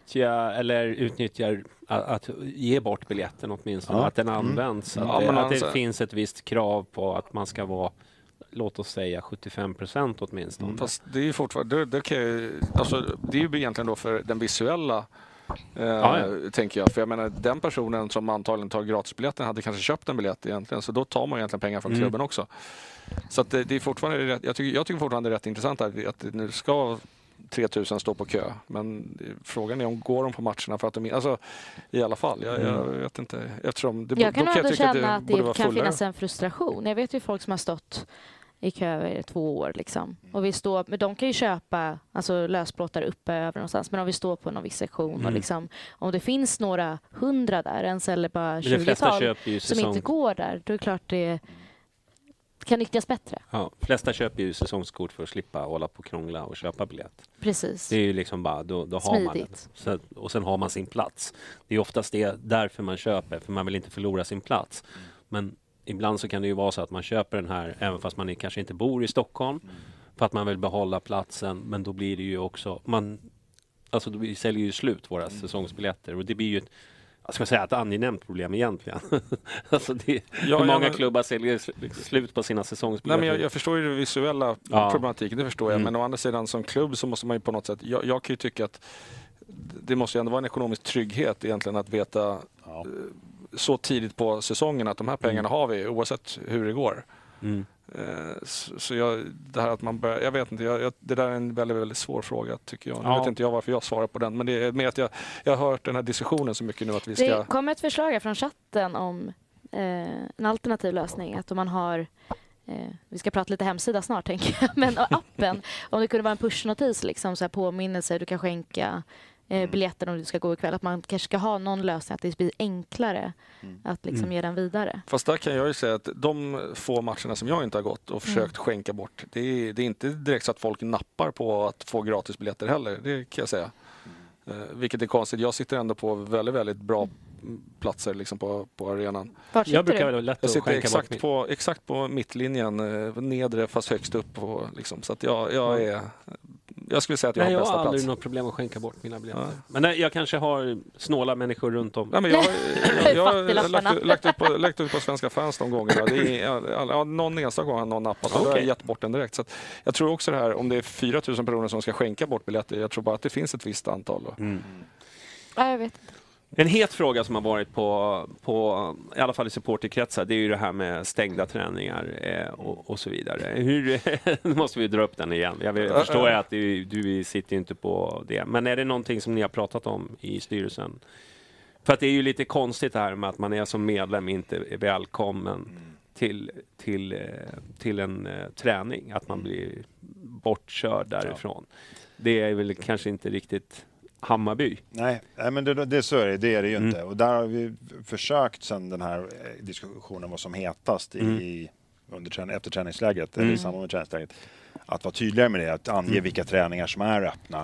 utnyttjar att ge bort biljetten åtminstone. Att den används. Att det finns ett visst krav på att man ska vara, låt oss säga 75% åtminstone. Fast det är ju fortfarande, det är ju egentligen då för den visuella tänker jag. För jag menar, den personen som antagligen tar gratisbiljetten hade kanske köpt en biljett egentligen. Så då tar man egentligen pengar från klubben också. Så att det är fortfarande, jag tycker fortfarande det är rätt intressant att det nu ska 3000 stå på kö. Men frågan är om går de på matcherna för att de... Alltså, i alla fall. Jag vet inte. Eftersom jag kan ändå känna att det kan finnas en frustration. Jag vet ju folk som har stått i kö i 2 år. Liksom. Och men de kan ju köpa lösplåtar uppe över någonstans. Men om vi står på någon viss sektion och liksom, om det finns några 100 där ens eller bara 20-tal som inte går där, då är det klart det kan nyttjas bättre. Ja, flesta köper ju säsongskort för att slippa hålla på och krångla och köpa biljett. Precis. Det är ju liksom bara, då har man det. Och sen har man sin plats. Det är oftast därför man köper, för man vill inte förlora sin plats. Men ibland så kan det ju vara så att man köper den här, även fast man kanske inte bor i Stockholm, för att man vill behålla platsen. Men då blir det ju också, vi säljer ju slut våra säsongsbiljetter och det blir ju ett angenämt problem egentligen. Hur många klubbar säljer slut på sina säsongsbiljetter? Nej, men jag förstår ju det visuella problematiken, det förstår jag. Men å andra sidan som klubb så måste man ju på något sätt, jag kan ju tycka att det måste ju ändå vara en ekonomisk trygghet egentligen att veta så tidigt på säsongen att de här pengarna har vi oavsett hur det går. Så det här att man börjar, jag vet inte, det där är en väldigt, väldigt svår fråga tycker jag. Nu vet inte jag varför jag svarar på den, men det är med att jag har hört den här diskussionen så mycket nu att vi ska... Det kommer ett förslag från chatten om en alternativ lösning, att om man har vi ska prata lite hemsida snart tänker jag, men appen, om det kunde vara en pushnotis liksom, så här påminnelse, du kan skänka biljetten om du ska gå ikväll, att man kanske ska ha någon lösning att det blir enklare att liksom ge den vidare. Fast där kan jag ju säga att de få matcherna som jag inte har gått och försökt skänka bort, det är inte direkt så att folk nappar på att få gratis biljetter heller, det kan jag säga. Vilket är konstigt, jag sitter ändå på väldigt, väldigt bra platser liksom på arenan. Jag brukar väl lätt jag sitter exakt på mittlinjen, nedre fast högst upp liksom, så att jag skulle säga att jag har bästa plats. Jag har aldrig något problem att skänka bort mina biljetter. Ja. Men jag kanske har snåla människor runt om. Nej, men jag har lagt ut på Svenska fans de gångerna. Det är, någon enstaka gång har någon nappat. Då har jag gett bort den direkt. Så att jag tror också det här, om det är 4000 personer som ska skänka bort biljetter, jag tror bara att det finns ett visst antal. Ja, jag vet inte. En het fråga som har varit på i alla fall i supporterkretsar, det är ju det här med stängda träningar och så vidare. Nu måste vi dra upp den igen. Jag förstår att du sitter inte på det. Men är det någonting som ni har pratat om i styrelsen? För att det är ju lite konstigt det här med att man är som medlem inte är välkommen till en träning. Att man blir bortkörd därifrån. Det är väl kanske inte riktigt Hammarby. Nej, men det så är det. Det är det ju inte. Och där har vi försökt sedan den här diskussionen var som hetast efter träningsläget, eller i samband med träningsläget, att vara tydligare med det, att ange vilka träningar som är öppna.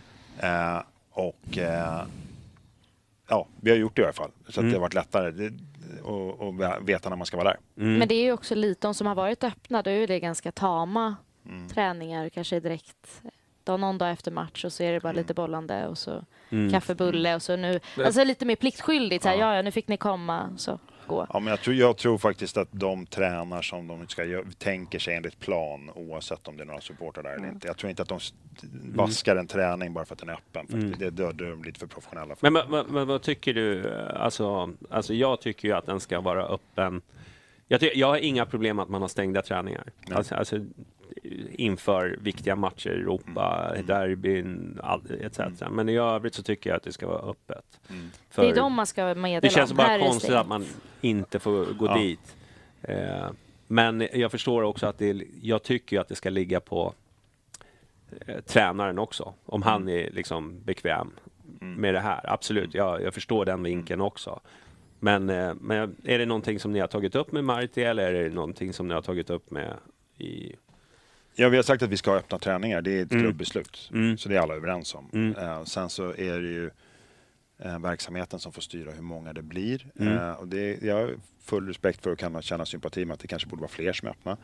Vi har gjort det i alla fall. Så att det har varit lättare att veta när man ska vara där. Men det är ju också lite, de som har varit öppna, då är det ganska tama träningar, kanske direkt någon dag efter match, och så är det bara lite bollande och så kaffebulle och så nu, alltså lite mer pliktskyldigt så här, ja nu fick ni komma, så gå. Ja, men jag tror faktiskt att de tränar som de ska tänker sig enligt plan, oavsett om det är några supportrar där eller inte. Jag tror inte att de vaskar en träning bara för att den är öppen. För det dödar de lite för professionella. Men vad tycker du? Alltså jag tycker ju att den ska vara öppen. Jag har inga problem att man har stängda träningar. Alltså inför viktiga matcher i Europa, derbyn, etc. Men i övrigt så tycker jag att det ska vara öppet. Det är de man ska meddela. Det känns bara konstigt att man inte får gå dit. Men jag förstår också att jag tycker att det ska ligga på tränaren också. Om han är liksom bekväm med det här. Absolut, jag förstår den vinkeln också. Men är det någonting som ni har tagit upp med Marti, eller är det någonting som ni har tagit upp med i... Ja, vi har sagt att vi ska ha öppna träningar. Det är ett klubbbeslut. Så det är alla överens om. Sen så är det ju verksamheten som får styra hur många det blir. Och jag har full respekt för att kunna känna sympati med att det kanske borde vara fler som är öppna.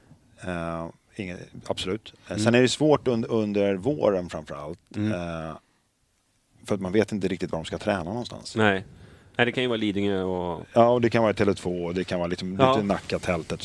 Absolut. Sen är det svårt under våren framförallt. För att man vet inte riktigt var de ska träna någonstans. Nej, det kan ju vara Lidingö och... Ja, och det kan vara Tele2 och det kan vara lite Nacka-tältet.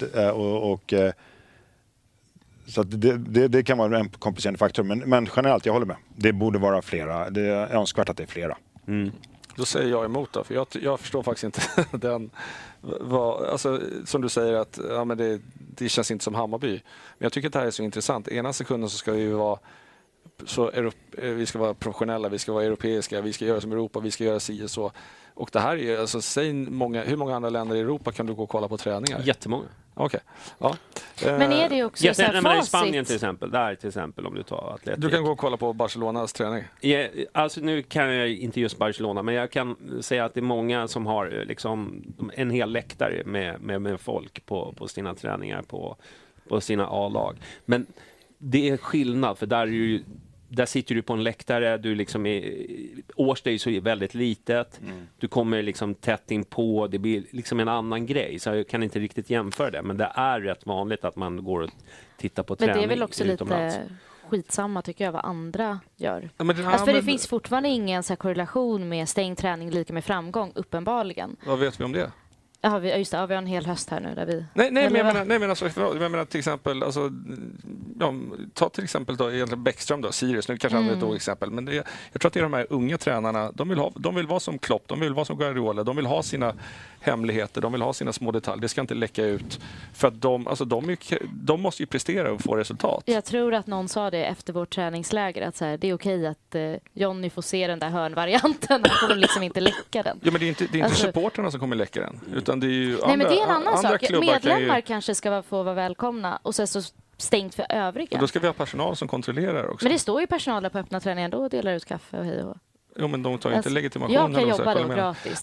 Så att det kan vara en komplicerande faktor. Men generellt, jag håller med. Det borde vara flera. Det är önskvärt att det är flera. Då säger jag emot då, för jag förstår faktiskt inte den... Alltså, som du säger, att men det känns inte som Hammarby. Men jag tycker att det här är så intressant. Ena sekunden så ska vi vara... vi ska vara professionella, vi ska vara europeiska, vi ska göra som Europa, vi ska göra si och så. Och det här är ju, alltså, hur många andra länder i Europa kan du gå och kolla på träningar? Jättemånga. Okej. Ja. Men är det också så här facit? I Spanien till exempel, om du tar Atletic. Du kan gå och kolla på Barcelonas träning. Ja, alltså nu kan jag inte just Barcelona, men jag kan säga att det är många som har liksom en hel läktare med folk på sina träningar, på sina A-lag. Men det är skillnad, för där sitter du på en läktare, du liksom Årsta är så väldigt litet, du kommer liksom tätt in på, det blir liksom en annan grej, så jag kan inte riktigt jämföra det, men det är rätt vanligt att man går och tittar på träning. Men det är väl också utomlands. Lite skitsamma tycker jag vad andra gör. För det finns fortfarande ingen så här korrelation med stängd träning lika med framgång, uppenbarligen. Vad vet vi om det? Ja, vi har en hel höst här nu där vi... Nej, men jag menar till exempel, alltså, ta till exempel då, egentligen Bäckström då, Sirius, nu kanske han är ett exempel, men jag tror att det är de här unga tränarna, de vill vara som Klopp, de vill vara som Guardiola, de vill ha sina hemligheter, de vill ha sina små detaljer, det ska inte läcka ut, för att de måste ju prestera och få resultat. Jag tror att någon sa det efter vårt träningsläger, att så här, det är okej att Johnny får se den där hörnvarianten, han kommer liksom inte läcka den. Ja, men det är inte supporterna som kommer läcka den, utan det är ju men det är en annan sak. Medlemmar kanske ska få vara välkomna, och sen så stängt för övriga. Och då ska vi ha personal som kontrollerar också. Men det står ju personal på öppna träningen då och delar ut kaffe och hej och... Jo, men de tar inte legitimation. Jag kan jobba då gratis.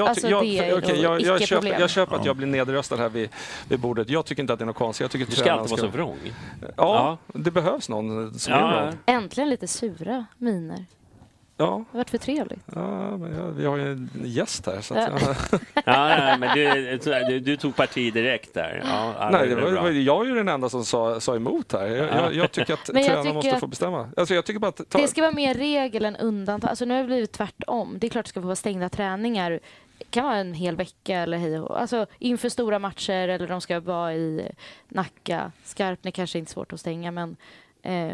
Jag köper att jag blir nedröstad här vid bordet. Jag tycker inte att det är något konstigt. Du ska alltid vara så vrång. Ja, det behövs någon som är vrång. Äntligen lite sura miner. Ja. Det har varit för trevligt. Ja, men vi har ju en gäst här. Så men du tog parti direkt där. Ja, nej, jag är ju den enda som sa emot här. Jag tycker att tränarna måste få bestämma. Alltså, jag tycker bara att det ska vara mer regel än undantag. Alltså, nu har det blivit tvärtom. Det är klart att det ska få vara stängda träningar. Det kan vara en hel vecka eller hej och alltså inför stora matcher, eller de ska vara i Nacka. Skarpnäck kanske inte svårt att stänga, men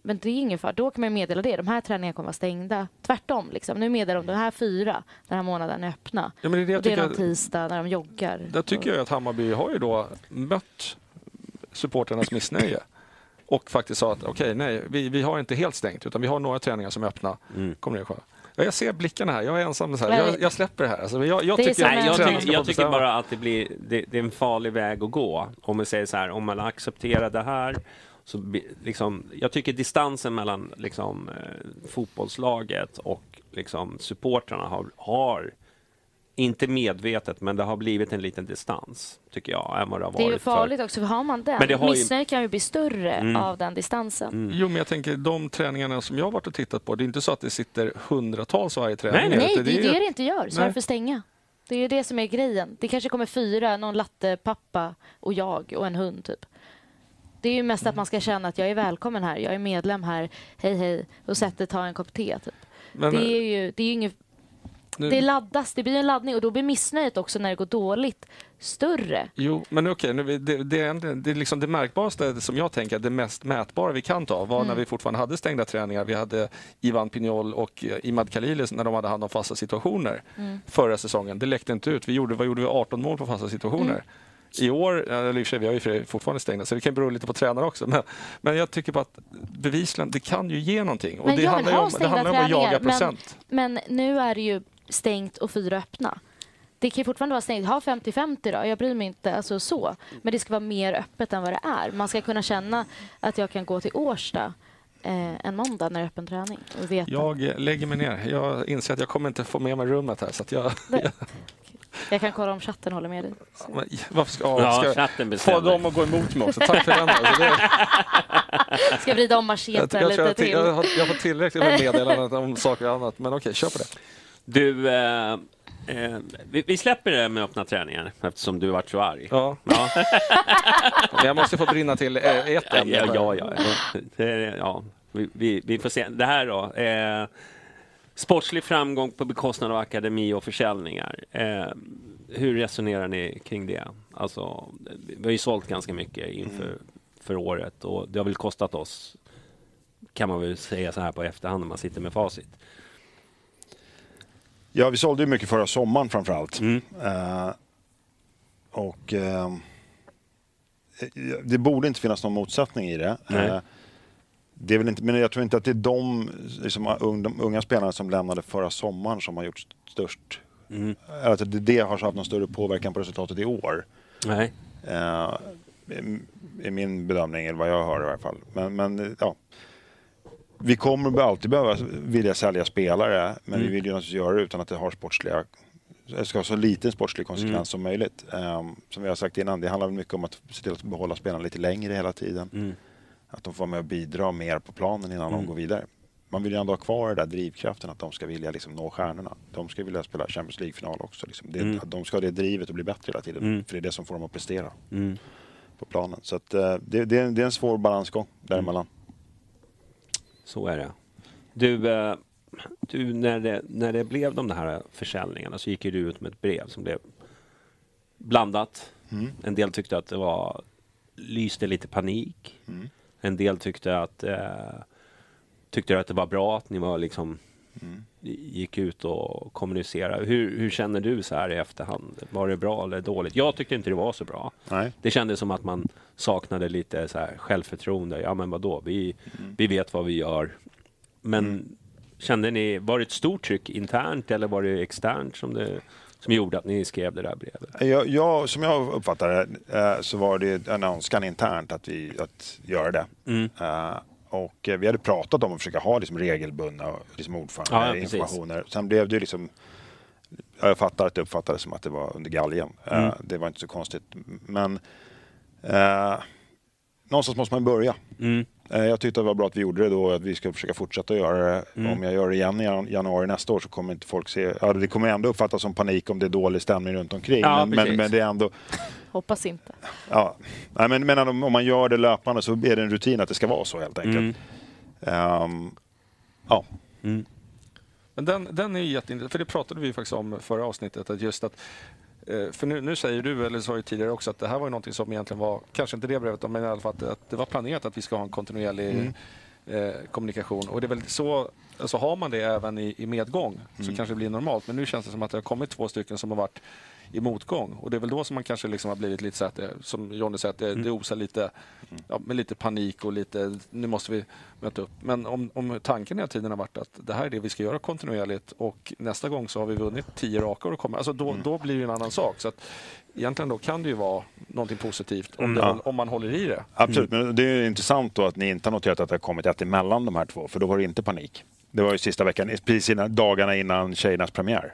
Men det är ingen fara. Då kan man meddela det. De här träningarna kommer vara stängda. Tvärtom. Liksom. Nu meddelar de här 4 den här månaden är öppna. Ja, men det är någon tisdag när de joggar. Där tycker jag att Hammarby har ju då mött supporternas missnöje. Och faktiskt sa att nej, vi har inte helt stängt utan vi har några träningar som är öppna. Kommer det själv? Ja, jag ser blickarna här. Jag är ensam så här. Jag släpper det här. Alltså, jag tycker bara att det är en farlig väg att gå. Om man säger så här, om man accepterar det här så liksom, jag tycker distansen mellan liksom, fotbollslaget och liksom, supportrarna har inte medvetet, men det har blivit en liten distans, tycker jag, än vad det har varit. Det är ju farligt också, för har man den, missnöje kan ju bli större av den distansen. Jo, men jag tänker, de träningarna som jag har varit och tittat på, det är inte så att det sitter hundratals varje träning. Nej, det är det inte gör, så varför stänga? Det är ju det som är grejen. Det kanske kommer 4, någon lattepappa och jag och en hund, typ. Det är ju mest att man ska känna att jag är välkommen här, jag är medlem här, hej, och sätter ta en kopp te, typ. Men, det är ju inget... Det laddas, det blir en laddning och då blir missnöjet också när det går dåligt större. Jo, men det är liksom det märkbaraste som jag tänker, det mest mätbara vi kan ta var när vi fortfarande hade stängda träningar. Vi hade Ivan Pignol och Imad Khalili när de hade hand om fasta situationer förra säsongen. Det läckte inte ut. Vad gjorde vi? 18 mål på fasta situationer. I år, eller i och för sig, vi har ju fortfarande stängda, så det kan bero lite på tränare också. Men jag tycker på att bevisligen, det kan ju ge någonting. Och det handlar om att jaga procent. Men nu är det ju stängt och 4 öppna. Det kan ju fortfarande vara stängt. Ha 50-50 då. Jag bryr mig inte alltså så. Men det ska vara mer öppet än vad det är. Man ska kunna känna att jag kan gå till Årsta en måndag när det är öppen träning. Och veta. Jag lägger mig ner. Jag inser att jag kommer inte få med mig rummet här. Så att jag kan kolla om chatten håller med dig. Varför ska få dem att gå emot mig också? Tack för den. Ska vrida om macheten lite till. Jag har fått tillräckligt med meddelanden om saker och annat. Men okej, kör på det. Du, vi släpper det med öppna träningar eftersom du har varit så arg. Ja. Jag måste få brinna till ett ämne. Ja. Vi får se. Det här då. Sportslig framgång på bekostnad av akademi och försäljningar. Hur resonerar ni kring det? Alltså, vi har ju sålt ganska mycket inför året och det har väl kostat oss, kan man väl säga så här på efterhand när man sitter med facit. Ja, vi sålde ju mycket förra sommaren framförallt. Det borde inte finnas någon motsättning i det. Det är väl inte, men jag tror inte att det är de unga spelarna som lämnade förra sommaren som har gjort störst. Alltså det har haft någon större påverkan på resultatet i år. Nej. Är min bedömning, eller vad jag hör i alla fall. Men ja. Vi kommer alltid vilja sälja spelare, men vi vill ju naturligtvis göra det utan att det har ska ha så liten sportslig konsekvens som möjligt. Som vi har sagt innan, det handlar mycket om att se till att behålla spelarna lite längre hela tiden. Att de får vara med och bidra mer på planen innan de går vidare. Man vill ju ändå ha kvar den där drivkraften att de ska vilja liksom nå stjärnorna. De ska vilja spela Champions League-final också. Liksom. De ska ha det drivet och bli bättre hela tiden. För det är det som får dem att prestera på planen. Så att, det är en svår balansgång däremellan. Så är det. Du när det blev de här försäljningarna så gick ju du ut med ett brev som blev blandat. En del tyckte att det lyste lite panik. En del tyckte att det var bra att ni var liksom gick ut och kommunicerade. Hur känner du så här i efterhand? Var det bra eller dåligt? Jag tyckte inte det var så bra. Nej. Det kändes som att man saknade lite så här självförtroende. Ja, men vadå? Vi vet vad vi gör. Men kände ni, var det ett stort tryck internt eller var det externt som gjorde att ni skrev det där brevet? Som jag uppfattade det så var det en önskan internt att göra det. Och vi hade pratat om att försöka ha liksom regelbundna liksom ordförande informationer. Sen blev det liksom, jag fattar att det uppfattades som att det var under galgen. Det var inte så konstigt. Men någonstans måste man börja. Jag tyckte det var bra att vi gjorde det då, att vi ska försöka fortsätta göra det. Om jag gör det igen i januari nästa år så kommer inte folk se... Ja, det kommer ändå uppfattas som panik om det är dålig stämning runt omkring. Ja, men det är ändå... Hoppas inte. Ja, men om man gör det löpande så är det en rutin att det ska vara så helt enkelt. Men den är jätteintressant, för det pratade vi faktiskt om förra avsnittet, att just att för nu säger du, eller sa ju tidigare också, att det här var ju någonting som egentligen var, kanske inte det brevet, men i alla fall att det var planerat att vi ska ha en kontinuerlig kommunikation. Och det är väl så, alltså har man det även i medgång så kanske det blir normalt. Men nu känns det som att det har kommit 2 stycken som har varit i motgång. Och det är väl då som man kanske liksom har blivit lite så att som Johnny säger, att det osar lite, med lite panik och lite, nu måste vi möta upp. Men om tanken hela tiden har varit att det här är det vi ska göra kontinuerligt och nästa gång så har vi vunnit 10 raka och kommer, alltså då blir det en annan sak. Så att egentligen då kan det ju vara någonting positivt om man håller i det. Absolut, men det är intressant då att ni inte har noterat att det har kommit ett emellan de här 2, för då var det inte panik. Det var ju sista veckan, precis dagarna innan tjejernas premiär.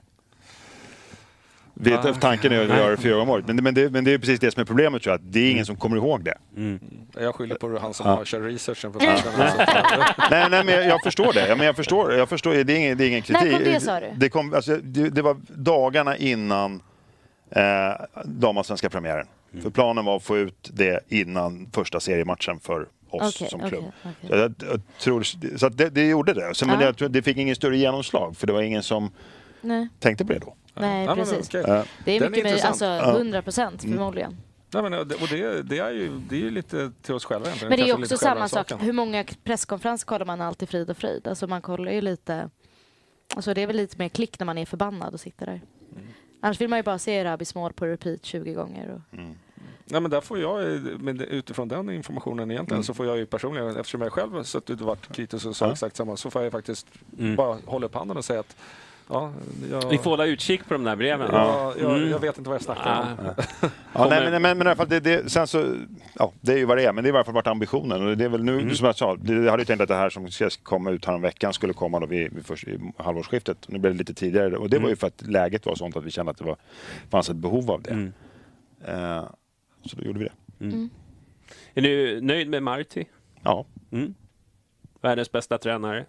Tanken är att göra det 4 gånger om året. Men det är precis det som är problemet, tror jag. Att det är ingen som kommer ihåg det. Jag skyller på han som har kört researchen. Nej, men jag förstår det. Jag förstår. Det är ingen kritik. När kom det, sa du? Det var dagarna innan damallsvenska premiären. För planen var att få ut det innan första seriematchen för oss som klubb. Okay. Jag tror, så att det gjorde det. Så, men jag tror, det fick ingen större genomslag, för det var ingen som tänkte på det då. Nej, precis. Det är mycket mer, alltså 100% förmodligen. Nej, men, och det är ju lite till oss själva egentligen. Men det är ju också samma sak. Hur många presskonferenser kollar man alltid frid och frid? Alltså man kollar ju lite, alltså det är väl lite mer klick när man är förbannad och sitter där. Annars vill man ju bara se Rabis mål på repeat 20 gånger. Och... Nej, men där får jag, utifrån den informationen egentligen, så får jag ju personligen, eftersom jag själv har suttit och varit kritisk och sa exakt samma, så får jag faktiskt bara hålla upp handen och säga att vi får hålla utkik på de där breven. Jag vet inte vad jag snackar om. Men i alla fall, sen så, det är ju vad det är, men det har i alla fall varit ambitionen. Och det är väl nu, som jag sa, det hade ju tänkt att det här som ska komma ut här om veckan skulle komma då vid halvårsskiftet. Nu blev det lite tidigare, och det var ju för att läget var sånt att vi kände att det fanns ett behov av det. Så då gjorde vi det. Är du nöjd med Marti? Ja. Världens bästa tränare.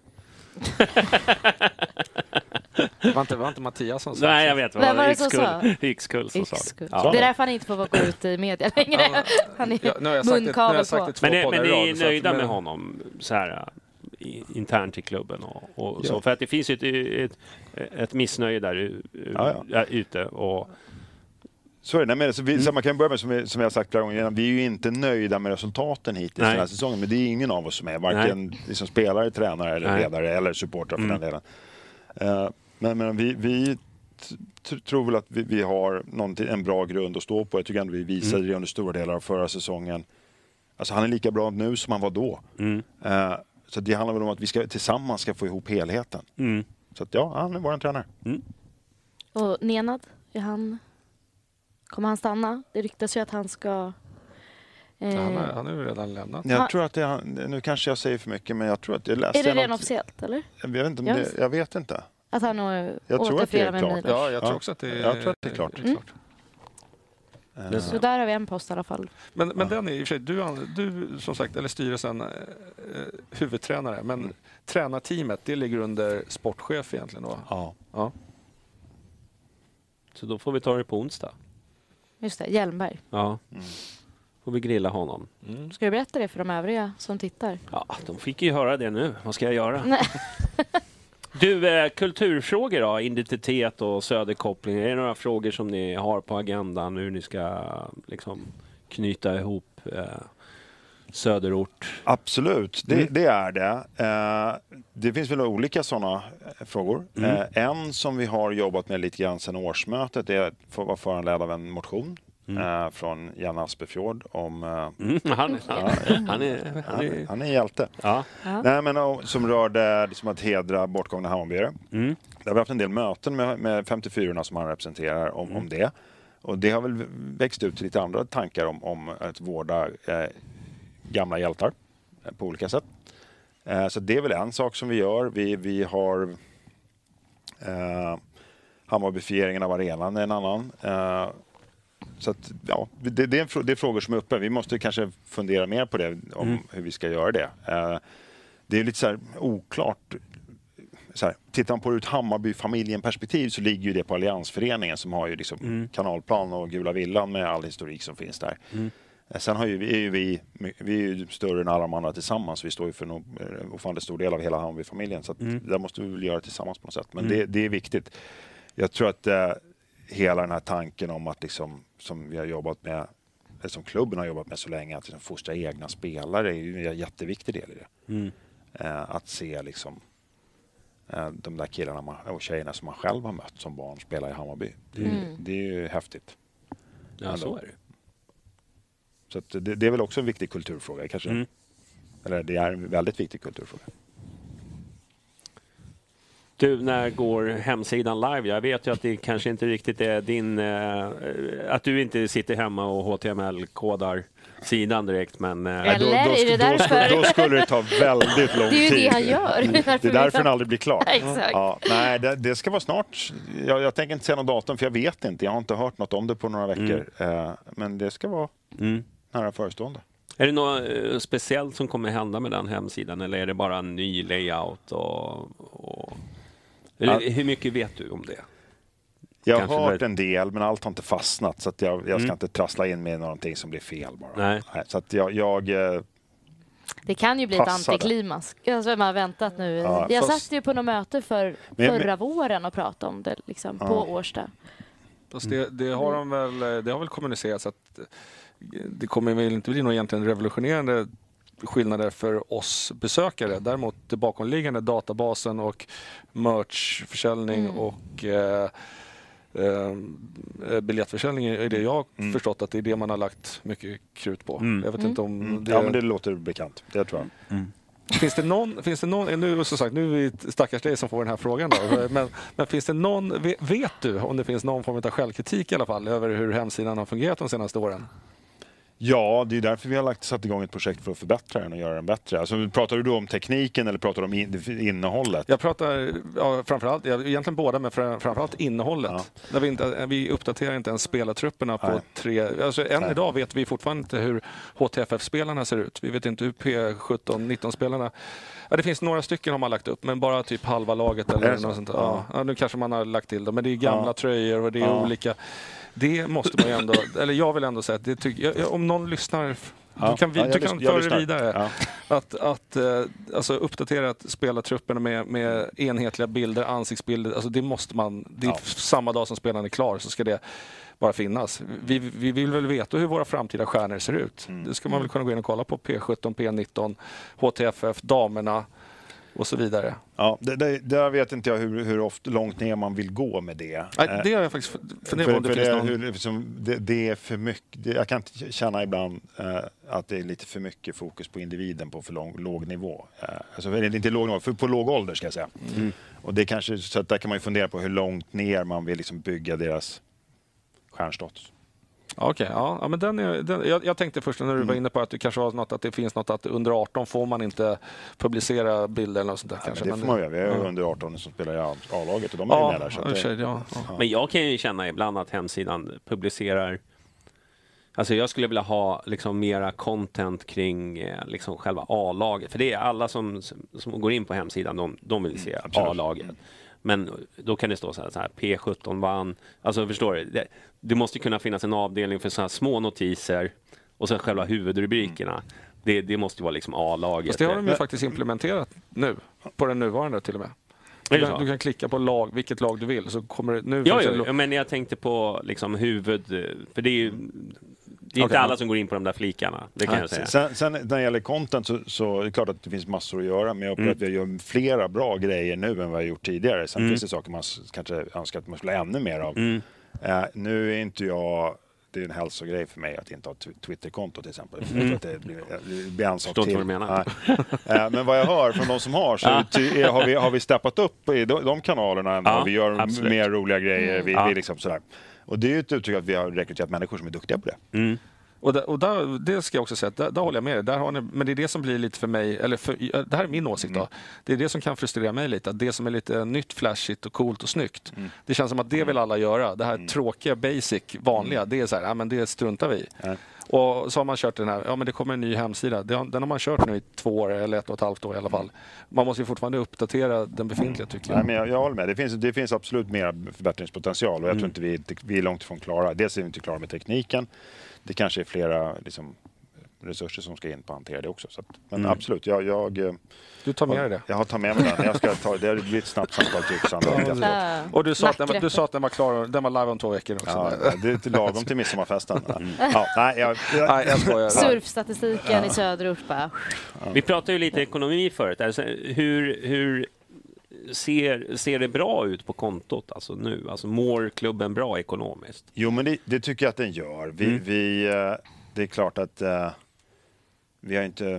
var inte Mattias som sa? Nej, jag vet. Vem var det som sa? Yxkull som sa. Ja. Det är därför han inte får gå ut i media längre. Han är munkavel på. Men ni är nöjda med honom så här internt i klubben och så, för att det finns ju ett missnöje där ute och så är det. Så man kan börja med, som jag har sagt flera gånger, vi är ju inte nöjda med resultaten hittills den här säsongen, men det är ingen av oss som är, varken liksom spelare, tränare eller ledare eller supportrar för den delen. Men vi tror väl att vi har en bra grund att stå på. Jag tycker ändå vi visade det under stora delar av förra säsongen. Alltså han är lika bra nu som han var då. Så det handlar väl om att vi tillsammans ska få ihop helheten. Så att han är vår tränare. Och Nenad, kommer han stanna? Det ryktas ju att han ska... Han är ju redan lämnat. Jag tror att nu kanske jag säger för mycket, men jag tror att jag läste... Är det redan officiellt, eller? Jag vet inte. Att han återförenar med Milos? Ja, jag tror också att det är klart. Så där har vi en post i alla fall. Men den är i och för sig, du som sagt, eller styrelsen, huvudtränare, men tränarteamet, det ligger under sportchef egentligen då? Ja. Så då får vi ta det på onsdag. Just det, Hjelmberg. Ja. Får vi grilla honom. Ska du berätta det för de övriga som tittar? Ja, de fick ju höra det nu. Vad ska jag göra? Du, kulturfrågor då? Identitet och söderkoppling. Är det några frågor som ni har på agendan hur ni ska liksom knyta ihop söderort? Absolut, det är det. Det finns väl olika sådana frågor. En som vi har jobbat med lite grann sedan årsmötet är att vara föranledd av en motion från Jan Aspefjord om... Han är hjälte. Ja. Nej, men, som rörde liksom att hedra bortgångna Hammarbyare. Där har vi haft en del möten med 54orna som han representerar om det. Och det har väl växt ut lite andra tankar om att vårda gamla hjältar på olika sätt. Så det är väl en sak som vi gör. Vi har Hammarbyfieringen av arenan är en annan. Så att, det är frågor som är uppe. Vi måste kanske fundera mer på det, om hur vi ska göra det. Det är lite så här oklart. Tittar man på det ur ett Hammarby-familjen-perspektiv så ligger ju det på Alliansföreningen som har ju liksom kanalplan och Gula villan med all historik som finns där. Sen har vi är ju större än alla de andra tillsammans. Vi står ju för en ofantligt stor del av hela Hammarby-familjen. Så att där måste vi väl göra tillsammans på något sätt. Men det är viktigt. Jag tror att hela den här tanken om att liksom, som vi har jobbat med, som klubben har jobbat med så länge, att liksom fostra egna spelare är ju en jätteviktig del i det. att se liksom de där killarna och tjejerna som man själv har mött som barn spela i Hammarby. Det är ju häftigt. Ja, så är det. Så att det är väl också en viktig kulturfråga kanske. Eller det är en väldigt viktig kulturfråga. Du, när går hemsidan live? Jag vet ju att det kanske inte riktigt är din... att du inte sitter hemma och HTML-kodar sidan direkt, men... Då skulle det ta väldigt lång tid. Det är ju det han gör. Det är därför den aldrig blir klar. Exakt. Ja, nej, det ska vara snart. Jag tänker inte säga någon datum, för jag vet inte. Jag har inte hört något om det på några veckor. Men det ska vara nära förestående. Är det något speciellt som kommer hända med den hemsidan, eller är det bara en ny layout? Eller, hur mycket vet du om det? Jag har hört en del, men allt har inte fastnat, så att jag ska inte trassla in med någonting som blir fel bara. Nej. Så att jag det kan ju bli ett antiklimax. Alltså, man har väntat nu. Ja, jag satt ju på något möte förra våren och pratade om det liksom, på Årsta. Fast det har väl kommunicerats att det kommer väl inte bli någon egentligen revolutionerande skillnader för oss besökare. Däremot det bakomliggande databasen och merchförsäljning och biljettförsäljning är det jag har förstått att det är det man har lagt mycket krut på. Jag vet inte om det... Ja, men det låter bekant. Det tror jag. Finns det någon nu, som sagt, nu är det stackars dig som får den här frågan då, men finns det någon, vet du om det finns någon form av självkritik i alla fall över hur hemsidan har fungerat de senaste åren? Ja, det är därför vi har satt igång ett projekt för att förbättra den och göra den bättre. Alltså, pratar du om tekniken eller pratar du om innehållet? Jag pratar framförallt, egentligen båda, men framförallt innehållet. Ja. Vi uppdaterar inte ens spelartrupperna på idag vet vi fortfarande inte hur HTFF-spelarna ser ut. Vi vet inte hur P17-19-spelarna... Ja, det finns några stycken har man lagt upp, men bara typ halva laget eller något sånt. Ja, nu kanske man har lagt till dem, men det är gamla tröjor och det är olika... Det måste man ju ändå, eller jag vill ändå säga att om någon lyssnar, du kan föra vidare att uppdatera spelartrupperna med enhetliga bilder, ansiktsbilder, alltså det måste man, det är samma dag som spelaren är klar så ska det bara finnas. Vi vill väl veta hur våra framtida stjärnor ser ut. Det ska man väl kunna gå in och kolla på P17, P19, HTFF, damerna och så vidare. Ja, där vet inte jag hur ofta långt ner man vill gå med det. Nej, det har jag faktiskt funderat på. Det är för mycket. Jag kan känna ibland att det är lite för mycket fokus på individen på för låg nivå. Alltså inte låg nivå, för på låg ålder ska jag säga. Och det kanske, så att där kan man ju fundera på hur långt ner man vill liksom bygga deras stjärnstatus. Okej, ja, men jag tänkte först när du var inne på att det kanske var något, att det finns något att under 18 får man inte publicera bilder eller något sånt där. Kanske. Det får man göra. Vi har under 18 som spelar i A-laget och de är med där. Men jag kan ju känna ibland att hemsidan publicerar, alltså jag skulle vilja ha liksom mera content kring liksom själva A-laget. För det är alla som går in på hemsidan, de vill se A-laget. Men då kan det stå så här P17 vann. Alltså förstår du? Det måste kunna finnas en avdelning för så här små notiser och sen själva huvudrubrikerna. Det måste vara liksom A-laget. Fast det har de ju faktiskt implementerat nu. På den nuvarande till och med. Du kan klicka på vilket lag du vill så kommer det nu. Ja, men jag tänkte på liksom huvud, för det är ju inte alla som går in på de där flikarna, det kan jag säga. Sen när det gäller content så är det klart att det finns massor att göra, men jag tror att vi gör flera bra grejer nu än vad vi har gjort tidigare. Sen finns det saker man kanske önskar att man skulle ha ännu mer av. Nu är inte jag... Det är en hälsogrej för mig att inte ha Twitterkonto till exempel. Att det blir en sak till. Men vad jag hör från de som har så har vi steppat upp i de kanalerna än vi gör mer roliga grejer. Vi liksom sådär. Och det är ju ett uttryck att vi har rekryterat människor som är duktiga på det. Och det ska jag också säga, där håller jag med dig. Där har ni, men det är det som blir lite för mig, eller det här är min åsikt då. Det är det som kan frustrera mig lite, att det som är lite nytt, flashigt och coolt och snyggt. Det känns som att det vill alla göra. Det här tråkiga, basic, vanliga, det är så här, men det struntar vi i. Och så har man kört den här, men det kommer en ny hemsida. Den har man kört nu i 2 år eller 1,5 år i alla fall. Man måste ju fortfarande uppdatera den befintliga tycker jag. Nej, men jag håller med. Det finns absolut mer förbättringspotential och jag tror inte vi är långt ifrån klara. Dels är vi inte klara med tekniken. Det kanske är flera liksom, resurser som ska in på att hantera det också. Så att, men absolut, du tar med dig det? Jag tar med mig den. Jag ska ta, det blir ett snabbt samtal till Yxandra. Och du sa att den var klar, den var live om 2 veckor också. Ja, det är inte lagom till midsommarfesten. Ja, nej, jag skojar. Surfstatistiken i söderort bara. Vi pratade ju lite ekonomi förut. Alltså, hur ser det bra ut på kontot alltså nu? Alltså mår klubben bra ekonomiskt? Jo, men det tycker jag att den gör. Det är klart att vi har inte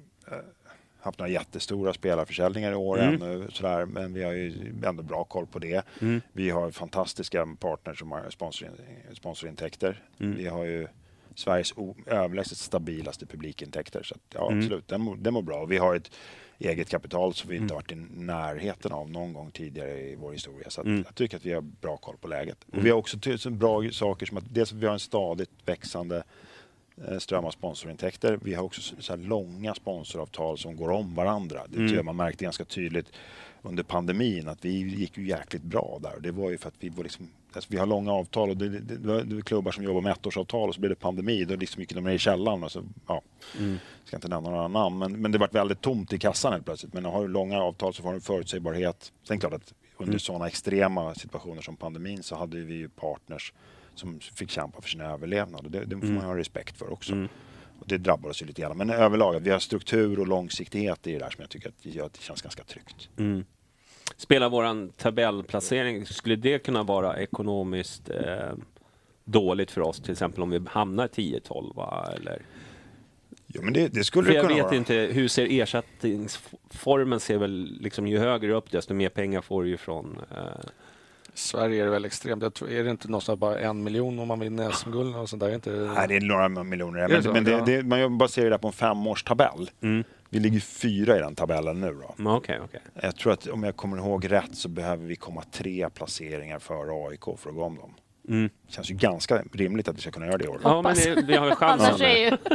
haft några jättestora spelarförsäljningar i år ännu, sådär, men vi har ju ändå bra koll på det. Vi har fantastiska partners som har sponsorintäkter. Vi har ju Sveriges överlägset stabilaste publikintäkter, så att, ja, absolut, den mår bra. Vi har ett eget kapital som vi inte varit i närheten av någon gång tidigare i vår historia. Så att jag tycker att vi har bra koll på läget. Och vi har också bra saker som att dels att vi har en stadigt växande ström av sponsorintäkter. Vi har också så här långa sponsoravtal som går om varandra. Det tror jag man märkte ganska tydligt under pandemin, att vi gick ju jäkligt bra där. Och det var ju för att vi var liksom, alltså vi har långa avtal och det är klubbar som jobbar med ettårsavtal och så blir det pandemi. Då liksom gick de ner i källan och så, ja, ska inte nämna några namn. Men det var väldigt tomt i kassan helt plötsligt. Men har du långa avtal så får du en förutsägbarhet. Sen klart att under sådana extrema situationer som pandemin så hade vi ju partners som fick kämpa för sin överlevnad. Och det får man ha respekt för också. Och det drabbar oss ju lite grann. Men överlag, att vi har struktur och långsiktighet i det där som jag tycker att det känns ganska tryggt. Spelar våran tabellplacering, skulle det kunna vara ekonomiskt dåligt för oss, till exempel om vi hamnar 10-12 eller? Ja, men det skulle det kunna vara. Jag vet inte, hur ser ersättningsformen ser väl liksom, ju högre upp desto mer pengar får du ju från Sverige är det väl extremt. Jag tror, är det inte någonstans bara 1 miljon om man vinner SM-guld och sånt där? Inte... Nej, det är några miljoner. Men man baserar det på en 5-årstabell. Vi ligger 4 i den tabellen nu då. Okay. Jag tror att om jag kommer ihåg rätt så behöver vi komma 3 placeringar före AIK för att gå om dem. Det känns ju ganska rimligt att vi ska kunna göra det i år. Ja, men vi har väl chansen. Annars är ju...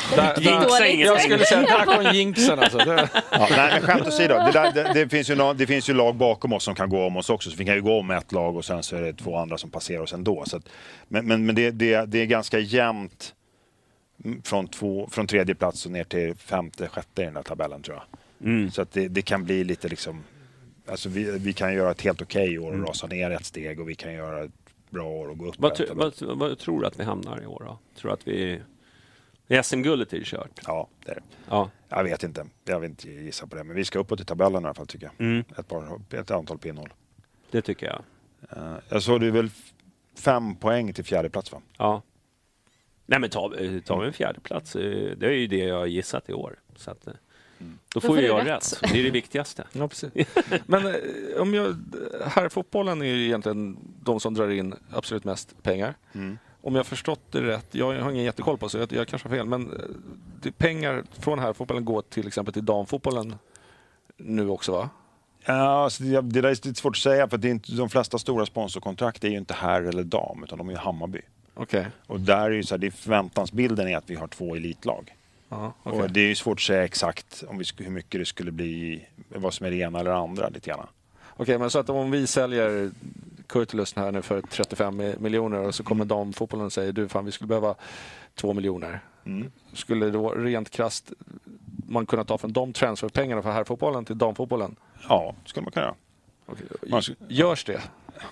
Jag skulle säga där kom jinxen alltså. Ja, nej, men skämt åsido. Det finns ju lag bakom oss som kan gå om oss också. Så vi kan ju gå om ett lag och sen så är det 2 andra som passerar oss ändå. Så att, men det är ganska jämnt från tredje plats och ner till 5:e, 6:e i den här tabellen tror jag. Så att det kan bli lite liksom... Alltså vi kan göra ett helt okej år och rasa ner ett steg och vi kan göra ett bra år och gå upp. Vad tror du att vi hamnar i år då? Tror du att vi... SM-guldet är kört? Ja, det är det. Ja. Jag vet inte. Jag vill inte gissa på det. Men vi ska uppåt i tabellen i alla fall tycker jag. Ett antal pinnhål. Det tycker jag. Jag såg det väl 5 poäng till 4:e plats va? Ja. Nej men tar vi en 4:e plats. Det är ju det jag har gissat i år. Så att, då får jag rätt. Det är det viktigaste. Ja, precis. Men här fotbollen är ju egentligen de som drar in absolut mest pengar. Om jag förstått det rätt, jag har ingen jättekoll på så jag kanske har fel, men pengar från här fotbollen går till exempel till damfotbollen nu också va? Ja, alltså det där är lite svårt att säga för att det är inte, de flesta stora sponsorkontrakt är ju inte här eller dam utan de är ju Hammarby. Okay. Och där är ju så här, det är förväntansbilden är att vi har 2 elitlag. Okay. Och det är ju svårt att säga exakt hur mycket det skulle bli, vad som är det ena eller andra lite grann. Okej, men så att om vi säljer Kurtulus här nu för 35 miljoner och så kommer damfotbollen och säger du fan vi skulle behöva 2 miljoner. Skulle då rent krasst man kunna ta från de transferpengarna för herrfotbollen till damfotbollen? Ja, det skulle man kunna göra. Okay. Görs det?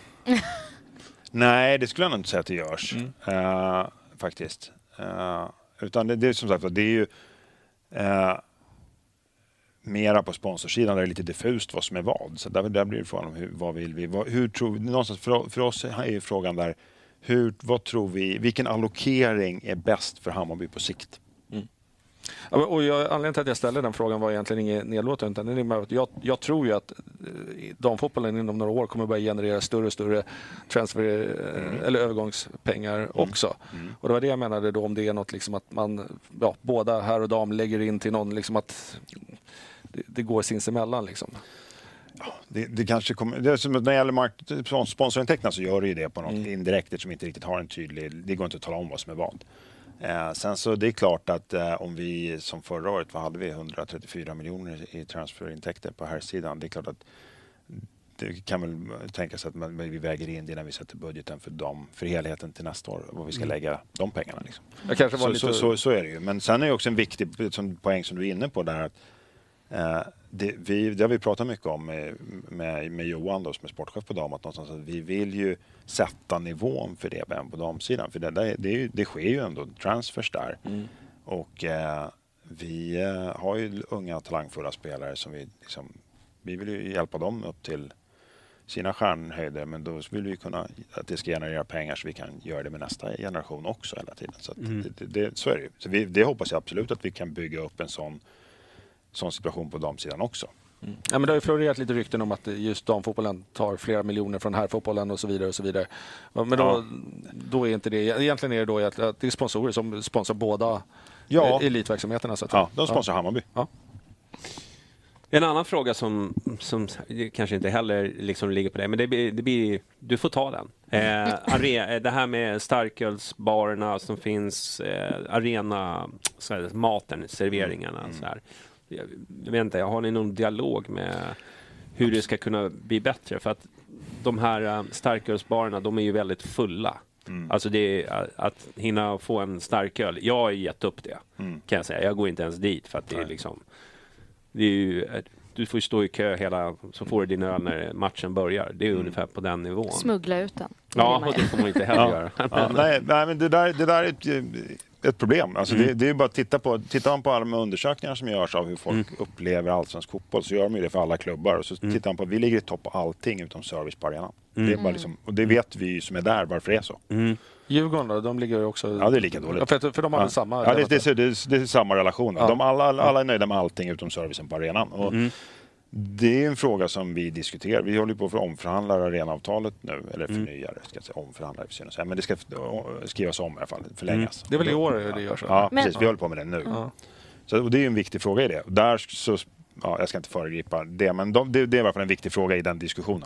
Nej, det skulle jag nog inte säga att det görs. Faktiskt. Utan det är som sagt, det är ju mera på sponsorsidan där det är lite diffust vad som är vad. Så där blir det frågan om vad vill vi? Hur tror vi? Någonstans för oss är ju frågan där, vad tror vi? Vilken allokering är bäst för Hammarby på sikt? Och anledningen till att jag ställde den frågan var egentligen ingen nedlåtande utan jag tror ju att damfotbollen inom några år kommer börja generera större och större transfer eller övergångspengar också. Och det var det jag menade då om det är något liksom att man båda herr och dam lägger in till någon liksom att det går sinsemellan liksom. Ja, det kanske kommer, det är som när det gäller sponsorintäkterna så gör det ju det på något indirekt som inte riktigt har en tydlig, det går inte att tala om vad som är vad. Sen så det är klart att om vi som förra året hade vi 134 miljoner i transferintäkter på här sidan. Det är klart att det kan väl tänkas att vi väger in det när vi sätter budgeten för helheten till nästa år, vad vi ska lägga de pengarna. Liksom. Så är det ju. Men sen är det också en viktig poäng som du är inne på där, att det har vi pratat mycket om med Johan då, som är sportchef på dam, att någonstans att vi vill ju sätta nivån för det på damsidan. För det sker ju ändå transfers där. Och vi har ju unga talangfulla spelare som vi vill ju hjälpa dem upp till sina stjärnhöjder, men då vill vi kunna att det ska generera pengar så vi kan göra det med nästa generation också hela tiden. Så, så är det ju. Så det hoppas jag absolut att vi kan bygga upp en sån situation på damsidan också. Ja, men det har ju florerat lite rykten om att just damfotbollen tar flera miljoner från herrfotbollen och så vidare och så vidare. Men då är inte det, egentligen är det då att det är sponsorer som sponsrar båda elitverksamheterna. Så att de sponsrar Hammarby. Ja. En annan fråga som kanske inte heller liksom ligger på dig, men det blir, du får ta den. Det här med starkölsbarerna som finns, arena, maten, serveringarna. Så här. Jag vet inte, har ni någon dialog med hur det ska kunna bli bättre? För att de här starkölsbarerna, de är ju väldigt fulla. Alltså det är att hinna få en starköl. Jag har gett upp det, kan jag säga. Jag går inte ens dit för att det är liksom... Det är ju, du får stå i kö så får du din öl när matchen börjar. Det är ungefär på den nivån. Smuggla ut den. Ja, det får man inte heller göra. Nej, men det där är ett problem. Alltså det är bara att tittar man på alla undersökningar som görs av hur folk upplever allsvensk fotboll, så gör de ju det för alla klubbar. Och så tittar man på, vi ligger i topp på allting utom service på arenan. Det är bara liksom, och det vet vi som är där varför det är så. Djurgården då, de ligger ju också... Ja, det är lika dåligt. För de har samma... Ja, det är samma relation. Ja. Alla är nöjda med allting utom servicen på arenan. Och det är en fråga som vi diskuterar. Vi håller på att omförhandla arenaavtalet nu, eller förnyare, ska jag säga, omförhandla, men det ska skrivas om i alla fall, förlängas. Det är väl i år det görs? Ja, precis. Vi håller på med det nu. Så, och det är en viktig fråga i det. Där så, jag ska inte föregripa det, men det är i alla fall en viktig fråga i den diskussionen.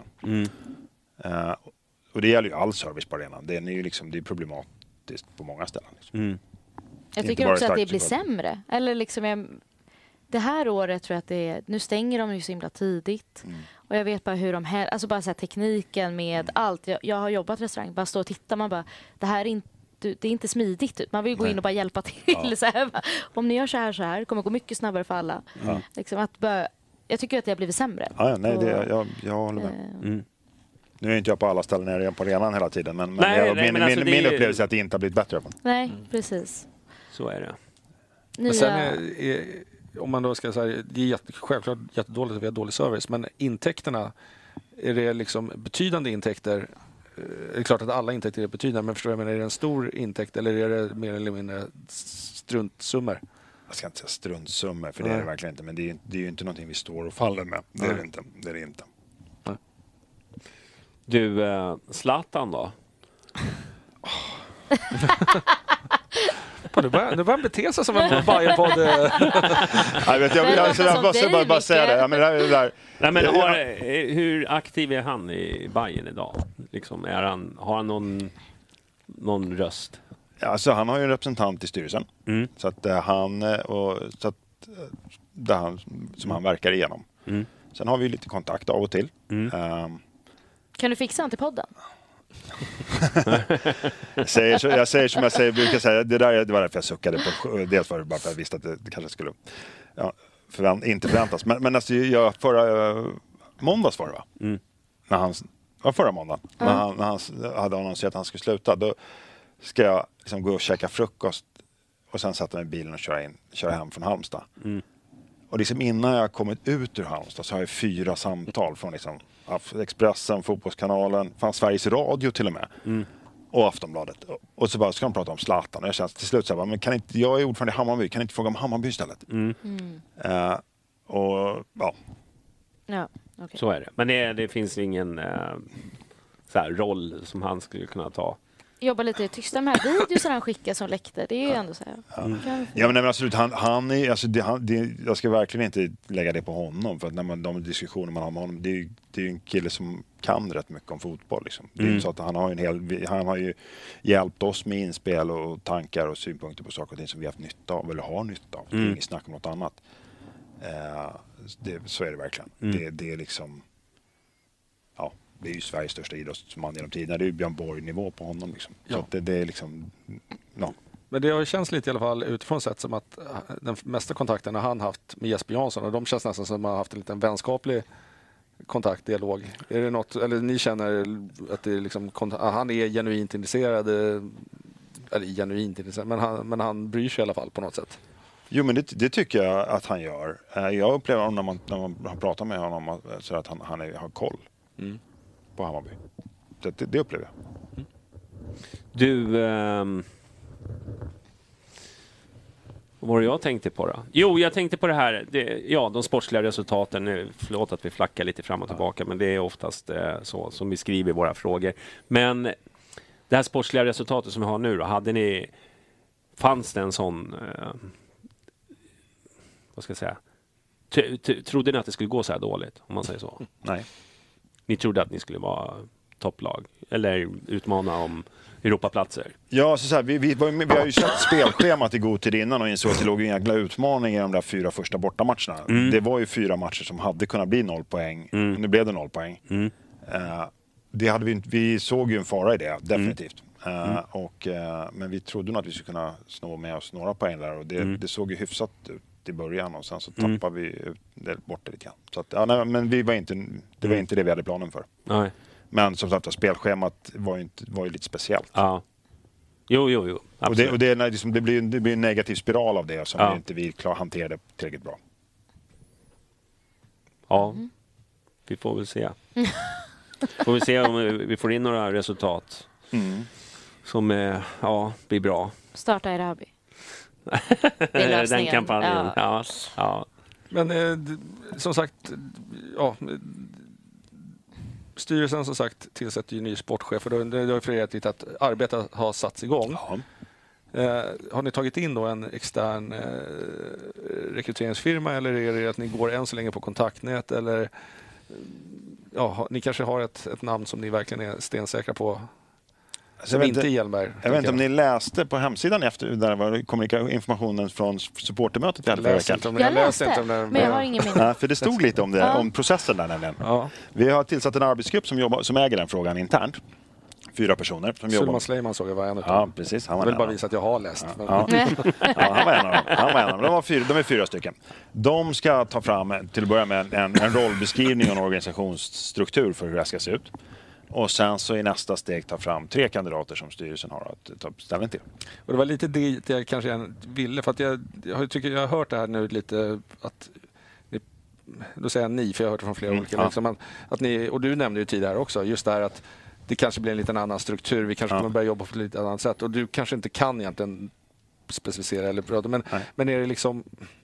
Och det gäller ju all service på arenan. Det är ju liksom, det är problematiskt på många ställen. Liksom. Jag tycker också att det blir sämre. Eller liksom, det här året tror jag att nu stänger de ju så himla tidigt. Och jag vet bara hur alltså bara så här, tekniken med allt. Jag har jobbat i restaurang, bara stå och titta, man bara, det här är inte smidigt. Man vill gå in och bara hjälpa till. Så här, om ni gör så här, det kommer gå mycket snabbare för alla. Liksom jag tycker att det har blivit sämre. Jag håller med. Nu är inte jag på alla ställen på arenan hela tiden, men min upplevelse är att det inte har blivit bättre. Nej, precis. Så är det. Men sen om man då ska säga, det är självklart jättedåligt att vi har dålig service, men intäkterna, är det liksom betydande intäkter? Det är klart att alla intäkter är betydande, men förstår jag, men är det en stor intäkt eller är det mer eller mindre struntsummor? Jag ska inte säga struntsummor, för det är det verkligen inte, men det är ju inte någonting vi står och faller med. Det är det inte. Du, Zlatan då? Nu börjar han bete sig som en Bajen-podd. Jag måste bara säga det. Hur aktiv är han i Bajen idag? Liksom, har han någon röst? Alltså, han har ju en representant i styrelsen. Så att som han verkar igenom. Sen har vi lite kontakt av och till. Kan du fixa han till podden? jag säger som jag brukar säga. Det var därför jag suckade på. Dels bara för att jag visste att det kanske skulle inte förväntas. Men alltså, förra måndags var det, va? Förra måndagen. När han hade annonserat att han skulle sluta. Då ska jag liksom gå och käka frukost. Och sen sätta mig i bilen och köra hem från Halmstad. Och liksom innan jag kommit ut ur Halmstad så har jag 4 samtal från liksom Expressen, Fotbollskanalen, Sveriges Radio till och med. Och Aftonbladet. Och så bara ska de prata om Zlatan. Och jag känner till slut så här, men kan inte, jag är ordförande i Hammarby, kan inte fråga om Hammarby istället? Okay. Så är det. Men det finns ingen så här roll som han skulle kunna ta. Jobba lite tysta med här videos han skickar som läckte. Det är ju ändå så här. Ja, men absolut. Han är, alltså, jag ska verkligen inte lägga det på honom. För att när de diskussioner man har med honom, det är ju en kille som kan rätt mycket om fotboll. Liksom. Det är ju så att han har ju hjälpt oss med inspel och tankar och synpunkter på saker och ting som vi har haft nytta av eller har nytta av. Det är inget snack om något annat. Så är det verkligen. Det är liksom... det är ju Sveriges största idrottsman genom tiden. Det är ju Björn Borg-nivå på honom. Liksom. Så att det är liksom... Ja. Men det har ju känts lite i alla fall utifrån sett som att den mesta kontakten har han haft med Jesper Jansson och de känns nästan som att man har haft en liten vänskaplig kontakt, dialog. Är det något, eller ni känner att det är liksom, han är genuint intresserad, eller genuint intresserad, men han bryr sig i alla fall på något sätt? Jo, men det tycker jag att han gör. Jag upplever honom när man har pratat med honom så att han har koll på Hammarby. Det upplever jag. Mm. Du, vad var det jag tänkte på då? Jo, jag tänkte på det här. De sportsliga resultaten. Nu, förlåt att vi flackar lite fram och tillbaka, men det är oftast så som vi skriver i våra frågor. Men det här sportsliga resultatet som vi har nu då, fanns det en sån... vad ska jag säga? Trodde ni att det skulle gå så här dåligt, om man säger så? Nej. Ni trodde att ni skulle vara topplag eller utmana om Europaplatser? Ja, så här, vi har ju sett spelschemat i god tid innan och insåg att det låg en jäkla utmaning i de där 4 första bortamatcherna. Det var ju 4 matcher som hade kunnat bli 0 poäng. Nu blev det 0 poäng. Det hade vi såg ju en fara i det, definitivt. Men vi trodde nog att vi skulle kunna snå med oss några poäng där och det såg ju hyfsat ut i början och sen så tappade vi bort det lite grann. Så att, men det var inte det vi hade planen för. Nej. Men som sagt, spelschemat var ju lite speciellt. Ja. Jo. Och det blir en negativ spiral av det som vi inte hanterade tillräckligt bra. Ja, vi får väl se. Får vi se om vi får in några resultat som blir bra. Starta i Rabi. Den kampanjen. Ja. Men som sagt, styrelsen som sagt tillsätter ju ny sportchef och det har refererat till att arbetet har satts igång. Ja. Har ni tagit in då en extern rekryteringsfirma eller är det att ni går än så länge på kontaktnät eller ni kanske har ett namn som ni verkligen är stensäkra på? Som inte Hjelmberg. Jag vet inte om ni läste på hemsidan efter där kom informationen från supportermötet. Jag läste, men jag har ingen minne. För det stod lite om det, om processen där nämligen. Ja. Vi har tillsatt en arbetsgrupp som äger den frågan internt. 4 personer som jobbar. Sulman Sleiman såg jag var en av dem. Ja, precis. Jag vill bara visa att jag har läst. Ja, han var en av dem. De är 4 stycken. De ska ta fram, till att börja med, en rollbeskrivning och en organisationsstruktur för hur det ska se ut. Och sen så i nästa steg ta fram 3 kandidater som styrelsen har att ta ställning till. Och det var lite det jag kanske ville, för att jag har hört det här nu lite att då säger jag ni, för jag har hört det från flera olika liksom, att ni, och du nämnde ju tidigare också, just det här att det kanske blir en liten annan struktur, vi kanske kommer börja jobba på ett lite annat sätt och du kanske inte kan egentligen specificera eller prata, men är det liksom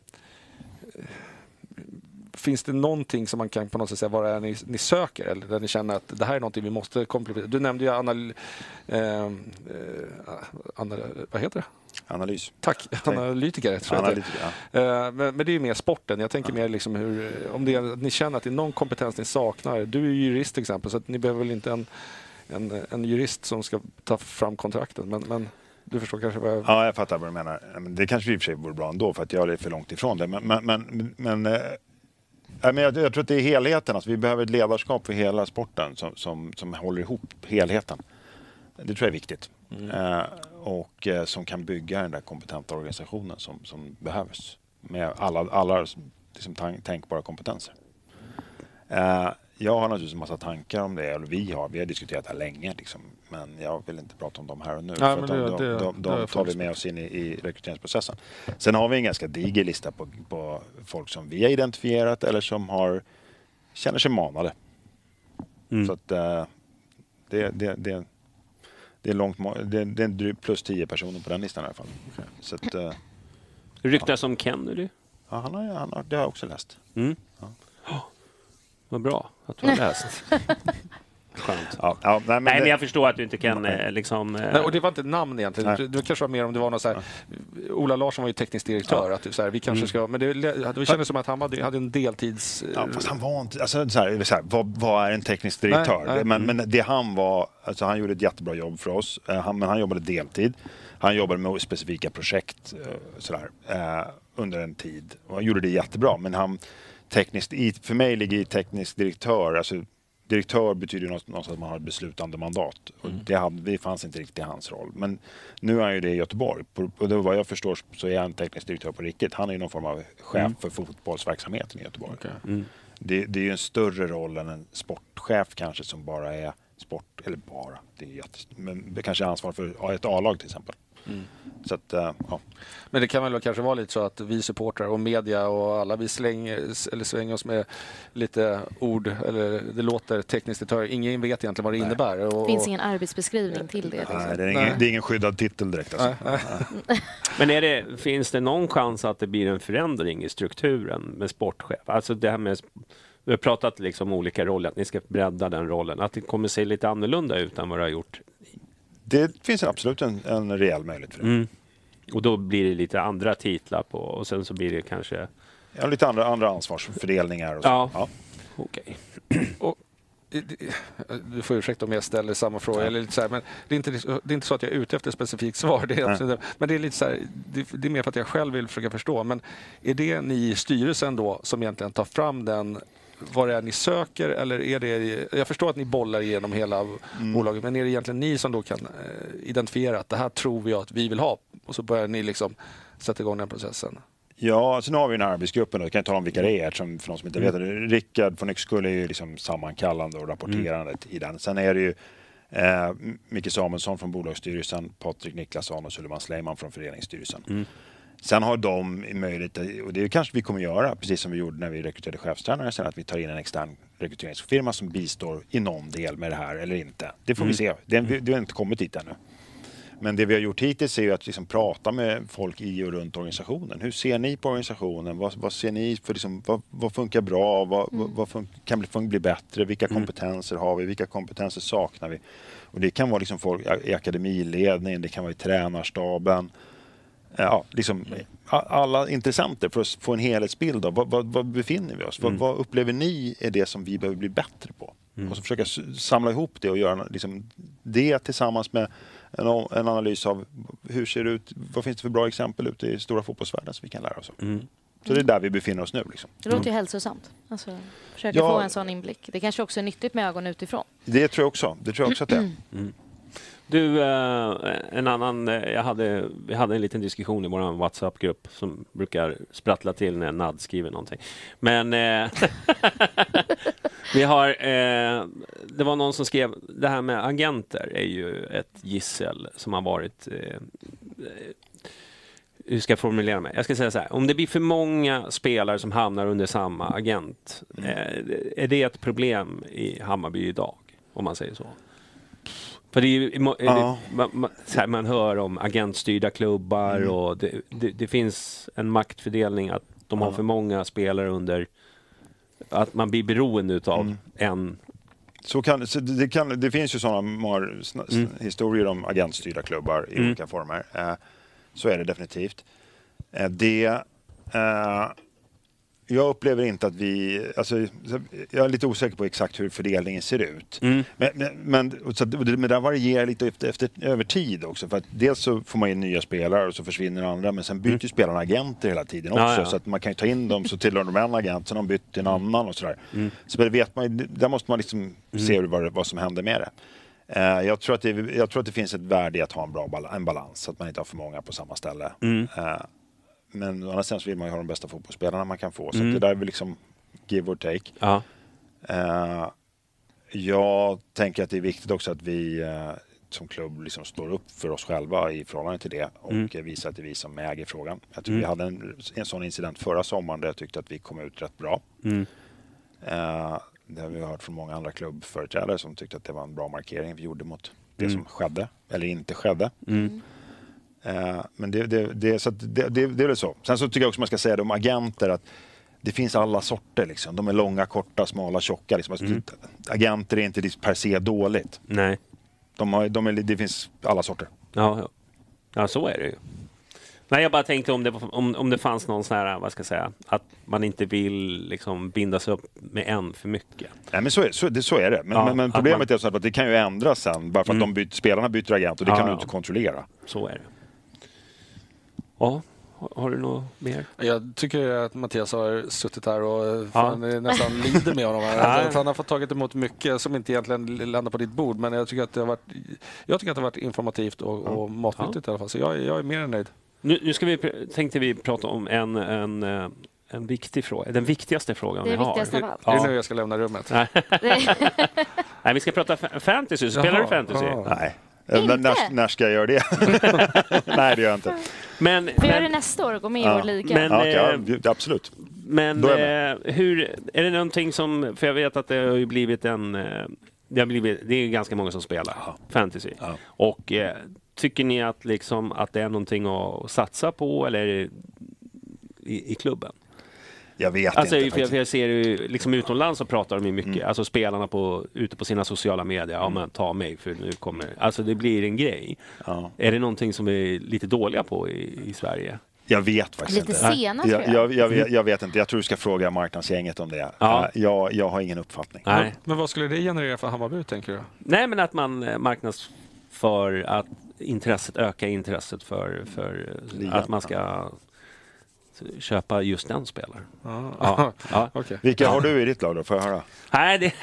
finns det någonting som man kan på något sätt säga vad är ni söker eller där ni känner att det här är någonting vi måste komplettera? Du nämnde ju vad heter det? Analys. Tack, analytiker tror jag. Men det är ju mer sporten. Jag tänker mer liksom om det är, ni känner att det är någon kompetens ni saknar. Du är ju jurist till exempel så att ni behöver väl inte en jurist som ska ta fram kontrakten men du förstår kanske vad jag... Ja, jag fattar vad du menar. Det kanske i och för sig vore bra ändå för att jag är för långt ifrån det. Men jag tror att det är helheten. Alltså, vi behöver ett ledarskap för hela sporten som håller ihop helheten. Det tror jag är viktigt. Och som kan bygga den där kompetenta organisationen som behövs. Med alla liksom, tänkbara kompetenser. Jag har naturligtvis en massa tankar om det. Eller vi har diskuterat det här länge. Liksom, men jag vill inte prata om dem här och nu. Ja, för de tar vi med oss in i rekryteringsprocessen. Sen har vi en ganska diger lista på folk som vi har identifierat eller som känner sig manade. Så att det är långt. Det är drygt plus 10 personer på den listan i alla fall. Okay. Så att, ryktas om Ken, är du? Ja, det har jag också läst. Ja. Vad bra att du har läst. Skönt. Men jag förstår att du inte kan liksom... Nej, och det var inte ett namn egentligen. Det kanske var mer om det var något så här... Ola Larsson var ju teknisk direktör. Att så här, vi kanske ska... Men det kändes som att han hade en deltids... Ja, fast han var inte... Alltså, så här, vad är en teknisk direktör? Nej. Men det han var... Alltså, han gjorde ett jättebra jobb för oss. Men han jobbade deltid. Han jobbade med specifika projekt under en tid. Och han gjorde det jättebra. Men han... för mig ligger teknisk direktör... Alltså, direktör betyder ju någonstans att man har ett beslutande mandat. Och det fanns inte riktigt i hans roll. Men nu är han ju det i Göteborg. Och det, vad jag förstår så är han teknisk direktör på riktigt. Han är ju någon form av chef för fotbollsverksamheten i Göteborg. Okay. Det är ju en större roll än en sportchef kanske som bara är sport, eller bara, men det kanske är ansvar för ett A-lag till exempel. Så att, ja. Men det kan väl kanske vara lite så att vi supportrar och media och alla vi svänger oss med lite ord, eller det låter tekniskt, ingen vet egentligen vad det innebär. Det finns ingen arbetsbeskrivning till det. Nej, det är ingen skyddad titel direkt. Alltså. Men finns det någon chans att det blir en förändring i strukturen med sportchef? Alltså det här med, vi har pratat liksom olika roller, att ni ska bredda den rollen, att det kommer se lite annorlunda ut än vad det har gjort. Det finns absolut en rejäl möjlighet för det. Och då blir det lite andra titlar på, och sen så blir det kanske... Ja, lite andra ansvarsfördelningar och så. Ja. Okej. Du får ursäkta om jag ställer samma fråga. Eller lite så här, men det är inte så att jag är ute efter ett specifikt svar. Det är men det är lite så här, det är mer för att jag själv vill försöka förstå. Men är det ni i styrelsen då som egentligen tar fram den, vad det är ni söker, eller är det, jag förstår att ni bollar igenom hela bolaget, men är det egentligen ni som då kan identifiera att det här tror vi att vi vill ha, och så börjar ni liksom sätta igång den processen? Ja, alltså nu har vi den här arbetsgruppen, och jag kan tala om vilka det är för de som inte vet det. Rickard von Yxkull är ju liksom sammankallande och rapporterandet i den. Sen är det ju Micke Samuelsson från bolagsstyrelsen, Patrik Niklasson och Suleiman Sleiman från föreningsstyrelsen. Sen har de möjlighet, och det kanske vi kommer göra, precis som vi gjorde när vi rekryterade chefstränare, sen att vi tar in en extern rekryteringsfirma som bistår i någon del med det här eller inte. Det får vi se. Det har inte kommit dit ännu. Men det vi har gjort hittills är ju att liksom prata med folk i och runt organisationen. Hur ser ni på organisationen? Vad ser ni för liksom, vad funkar bra? Vad kan bli bättre? Vilka kompetenser har vi? Vilka kompetenser saknar vi? Och det kan vara liksom folk i akademiledningen, det kan vara i tränarstaben. Ja, liksom alla intressenter för att få en helhetsbild av vad befinner vi oss? Vad upplever ni är det som vi behöver bli bättre på? Och så försöka samla ihop det och göra liksom det tillsammans med en analys av hur ser det ut, vad finns det för bra exempel ute i stora fotbollsvärlden som vi kan lära oss av. Så det är där vi befinner oss nu. Liksom. Det låter ju hälsosamt. Alltså, försöka få en sån inblick. Det kanske också är nyttigt med ögon utifrån. Det tror jag också. Det tror jag också att det är. Du, en annan, vi hade en liten diskussion i vår WhatsApp-grupp som brukar sprattla till när Nad skriver någonting. Men vi har, det var någon som skrev, det här med agenter är ju ett gissel som har varit, hur ska jag formulera mig? Jag ska säga så här, om det blir för många spelare som hamnar under samma agent, är det ett problem i Hammarby idag, om man säger så? För det är ju, man hör om agentstyrda klubbar och det finns en maktfördelning att de har för många spelare under, att man blir beroende utav en. Det finns ju sådana historier om agentstyrda klubbar i olika former. Så är det definitivt. Jag upplever inte att jag är lite osäker på exakt hur fördelningen ser ut. Men det varierar lite över tid också. För att dels så får man in nya spelare och så försvinner andra. Men sen byter spelarna agenter hela tiden också. Ja. Så att man kan ju ta in dem, så tillhör de en agent, så de byter till en annan och sådär. Så det vet man, där måste man liksom se vad som händer med det. Jag tror att det finns ett värde i att ha en balans. Så att man inte har för många på samma ställe. Men å andra sidan så vill man ju ha de bästa fotbollsspelarna man kan få. Så det där är väl liksom give or take. Ja. Jag tänker att det är viktigt också att vi som klubb liksom står upp för oss själva i förhållande till det. Och visar att det är vi som äger frågan. Jag tror vi hade en sån incident förra sommaren där jag tyckte att vi kom ut rätt bra. Det har vi hört från många andra klubbföreträdare som tyckte att det var en bra markering vi gjorde mot det som skedde eller inte skedde. Men det är väl så. Sen så tycker jag också man ska säga det om agenter, att det finns alla sorter liksom. De är långa, korta, smala, tjocka liksom. Agenter är inte per se dåligt. Nej. Det finns alla sorter. Ja, så är det ju. Nej, jag bara tänkte om det fanns någon sån här, vad ska jag säga, att man inte vill liksom bindas upp med en för mycket. Nej, men så är det. Men problemet är så att det kan ju ändras sen, bara för att spelarna byter agent, och det kan du inte kontrollera. Så är det. Ja, Har du något mer? Jag tycker att Mattias har suttit här och nästan lider med honom. Han har fått tagit emot mycket som inte egentligen landar på ditt bord. Men jag tycker att det har varit informativt och matnyttigt i alla fall. Så jag är mer än nöjd. Nu tänkte vi prata om en viktig fråga. Den viktigaste frågan vi har. Det viktigaste av allt. Det är nu jag ska lämna rummet. Nej, vi ska prata fantasy. Spelar du fantasy? Nej. När ska jag göra det? Nej, det gör jag inte. Men gör det nästa år och gå med i vår liga. Absolut. Men är det någonting som... För jag vet att det har ju blivit det är ganska många som spelar fantasy. Ja. Och tycker ni att, liksom, att det är någonting att satsa på eller är det i klubben? Jag vet inte. För jag ser ju liksom utomlands så pratar de ju mycket. Alltså spelarna ute på sina sociala medier. Ja, men ta mig för nu kommer... Alltså det blir en grej. Ja. Är det någonting som vi är lite dåliga på i Sverige? Jag vet faktiskt inte. Lite sena, tror jag. Jag vet inte. Jag tror du ska fråga marknadsgänget om det. Ja. Jag har ingen uppfattning. Nej. Men vad skulle det generera för Hammarby, tänker du? Nej, men att man marknadsför att öka intresset för att man ska köpa just den spelaren. Okay. Vilka har du i ditt lag då? Får jag höra? Nej, det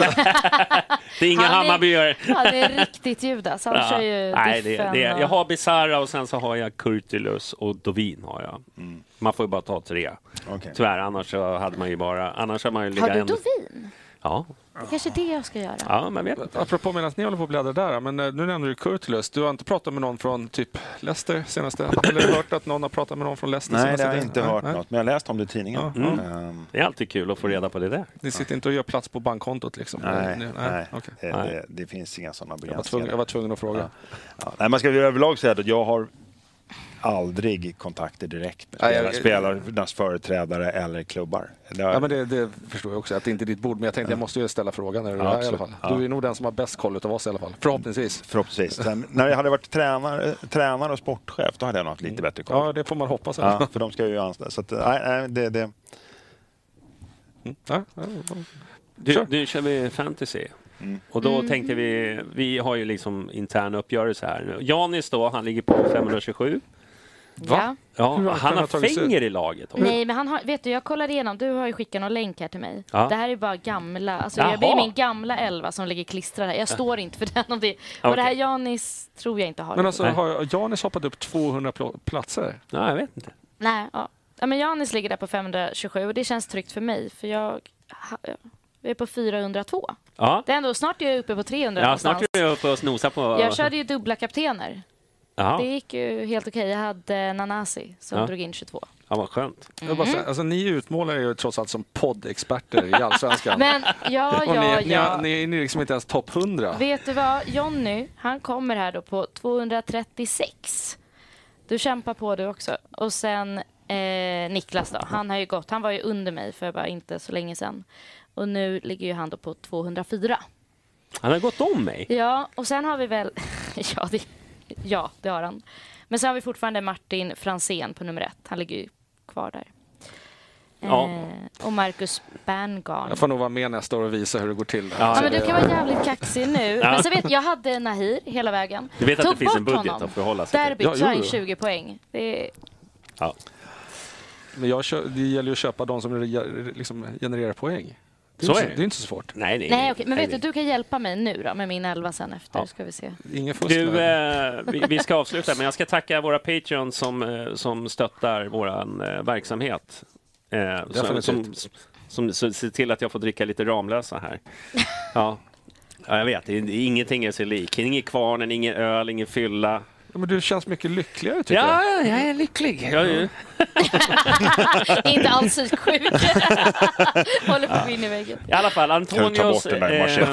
är inga Hammarbyare. Ja, det är riktigt Judas. Han kör ju diffen. Jag har Bizarra och sen så har jag Kurtulus och Dovin har jag. Man får ju bara ta 3. Okay. Tyvärr, annars så hade man ju bara... Annars har man ju har du Dovin? Ja. Det är kanske det jag ska göra. Ja, men vet. Apropå medan ni håller på att bläddra där, men nu nämner du Kurtulus. Du har inte pratat med någon från typ Leicester senaste? Eller hört att någon har pratat med någon från Leicester? Nej, det har jag inte hört något. Men jag har läst om det i tidningen. Det är alltid kul att få reda på det där. Ni sitter inte och gör plats på bankkontot liksom? Nej. Okay. Det finns inga sådana begränsningar. Jag var tvungen att fråga. Nej, man ska ju överlag säga att jag har aldrig kontakter direkt med spelarnas företrädare eller klubbar. Ja, men det förstår jag också, att det inte är ditt bord. Men jag tänkte jag måste ju ställa frågan när du är i alla fall. Du är nog den som har bäst koll utav oss i alla fall. Förhoppningsvis. Sen, när jag hade varit tränare och sportchef, då hade jag nog haft lite bättre koll. Ja, det får man hoppas. För de ska ju anställa. Så att, det. Du kör vi fantasy. Och då tänkte vi har ju liksom intern uppgörelse här. Janis då, han ligger på 527. Va? Ja, han har Fänger i laget. Nej, men han har, vet du, jag kollade igenom. Du har ju skickat någon länk här till mig. Det här är bara gamla. Alltså jag blir min gamla 11 som ligger klistrad här. Jag står inte för den om det. Och det här Janis tror jag inte har. Men alltså, har Janis hoppat upp 200 platser? Nej, jag vet inte. Nej, ja, men Janis ligger där på 527 och det känns tryggt för mig. För jag är på 402. Ja. Det är ändå, snart är jag uppe på 300. Ja, snart är jag uppe och snosa på... Jag körde ju dubbla kaptener. Aha. Det gick ju helt okej. Jag hade Nanasi som drog in 22. Ja, vad skönt. Alltså, ni utmålar ju trots allt som poddexperter i Allsvenskan. Men ni är liksom inte ens topp 100. Vet du vad? Jonny, han kommer här då på 236. Du kämpar på det också. Och sen Niklas då. Han har ju gått. Han var ju under mig för bara inte så länge sedan. Och nu ligger ju han då på 204. Han har gått om mig? Ja, och sen har vi väl... Ja, det har han. Men så har vi fortfarande Martin Fransén på nummer 1. Han ligger ju kvar där. Och Marcus Berngarn. Jag får nog vara med nästa år och visa hur det går till. Ja, men du kan vara jävligt kaxig nu. Men så vet jag hade Nahir hela vägen. Du vet att det finns en budget att förhålla sig till. Derbyt så är 20 poäng. Det är... Ja. Men det gäller ju att köpa de som liksom genererar poäng. Det är inte så svårt. Nej, okej. Men vet du kan hjälpa mig nu då med min 11 sen efter. Ska vi se. Ingen fusk. Vi ska avsluta, men jag ska tacka våra Patreons som stöttar våran verksamhet. Som ser till att jag får dricka lite Ramlösa här. Ja, jag vet. Ingenting är så lik. Ingen kvarnen, ingen öl, ingen fylla. Ja, men du känns mycket lyckligare tycker jag. Ja, jag är lycklig. Inte alls sjuk. Håller på att gå in i väggen. I alla fall, Antonios... Jag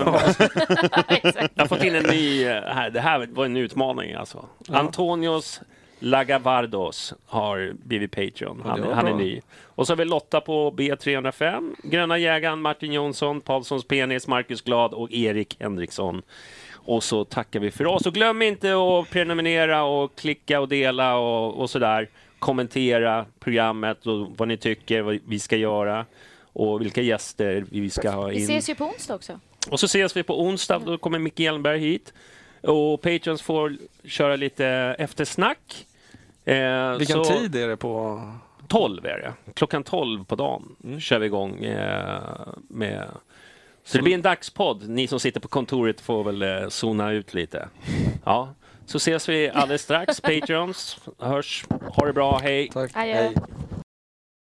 har fått in en ny... Det här var en utmaning alltså. Ja. Antonios Lagavardos har blivit Patreon. Han är ny. Och så har vi Lotta på B305. Gröna jägaren, Martin Jonsson, Paulssons penis, Marcus Glad och Erik Henriksson. Och så tackar vi för oss. Och glöm inte att prenumerera och klicka och dela och sådär. Kommentera programmet och vad ni tycker, vad vi ska göra. Och vilka gäster vi ska ha in. Vi ses ju på onsdag också. Och så ses vi på onsdag. Då kommer Micke Hjelmberg hit. Och Patreons får köra lite eftersnack. Vilken tid är det på? 12 är det. Klockan 12 på dagen kör vi igång med... Så det blir en dagspodd. Ni som sitter på kontoret får väl zona ut lite. Ja, så ses vi alldeles strax. Patreons hörs. Ha det bra. Hej. Tack. Hej.